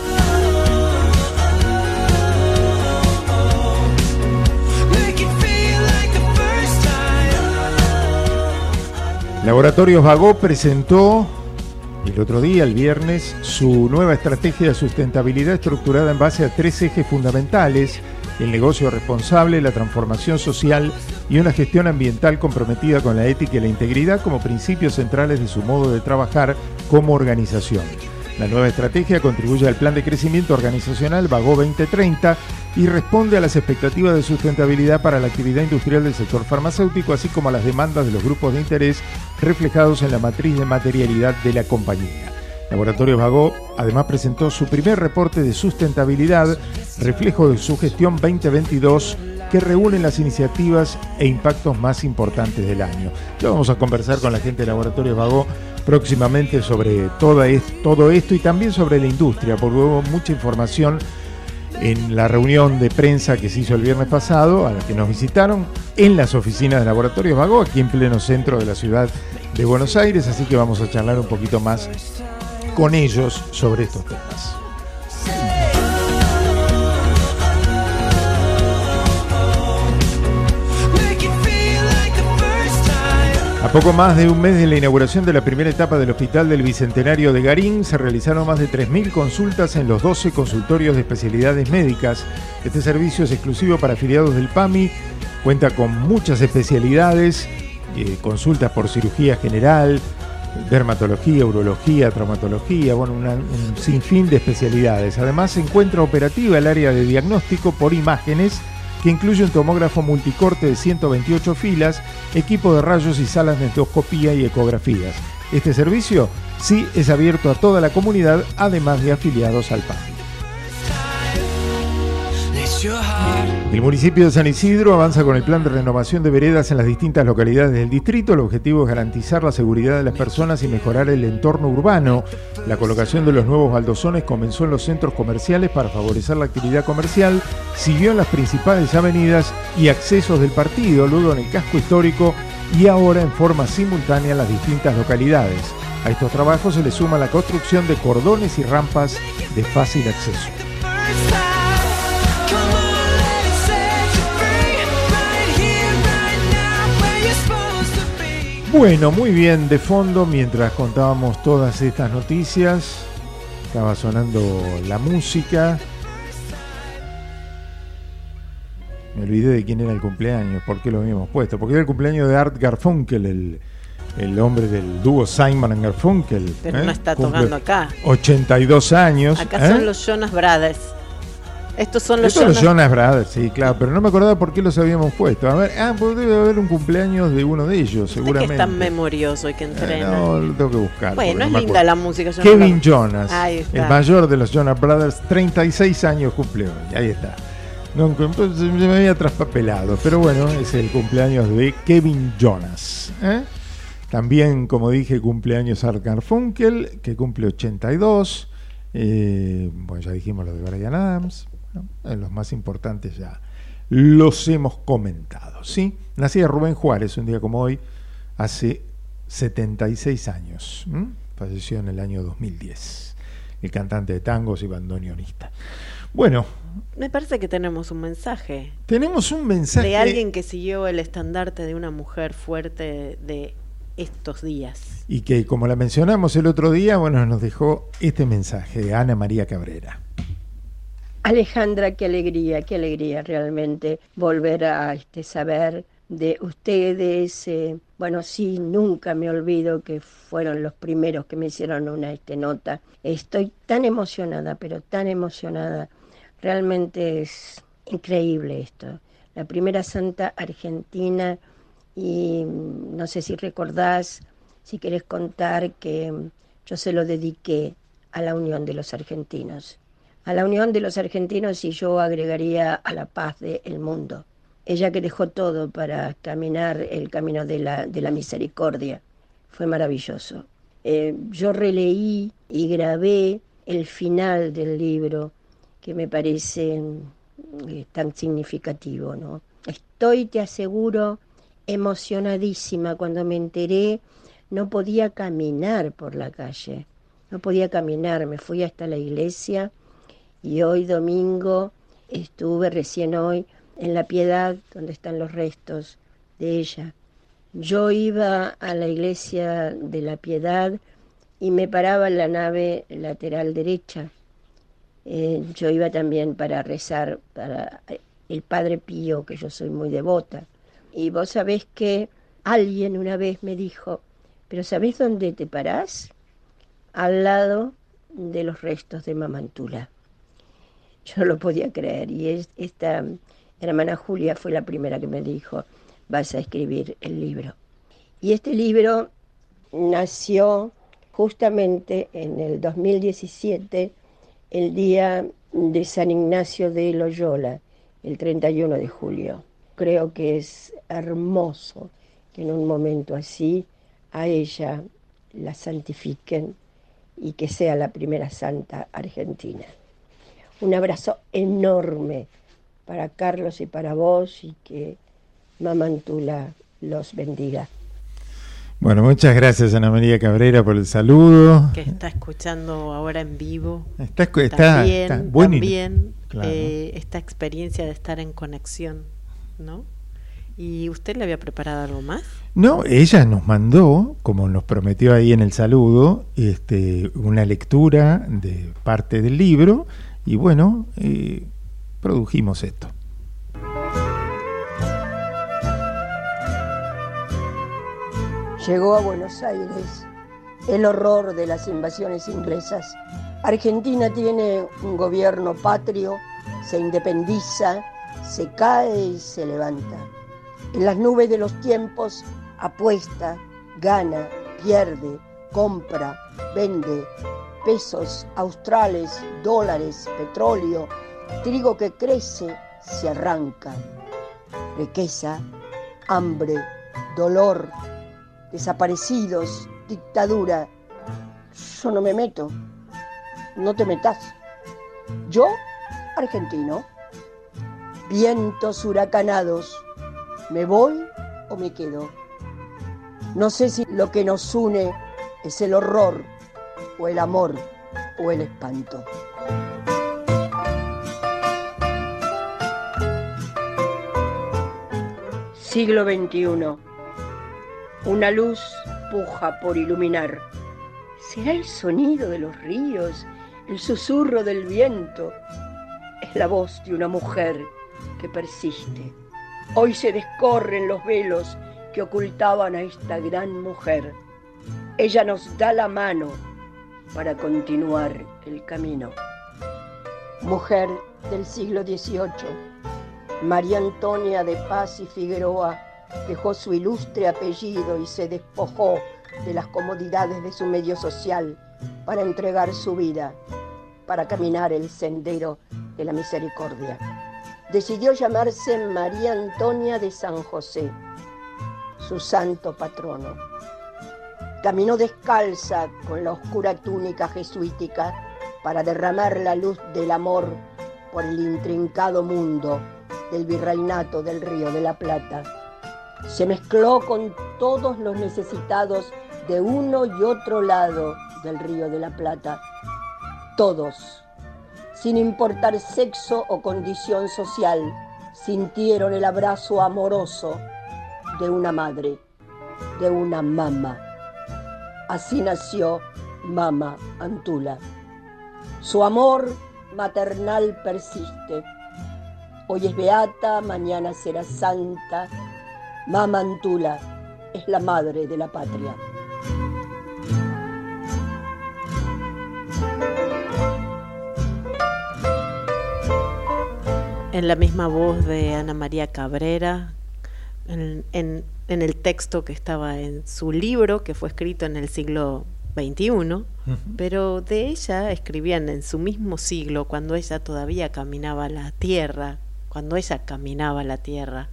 Laboratorios Vagó presentó el otro día, el viernes, su nueva estrategia de sustentabilidad estructurada en base a tres ejes fundamentales: el negocio responsable, la transformación social y una gestión ambiental comprometida con la ética y la integridad como principios centrales de su modo de trabajar como organización. La nueva estrategia contribuye al plan de crecimiento organizacional Vagó veinte treinta y responde a las expectativas de sustentabilidad para la actividad industrial del sector farmacéutico, así como a las demandas de los grupos de interés reflejados en la matriz de materialidad de la compañía. Laboratorios Vagó además presentó su primer reporte de sustentabilidad, reflejo de su gestión veinte veintidós, que reúne las iniciativas e impactos más importantes del año. Ya vamos a conversar con la gente de Laboratorios Vagó próximamente sobre todo esto y también sobre la industria, porque hubo mucha información en la reunión de prensa que se hizo el viernes pasado, a la que nos visitaron en las oficinas de Laboratorios Vagó, aquí en pleno centro de la ciudad de Buenos Aires, así que vamos a charlar un poquito más con ellos sobre estos temas. A poco más de un mes de la inauguración de la primera etapa del Hospital del Bicentenario de Garín, se realizaron más de tres mil consultas en los doce consultorios de especialidades médicas. Este servicio es exclusivo para afiliados del PAMI, cuenta con muchas especialidades, eh, consultas por cirugía general, dermatología, urología, traumatología, bueno, una, un sinfín de especialidades. Además se encuentra operativa el área de diagnóstico por imágenes, que incluye un tomógrafo multicorte de ciento veintiocho filas, equipo de rayos y salas de endoscopía y ecografías. Este servicio sí es abierto a toda la comunidad, además de afiliados al P A M I. El municipio de San Isidro avanza con el plan de renovación de veredas en las distintas localidades del distrito. El objetivo es garantizar la seguridad de las personas y mejorar el entorno urbano. La colocación de los nuevos baldosones comenzó en los centros comerciales para favorecer la actividad comercial, siguió en las principales avenidas y accesos del partido, luego en el casco histórico y ahora en forma simultánea en las distintas localidades. A estos trabajos se le suma la construcción de cordones y rampas de fácil acceso. Bueno, muy bien, de fondo, mientras contábamos todas estas noticias, estaba sonando la música. Me olvidé de quién era el cumpleaños, por qué lo habíamos puesto. Porque era el cumpleaños de Art Garfunkel, el, el hombre del dúo Simon and Garfunkel. Pero ¿eh? no está Cumple tocando acá. ochenta y dos años. Acá ¿eh? son los Jonas Brothers. Estos son los Estos Jonas... los Jonas Brothers, sí, claro, pero no me acordaba por qué los habíamos puesto. A ver, ah, pues debe haber un cumpleaños de uno de ellos, Usted seguramente. que es tan memorioso y que entrena. Eh, no, lo tengo que buscar. Bueno, no es me linda acuerdo. la música. Yo Kevin no la... Jonas, Ahí está. el mayor de los Jonas Brothers, treinta y seis años cumple hoy, ahí está. No, pues, se me había traspapelado, pero bueno, es el cumpleaños de Kevin Jonas. ¿eh? También, como dije, cumpleaños Art Garfunkel, que cumple ochenta y dos. Eh, bueno, ya dijimos lo de Bryan Adams. ¿no? Los más importantes ya los hemos comentado, ¿sí? Nacía Rubén Juárez un día como hoy, hace setenta y seis años. ¿m? Falleció en el año dos mil diez. El cantante de tangos y bandoneonista. Bueno, me parece que tenemos un mensaje. Tenemos un mensaje de alguien que siguió el estandarte de una mujer fuerte de estos días. Y que, como la mencionamos el otro día, bueno, nos dejó este mensaje de Ana María Cabrera. Alejandra, qué alegría, qué alegría realmente volver a este, saber de ustedes. Eh, bueno, sí, nunca me olvido que fueron los primeros que me hicieron una este, nota. Estoy tan emocionada, pero tan emocionada. Realmente es increíble esto. La primera santa argentina, y no sé si recordás, si querés contar que yo se lo dediqué a la unión de los argentinos. A la unión de los argentinos, y yo agregaría a la paz del mundo. Ella que dejó todo para caminar el camino de la, de la misericordia. Fue maravilloso. Eh, yo releí y grabé el final del libro, que me parece eh, tan significativo, ¿no? Estoy, te aseguro, emocionadísima. Cuando me enteré, no podía caminar por la calle. No podía caminar, me fui hasta la iglesia. Y hoy domingo estuve recién hoy en La Piedad, donde están los restos de ella. Yo iba a la iglesia de La Piedad y me paraba en la nave lateral derecha. Eh, yo iba también para rezar para el Padre Pío, que yo soy muy devota. Y vos sabés que alguien una vez me dijo, ¿pero sabés dónde te parás? Al lado de los restos de Mamantula. Yo no lo podía creer, y es, esta hermana Julia fue la primera que me dijo, vas a escribir el libro. Y este libro nació justamente en el dos mil diecisiete, el día de San Ignacio de Loyola, el treinta y uno de julio. Creo que es hermoso que en un momento así a ella la santifiquen y que sea la primera santa argentina. Un abrazo enorme para Carlos y para vos, y que Mamantula los bendiga. Bueno, muchas gracias Ana María Cabrera por el saludo. Que está escuchando ahora en vivo. Está, está, también, está bueno también claro. eh, esta experiencia de estar en conexión, ¿no? ¿Y usted le había preparado algo más? No, ella nos mandó, como nos prometió ahí en el saludo, este, una lectura de parte del libro. Y bueno, eh, produjimos esto. Llegó a Buenos Aires el horror de las invasiones inglesas. Argentina tiene un gobierno patrio, se independiza, se cae y se levanta. En las nubes de los tiempos apuesta, gana, pierde, compra, vende, pesos australes, dólares, petróleo, trigo que crece, se arranca. Riqueza, hambre, dolor, desaparecidos, dictadura. Yo no me meto, no te metas. Yo, argentino, vientos huracanados, ¿me voy o me quedo? No sé si lo que nos une es el horror, o el amor, o el espanto. Siglo veintiuno. Una luz puja por iluminar. ¿Será el sonido de los ríos, el susurro del viento? Es la voz de una mujer que persiste. Hoy se descorren los velos que ocultaban a esta gran mujer. Ella nos da la mano para continuar el camino. Mujer del siglo dieciocho, María Antonia de Paz y Figueroa dejó su ilustre apellido y se despojó de las comodidades de su medio social para entregar su vida, para caminar el sendero de la misericordia. Decidió llamarse María Antonia de San José, su santo patrono. Caminó descalza con la oscura túnica jesuítica para derramar la luz del amor por el intrincado mundo del virreinato del Río de la Plata. Se mezcló con todos los necesitados de uno y otro lado del Río de la Plata. Todos, sin importar sexo o condición social, sintieron el abrazo amoroso de una madre, de una mama. Así nació Mama Antula. Su amor maternal persiste. Hoy es beata, mañana será santa. Mama Antula es la madre de la patria. En la misma voz de Ana María Cabrera, en, en, en el texto que estaba en su libro, que fue escrito en el siglo veintiuno, uh-huh. Pero de ella escribían en su mismo siglo, cuando ella todavía caminaba la tierra, cuando ella caminaba la tierra,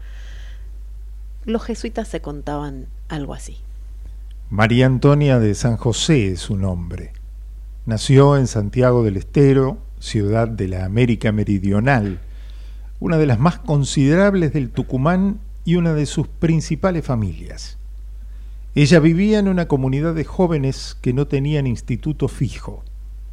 los jesuitas se contaban algo así. María Antonia de San José es su nombre. Nació en Santiago del Estero, ciudad de la América Meridional, una de las más considerables del Tucumán y una de sus principales familias. Ella vivía en una comunidad de jóvenes que no tenían instituto fijo.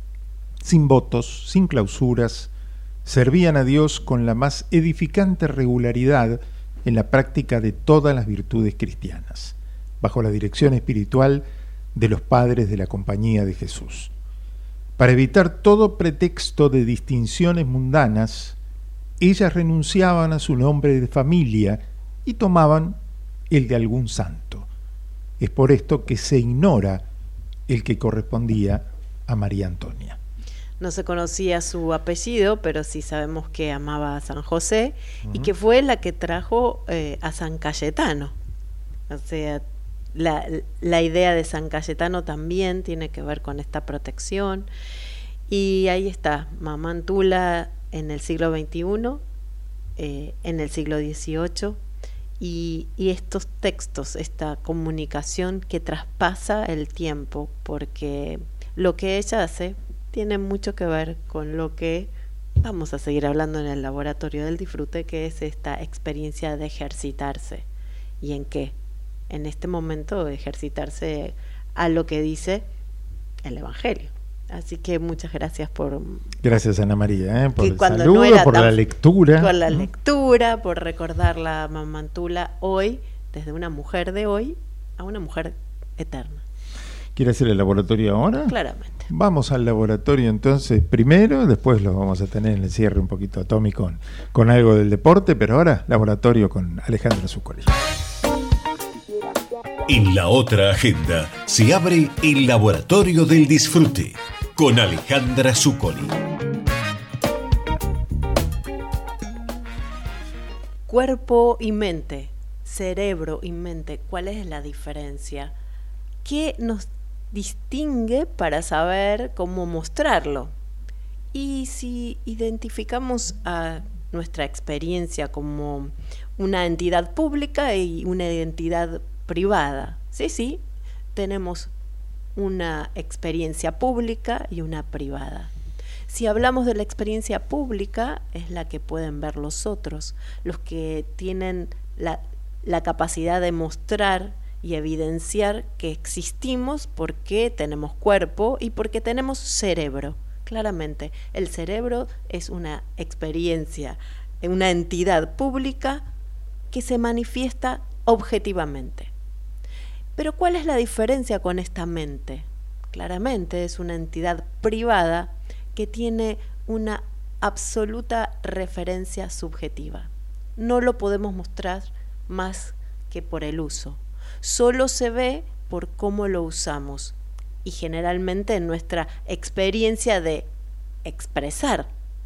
Sin votos, sin clausuras, servían a Dios con la más edificante regularidad en la práctica de todas las virtudes cristianas, bajo la dirección espiritual de los padres de la Compañía de Jesús. Para evitar todo pretexto de distinciones mundanas, ellas renunciaban a su nombre de familia y tomaban el de algún santo. Es por esto que se ignora el que correspondía a María Antonia. No se conocía su apellido, pero sí sabemos que amaba a San José, uh-huh. Y que fue la que trajo eh, a San Cayetano. O sea, la, la idea de San Cayetano también tiene que ver con esta protección. Y ahí está, Mamá Antula en el siglo veintiuno, eh, en el siglo dieciocho, y, y estos textos, esta comunicación que traspasa el tiempo, porque lo que ella hace tiene mucho que ver con lo que vamos a seguir hablando en el Laboratorio del Disfrute, que es esta experiencia de ejercitarse. ¿Y en qué? En este momento ejercitarse a lo que dice el Evangelio. Así que muchas gracias por... Gracias, Ana María, ¿eh? por el saludo, no por tan, la lectura. Por la lectura, por recordarla a Mamá Antula hoy, desde una mujer de hoy a una mujer eterna. ¿Quiere hacer el laboratorio ahora? Claramente. Vamos al laboratorio entonces primero, después lo vamos a tener en el cierre un poquito a Tommy con, con algo del deporte, pero ahora laboratorio con Alejandra Zuccoli. En La Otra Agenda se abre el Laboratorio del Disfrute con Alejandra Zuccoli. Cuerpo y mente, cerebro y mente, ¿cuál es la diferencia? ¿Qué nos distingue para saber cómo mostrarlo? Y si identificamos a nuestra experiencia como una entidad pública y una entidad privada, sí, sí, tenemos una experiencia pública y una privada. Si hablamos de la experiencia pública, es la que pueden ver los otros, los que tienen la, la capacidad de mostrar y evidenciar que existimos porque tenemos cuerpo y porque tenemos cerebro. Claramente, el cerebro es una experiencia, una entidad pública que se manifiesta objetivamente. Pero ¿cuál es la diferencia con esta mente? Claramente es una entidad privada que tiene una absoluta referencia subjetiva. No lo podemos mostrar más que por el uso. Solo se ve por cómo lo usamos y generalmente en nuestra experiencia de expresar.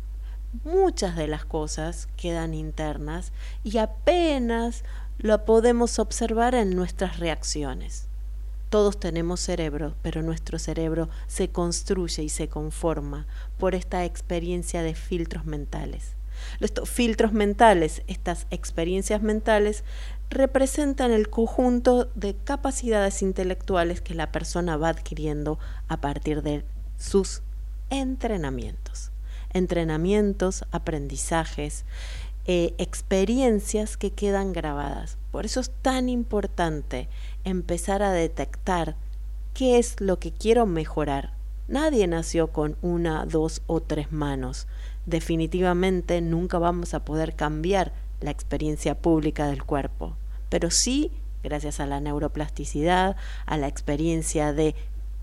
Muchas de las cosas quedan internas y apenas lo podemos observar en nuestras reacciones. Todos tenemos cerebro, pero nuestro cerebro se construye y se conforma por esta experiencia de filtros mentales. Estos filtros mentales, estas experiencias mentales, representan el conjunto de capacidades intelectuales que la persona va adquiriendo a partir de sus entrenamientos. Entrenamientos, aprendizajes, eh, experiencias que quedan grabadas. Por eso es tan importante empezar a detectar qué es lo que quiero mejorar. Nadie nació con una, dos o tres manos. Definitivamente nunca vamos a poder cambiar la experiencia pública del cuerpo, pero sí, gracias a la neuroplasticidad, a la experiencia de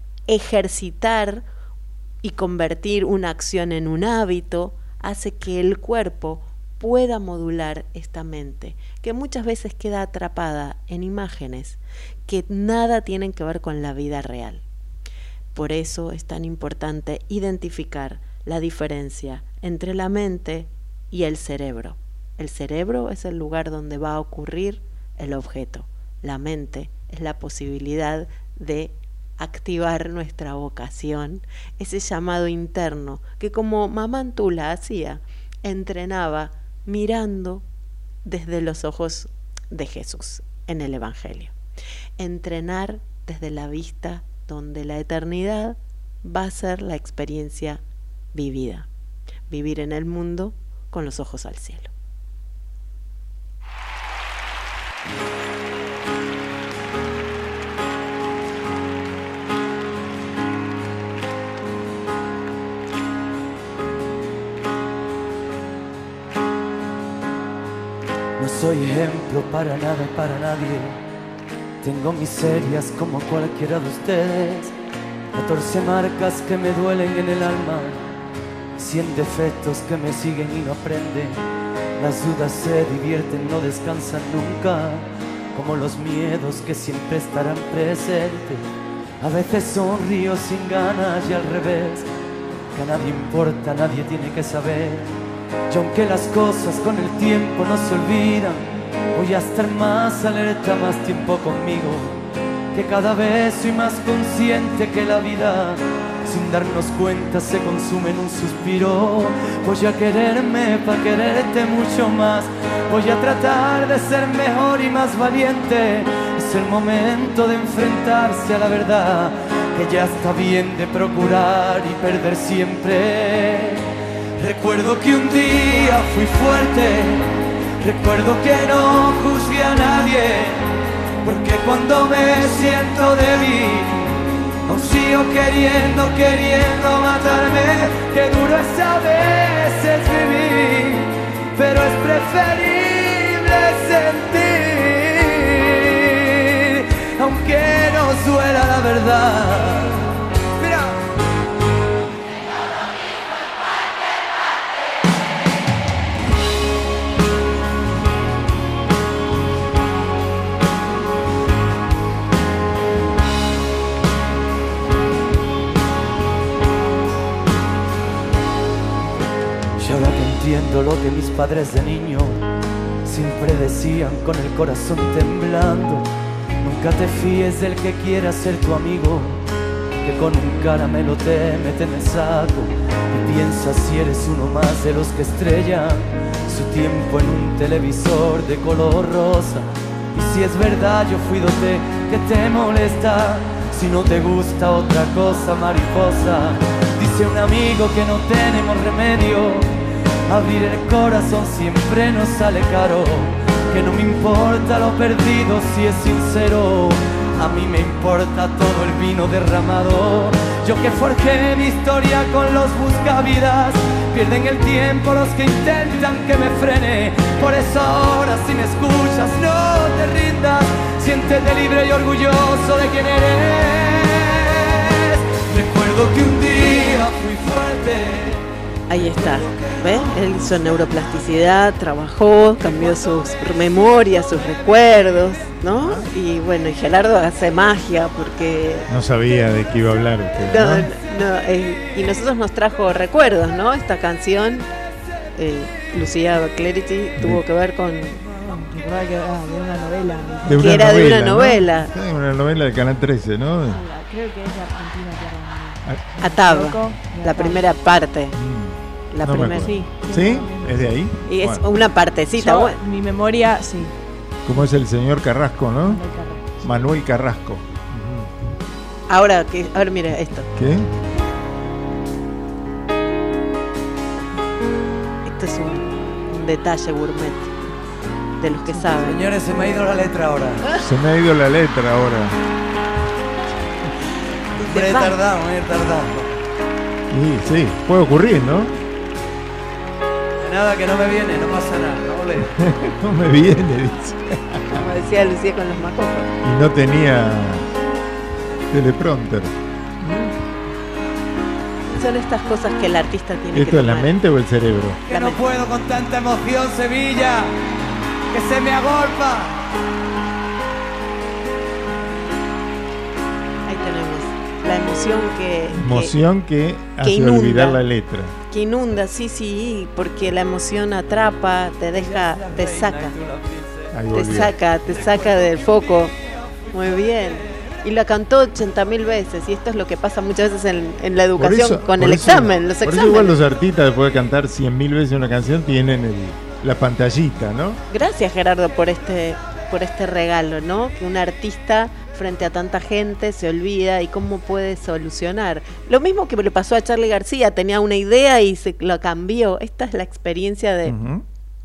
ejercitar y convertir una acción en un hábito, hace que el cuerpo pueda modular esta mente, que muchas veces queda atrapada en imágenes que nada tienen que ver con la vida real. Por eso es tan importante identificar la diferencia entre la mente y el cerebro. El cerebro es el lugar donde va a ocurrir el objeto. La mente es la posibilidad de activar nuestra vocación, ese llamado interno que como Mamá Antula hacía, entrenaba mirando desde los ojos de Jesús en el Evangelio. Entrenar desde la vista donde la eternidad va a ser la experiencia vivida. Vivir en el mundo con los ojos al cielo. No soy ejemplo para nada y para nadie. Tengo miserias como cualquiera de ustedes. Catorce marcas que me duelen en el alma. Cien defectos que me siguen y no aprenden. Las dudas se divierten, no descansan nunca. Como los miedos que siempre estarán presentes. A veces sonrío sin ganas y al revés. Que a nadie importa, nadie tiene que saber. Y aunque las cosas con el tiempo no se olvidan, voy a estar más alerta, más tiempo conmigo. Que cada vez soy más consciente que la vida, sin darnos cuenta, se consume en un suspiro. Voy a quererme para quererte mucho más. Voy a tratar de ser mejor y más valiente. Es el momento de enfrentarse a la verdad, que ya está bien de procurar y perder siempre. Recuerdo que un día fui fuerte, recuerdo que no juzgué a nadie, porque cuando me siento débil, aún sigo queriendo, queriendo matarme. Qué duro es a veces vivir, pero es preferible sentir, aunque nos duela la verdad. haciendo lo que mis padres de niño siempre decían con el corazón temblando. Nunca te fíes del que quiera ser tu amigo, que con un caramelo te mete en el saco y piensas si eres uno más de los que estrellan su tiempo en un televisor de color rosa. Y si es verdad yo fui dote que te molesta, si no te gusta otra cosa, mariposa. Dice un amigo que no tenemos remedio, abrir el corazón siempre nos sale caro, que no me importa lo perdido si es sincero, a mí me importa todo el vino derramado. Yo que forjé mi historia con los buscavidas, pierden el tiempo los que intentan que me frene. Por eso ahora si me escuchas no te rindas, siéntete libre y orgulloso de quién eres. Recuerdo que un día fui fuerte. Ahí está, ¿ves? Él hizo neuroplasticidad, trabajó, cambió sus memorias, sus recuerdos, ¿no? Y bueno, y Gerardo hace magia porque... No sabía de qué iba a hablar usted, No, ¿no? no, eh, y nosotros nos trajo recuerdos, ¿no? Esta canción, eh, Lucía Clarity, tuvo que ver con... Recordaba que era de una novela. De una que era novela, de una ¿no? novela. Sí, una novela de Canal trece, ¿no? Creo que es de Argentina, que era... Ataba, la primera parte. La No me primera. acuerdo. ¿Sí? ¿Es de ahí? Y es Bueno. una partecita. Yo, bueno. mi memoria, sí. ¿Cómo es el señor Carrasco, no? Manuel Carrasco. Ahora, que, a ver, mira esto. ¿Qué? Esto es un, un detalle gourmet de los que saben. Señores, se me ha ido la letra ahora. Se me ha ido la letra ahora. Me he tardado, me he tardado. Y sí, puede ocurrir, ¿no? De nada, que no me viene, no pasa nada, no ole. No me viene, dice. Como decía Lucía con los macocos. Y no tenía teleprompter. Son estas cosas que el artista tiene ¿Esto que es la tomar. mente o el cerebro? Que no puedo con tanta emoción, Sevilla, que se me agolpa. Ahí tenemos la emoción que... Emoción que, que hace inunda. olvidar la letra. Que inunda, sí, sí, porque la emoción atrapa, te deja, te saca. Ahí Te volvió. saca, te saca del foco. Muy bien. Y la cantó ochenta mil veces. Y esto es lo que pasa muchas veces en, en la Por educación eso- con por el eso- examen. Los por eso exámenes. igual los artistas, después de cantar cien mil veces una canción, tienen el, la pantallita, ¿no? Gracias, Gerardo, por este, por este regalo, ¿no? Que un artista frente a tanta gente se olvida y cómo puede solucionar. Lo mismo que le pasó a Charly García, tenía una idea y se la cambió. Esta es la experiencia de, Ujú.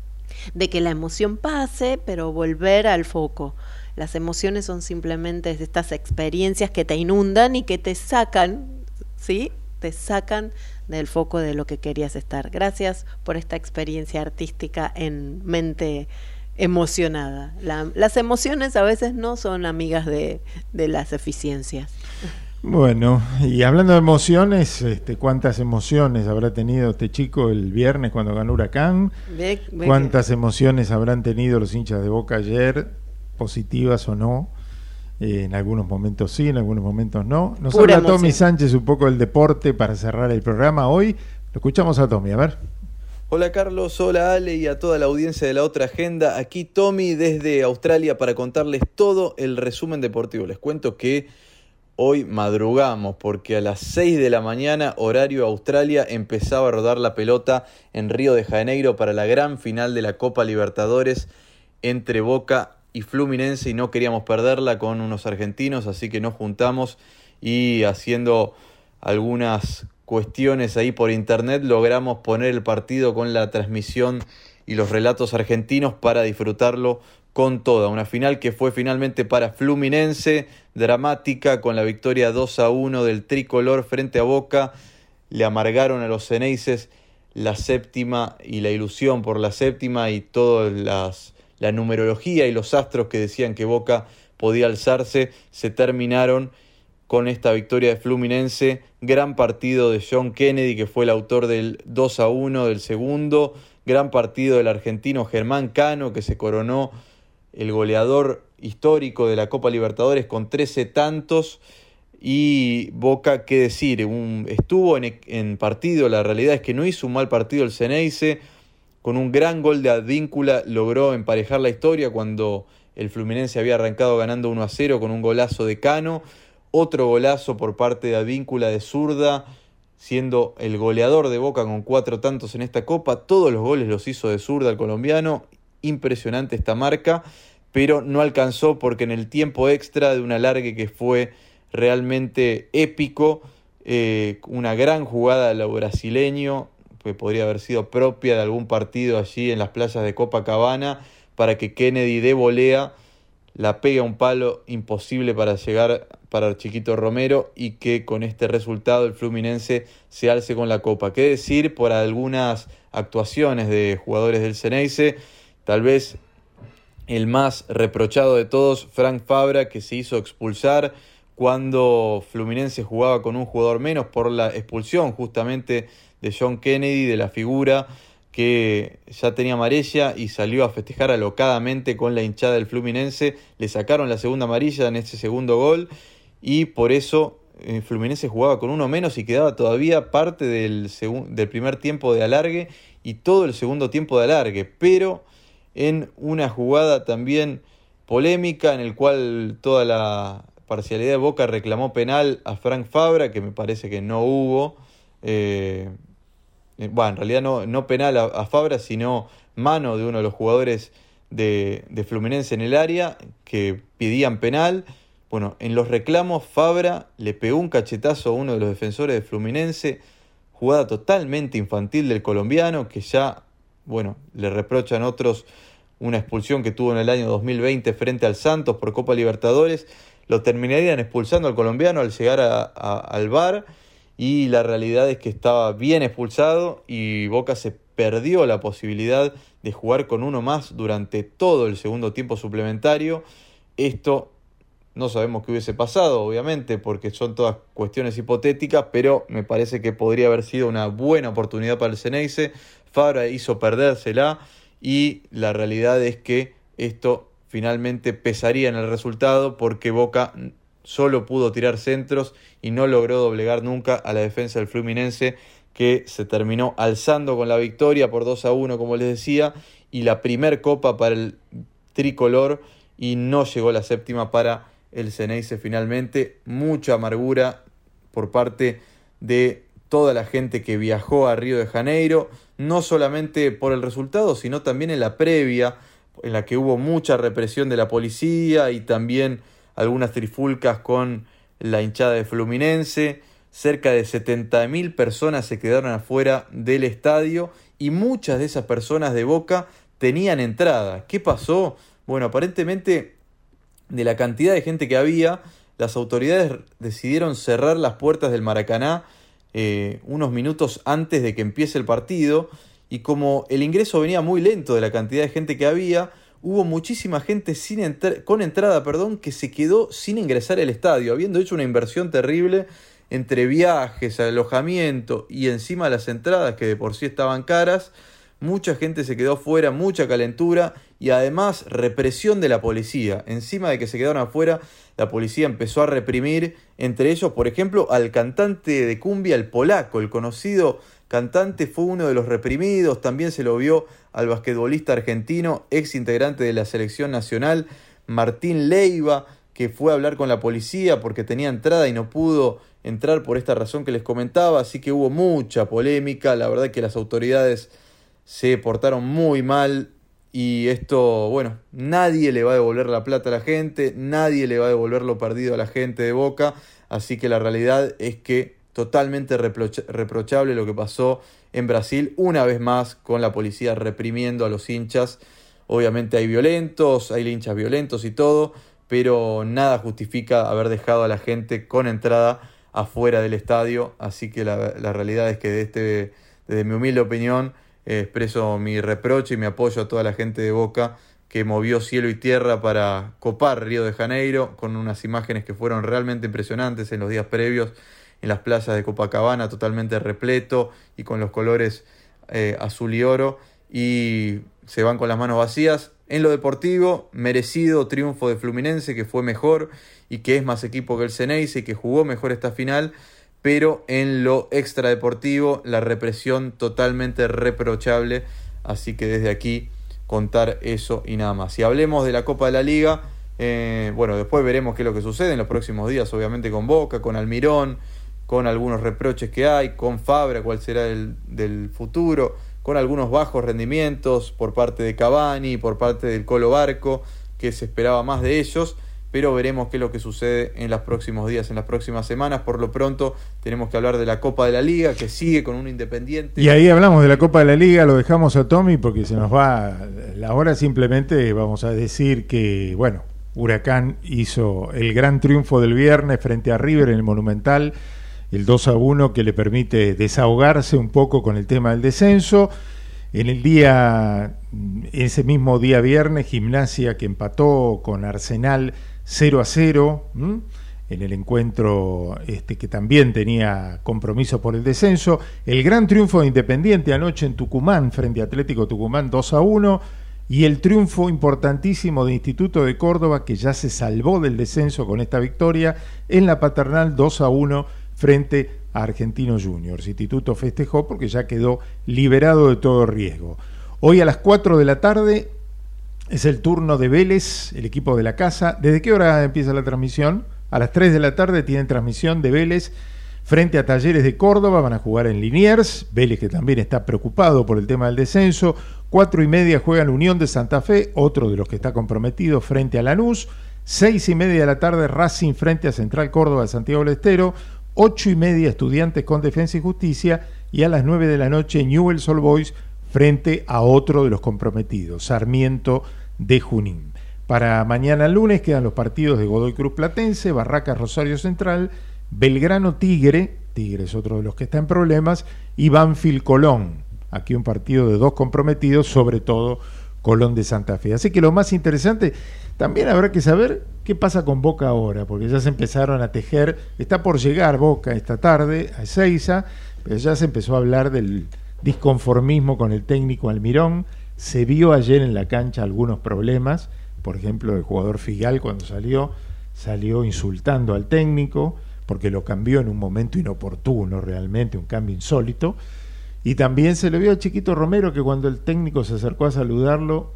de que la emoción pase, pero volver al foco. Las emociones son simplemente estas experiencias que te inundan y que te sacan, ¿sí? Te sacan del foco de lo que querías estar. Gracias por esta experiencia artística en mente emocionada. La- las emociones a veces no son amigas de, de las eficiencias. Bueno, y hablando de emociones, este, ¿cuántas emociones habrá tenido este chico el viernes cuando ganó Huracán? Ve- ve ¿Cuántas emociones habrán tenido los hinchas de Boca ayer, positivas o no? Eh, en algunos momentos sí, en algunos momentos no. Nos Pura habla Tommy emoción. Sánchez un poco del deporte para cerrar el programa hoy. Lo escuchamos a Tommy, a ver. Hola Carlos, hola Ale y a toda la audiencia de La Otra Agenda. Aquí Tommy desde Australia para contarles todo el resumen deportivo. Les cuento que hoy madrugamos porque a las seis de la mañana, horario Australia, empezaba a rodar la pelota en Río de Janeiro para la gran final de la Copa Libertadores entre Boca y Fluminense y no queríamos perderla con unos argentinos, así que nos juntamos y haciendo algunas cuestiones ahí por internet logramos poner el partido con la transmisión y los relatos argentinos para disfrutarlo con toda. Una final que fue finalmente para Fluminense, dramática con la victoria dos a uno del tricolor frente a Boca. Le amargaron a los Ceneices la séptima y la ilusión por la séptima y todas las la numerología y los astros que decían que Boca podía alzarse se terminaron con esta victoria de Fluminense. Gran partido de John Kennedy, que fue el autor del dos a uno del segundo. Gran partido del argentino Germán Cano, que se coronó el goleador histórico de la Copa Libertadores con trece tantos. Y Boca, qué decir, un, estuvo en, en partido, la realidad es que no hizo un mal partido el Ceneice, con un gran gol de Advíncula logró emparejar la historia cuando el Fluminense había arrancado ganando uno a cero con un golazo de Cano, otro golazo por parte de Advíncula de zurda, siendo el goleador de Boca con cuatro tantos en esta Copa. Todos los goles los hizo de zurda el colombiano, impresionante esta marca, pero no alcanzó porque en el tiempo extra de un alargue que fue realmente épico, eh, una gran jugada de lo brasileño, que podría haber sido propia de algún partido allí en las playas de Copacabana, para que Kennedy de volea la pegue a un palo imposible para llegar para el Chiquito Romero y que con este resultado el Fluminense se alce con la Copa. ¿Qué decir por algunas actuaciones de jugadores del Xeneize? Tal vez el más reprochado de todos, Frank Fabra, que se hizo expulsar cuando Fluminense jugaba con un jugador menos por la expulsión justamente de John Kennedy, de la figura que ya tenía amarilla y salió a festejar alocadamente con la hinchada del Fluminense. Le sacaron la segunda amarilla en ese segundo gol y por eso el Fluminense jugaba con uno menos y quedaba todavía parte del, segun- del primer tiempo de alargue y todo el segundo tiempo de alargue, pero en una jugada también polémica en el cual toda la parcialidad de Boca reclamó penal a Frank Fabra, que me parece que no hubo. Eh, bueno, en realidad no, no penal a, a Fabra, sino mano de uno de los jugadores de, de Fluminense en el área, que pedían penal. Bueno, en los reclamos Fabra le pegó un cachetazo a uno de los defensores de Fluminense, jugada totalmente infantil del colombiano, que ya, bueno, le reprochan otros una expulsión que tuvo en el año dos mil veinte frente al Santos por Copa Libertadores. Lo terminarían expulsando al colombiano al llegar a, a, al V A R, y la realidad es que estaba bien expulsado y Boca se perdió la posibilidad de jugar con uno más durante todo el segundo tiempo suplementario. Esto no sabemos qué hubiese pasado, obviamente, porque son todas cuestiones hipotéticas, pero me parece que podría haber sido una buena oportunidad para el Xeneize. Fabra hizo perdérsela y la realidad es que esto finalmente pesaría en el resultado porque Boca solo pudo tirar centros y no logró doblegar nunca a la defensa del Fluminense, que se terminó alzando con la victoria por dos a uno, como les decía, y la primer copa para el tricolor, y no llegó la séptima para el Xeneize finalmente. Mucha amargura por parte de toda la gente que viajó a Río de Janeiro, no solamente por el resultado, sino también en la previa, en la que hubo mucha represión de la policía y también algunas trifulcas con la hinchada de Fluminense. Cerca de setenta mil personas se quedaron afuera del estadio y muchas de esas personas de Boca tenían entrada. ¿Qué pasó? Bueno, aparentemente de la cantidad de gente que había, las autoridades decidieron cerrar las puertas del Maracaná eh, unos minutos antes de que empiece el partido, y como el ingreso venía muy lento de la cantidad de gente que había, hubo muchísima gente sin entr- con entrada perdón, que se quedó sin ingresar al estadio, habiendo hecho una inversión terrible entre viajes, alojamiento y encima las entradas, que de por sí estaban caras. Mucha gente se quedó afuera, mucha calentura y además represión de la policía. Encima de que se quedaron afuera, la policía empezó a reprimir, entre ellos, por ejemplo, al cantante de cumbia, el Polaco, el conocido cantante, fue uno de los reprimidos. También se lo vio al basquetbolista argentino, ex integrante de la selección nacional, Martín Leiva, que fue a hablar con la policía porque tenía entrada y no pudo entrar por esta razón que les comentaba. Así que hubo mucha polémica. La verdad que las autoridades se portaron muy mal y esto, bueno, nadie le va a devolver la plata a la gente, nadie le va a devolver lo perdido a la gente de Boca. Así que la realidad es que totalmente reproch- reprochable lo que pasó en Brasil, una vez más con la policía reprimiendo a los hinchas. Obviamente hay violentos, hay hinchas violentos y todo, pero nada justifica haber dejado a la gente con entrada afuera del estadio. Así que la, la realidad es que de este, desde mi humilde opinión, eh, expreso mi reproche y mi apoyo a toda la gente de Boca que movió cielo y tierra para copar Río de Janeiro, con unas imágenes que fueron realmente impresionantes en los días previos, en las playas de Copacabana, totalmente repleto y con los colores eh, azul y oro, y se van con las manos vacías. En lo deportivo, merecido triunfo de Fluminense, que fue mejor y que es más equipo que el Xeneize y que jugó mejor esta final, pero en lo extradeportivo, la represión totalmente reprochable así que desde aquí contar eso y nada más. Si hablemos de la Copa de la Liga, eh, bueno, después veremos qué es lo que sucede en los próximos días, obviamente con Boca, con Almirón, con algunos reproches que hay, con Fabra, cuál será el del futuro, con algunos bajos rendimientos por parte de Cavani, por parte del Colo Barco, que se esperaba más de ellos, pero veremos qué es lo que sucede en los próximos días, en las próximas semanas. Por lo pronto tenemos que hablar de la Copa de la Liga, que sigue con un Independiente. Y ahí hablamos de la Copa de la Liga, lo dejamos a Tommy porque se nos va la hora. Simplemente vamos a decir que, bueno, Huracán hizo el gran triunfo del viernes frente a River en el Monumental, el dos a uno, que le permite desahogarse un poco con el tema del descenso. En el día, ese mismo día viernes, Gimnasia, que empató con Arsenal cero a cero, ¿m? en el encuentro este, que también tenía compromiso por el descenso. El gran triunfo de Independiente anoche en Tucumán frente a Atlético Tucumán dos a uno, y el triunfo importantísimo de Instituto de Córdoba, que ya se salvó del descenso con esta victoria en la Paternal dos a uno frente a Argentinos Juniors. Instituto festejó porque ya quedó liberado de todo riesgo. Hoy a las cuatro de la tarde es el turno de Vélez, el equipo de la casa. ¿Desde qué hora empieza la transmisión? A las tres de la tarde tienen transmisión de Vélez frente a Talleres de Córdoba. Van a jugar en Liniers. Vélez, que también está preocupado por el tema del descenso. Cuatro y media juegan Unión de Santa Fe, otro de los que está comprometido, frente a Lanús. Seis y media de la tarde Racing frente a Central Córdoba de Santiago del Estero. Ocho y media Estudiantes con Defensa y Justicia. Y a las nueve de la noche Newell's Old Boys frente a otro de los comprometidos, Sarmiento de Junín. Para mañana lunes quedan los partidos de Godoy Cruz Platense, Barracas Rosario Central, Belgrano Tigre, Tigre es otro de los que está en problemas, y Banfield Colón. Aquí un partido de dos comprometidos, sobre todo Colón de Santa Fe. Así que lo más interesante, también habrá que saber qué pasa con Boca ahora, porque ya se empezaron a tejer, está por llegar Boca esta tarde a Ezeiza, pero ya se empezó a hablar del disconformismo con el técnico Almirón. Se vio ayer en la cancha algunos problemas, por ejemplo el jugador Figal cuando salió, salió insultando al técnico, porque lo cambió en un momento inoportuno, realmente un cambio insólito. Y también se le vio al Chiquito Romero, que cuando el técnico se acercó a saludarlo,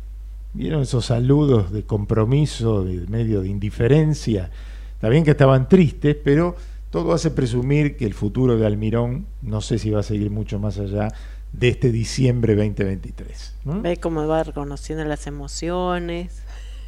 vieron esos saludos de compromiso, de medio de indiferencia. Está bien que estaban tristes, pero todo hace presumir que el futuro de Almirón no sé si va a seguir mucho más allá de este diciembre veinte veintitrés. ¿no? Ve cómo va reconociendo las emociones,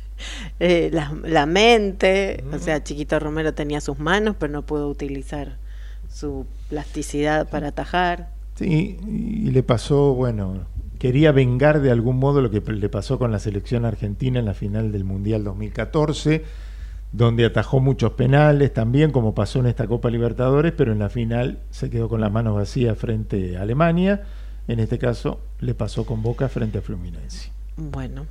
eh, la, la mente. Mm. O sea, Chiquito Romero tenía sus manos, pero no pudo utilizar su plasticidad para atajar. Sí, y le pasó, bueno, quería vengar de algún modo lo que le pasó con la selección argentina en la final del Mundial dos mil catorce, donde atajó muchos penales también, como pasó en esta Copa Libertadores, pero en la final se quedó con las manos vacías frente a Alemania. En este caso le pasó con Boca frente a Fluminense. Bueno,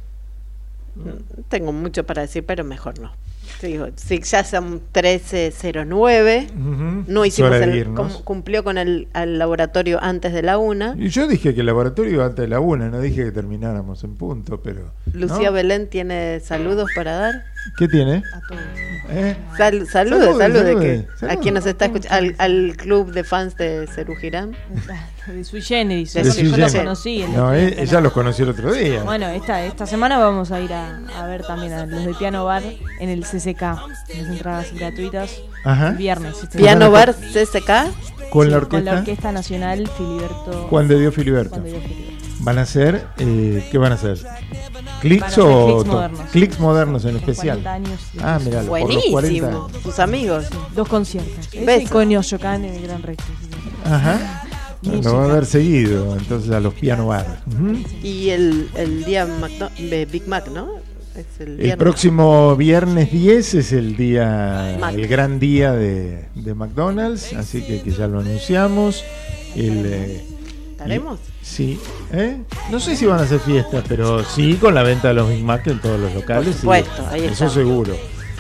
¿no? Tengo mucho para decir, pero mejor no. Sí, sí, ya son trece cero nueve, uh-huh. No hicimos el, cum, cumplió con el, el laboratorio antes de la una. Y yo dije que el laboratorio iba antes de la una, no dije que termináramos en punto, pero... Lucía ¿no? Belén tiene saludos para dar. ¿Qué tiene? A todos. ¿Eh? Sal, saludos, saludos, saludos, que, saludos. A quien nos está escuchando, al, al club de fans de Cerú Girán. De Sui Generis, de Sui Generis. Yo lo conocí. No, él, ella los conoció el otro día. Bueno, esta, esta semana vamos a ir a, a ver también a los de Piano Bar en el C C K. Las entradas gratuitas. Ajá. El viernes. Este Piano Bar C C K. ¿Con sí, la orquesta? Con la Orquesta Nacional Filiberto. Juan de Dios Filiberto. Juan de Dios Filiberto. ¿Van a hacer? Eh, ¿Qué van a hacer? ¿Clics o clics modernos? Clics modernos en especial. Años ah, mira, buenísimo. Sus amigos. Sí, dos conciertos. Ese y con Yoyocan en el Gran Rex. Ajá. Lo va a haber seguido entonces a los Piano Bar. Uh-huh. Y el, el día Macdo- de Big Mac, ¿no? Es el, el próximo viernes diez es el día, Mac. el gran día de, de McDonald's, así que, que ya lo anunciamos. El, eh, ¿Estaremos? Y, sí, ¿eh? No sé si van a hacer fiestas, pero sí con la venta de los Big Mac en todos los locales. Por supuesto, sí, ahí eso está. seguro.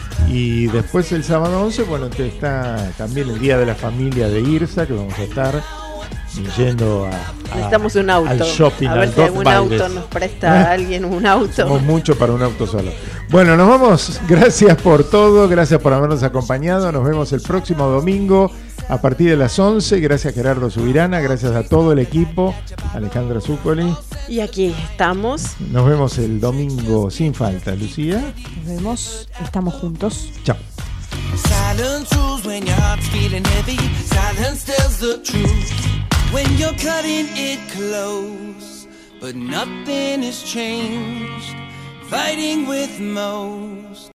Y después el sábado once, bueno, está también el día de la familia de Irsa, que vamos a estar yendo a, a necesitamos un auto, al shopping, a ver al si algún Bailes. auto nos presta a alguien un auto. Somos mucho para un auto solo. Bueno, nos vamos. Gracias por todo, gracias por habernos acompañado. Nos vemos el próximo domingo a partir de las once. Gracias Gerardo Subirana, gracias a todo el equipo, Alejandra Zuccoli. Y aquí estamos. Nos vemos el domingo sin falta, Lucía. Nos vemos, estamos juntos. Chao. Silence rules when your heart's feeling heavy. Silence tells the truth when you're cutting it close. But nothing has changed. Fighting with most.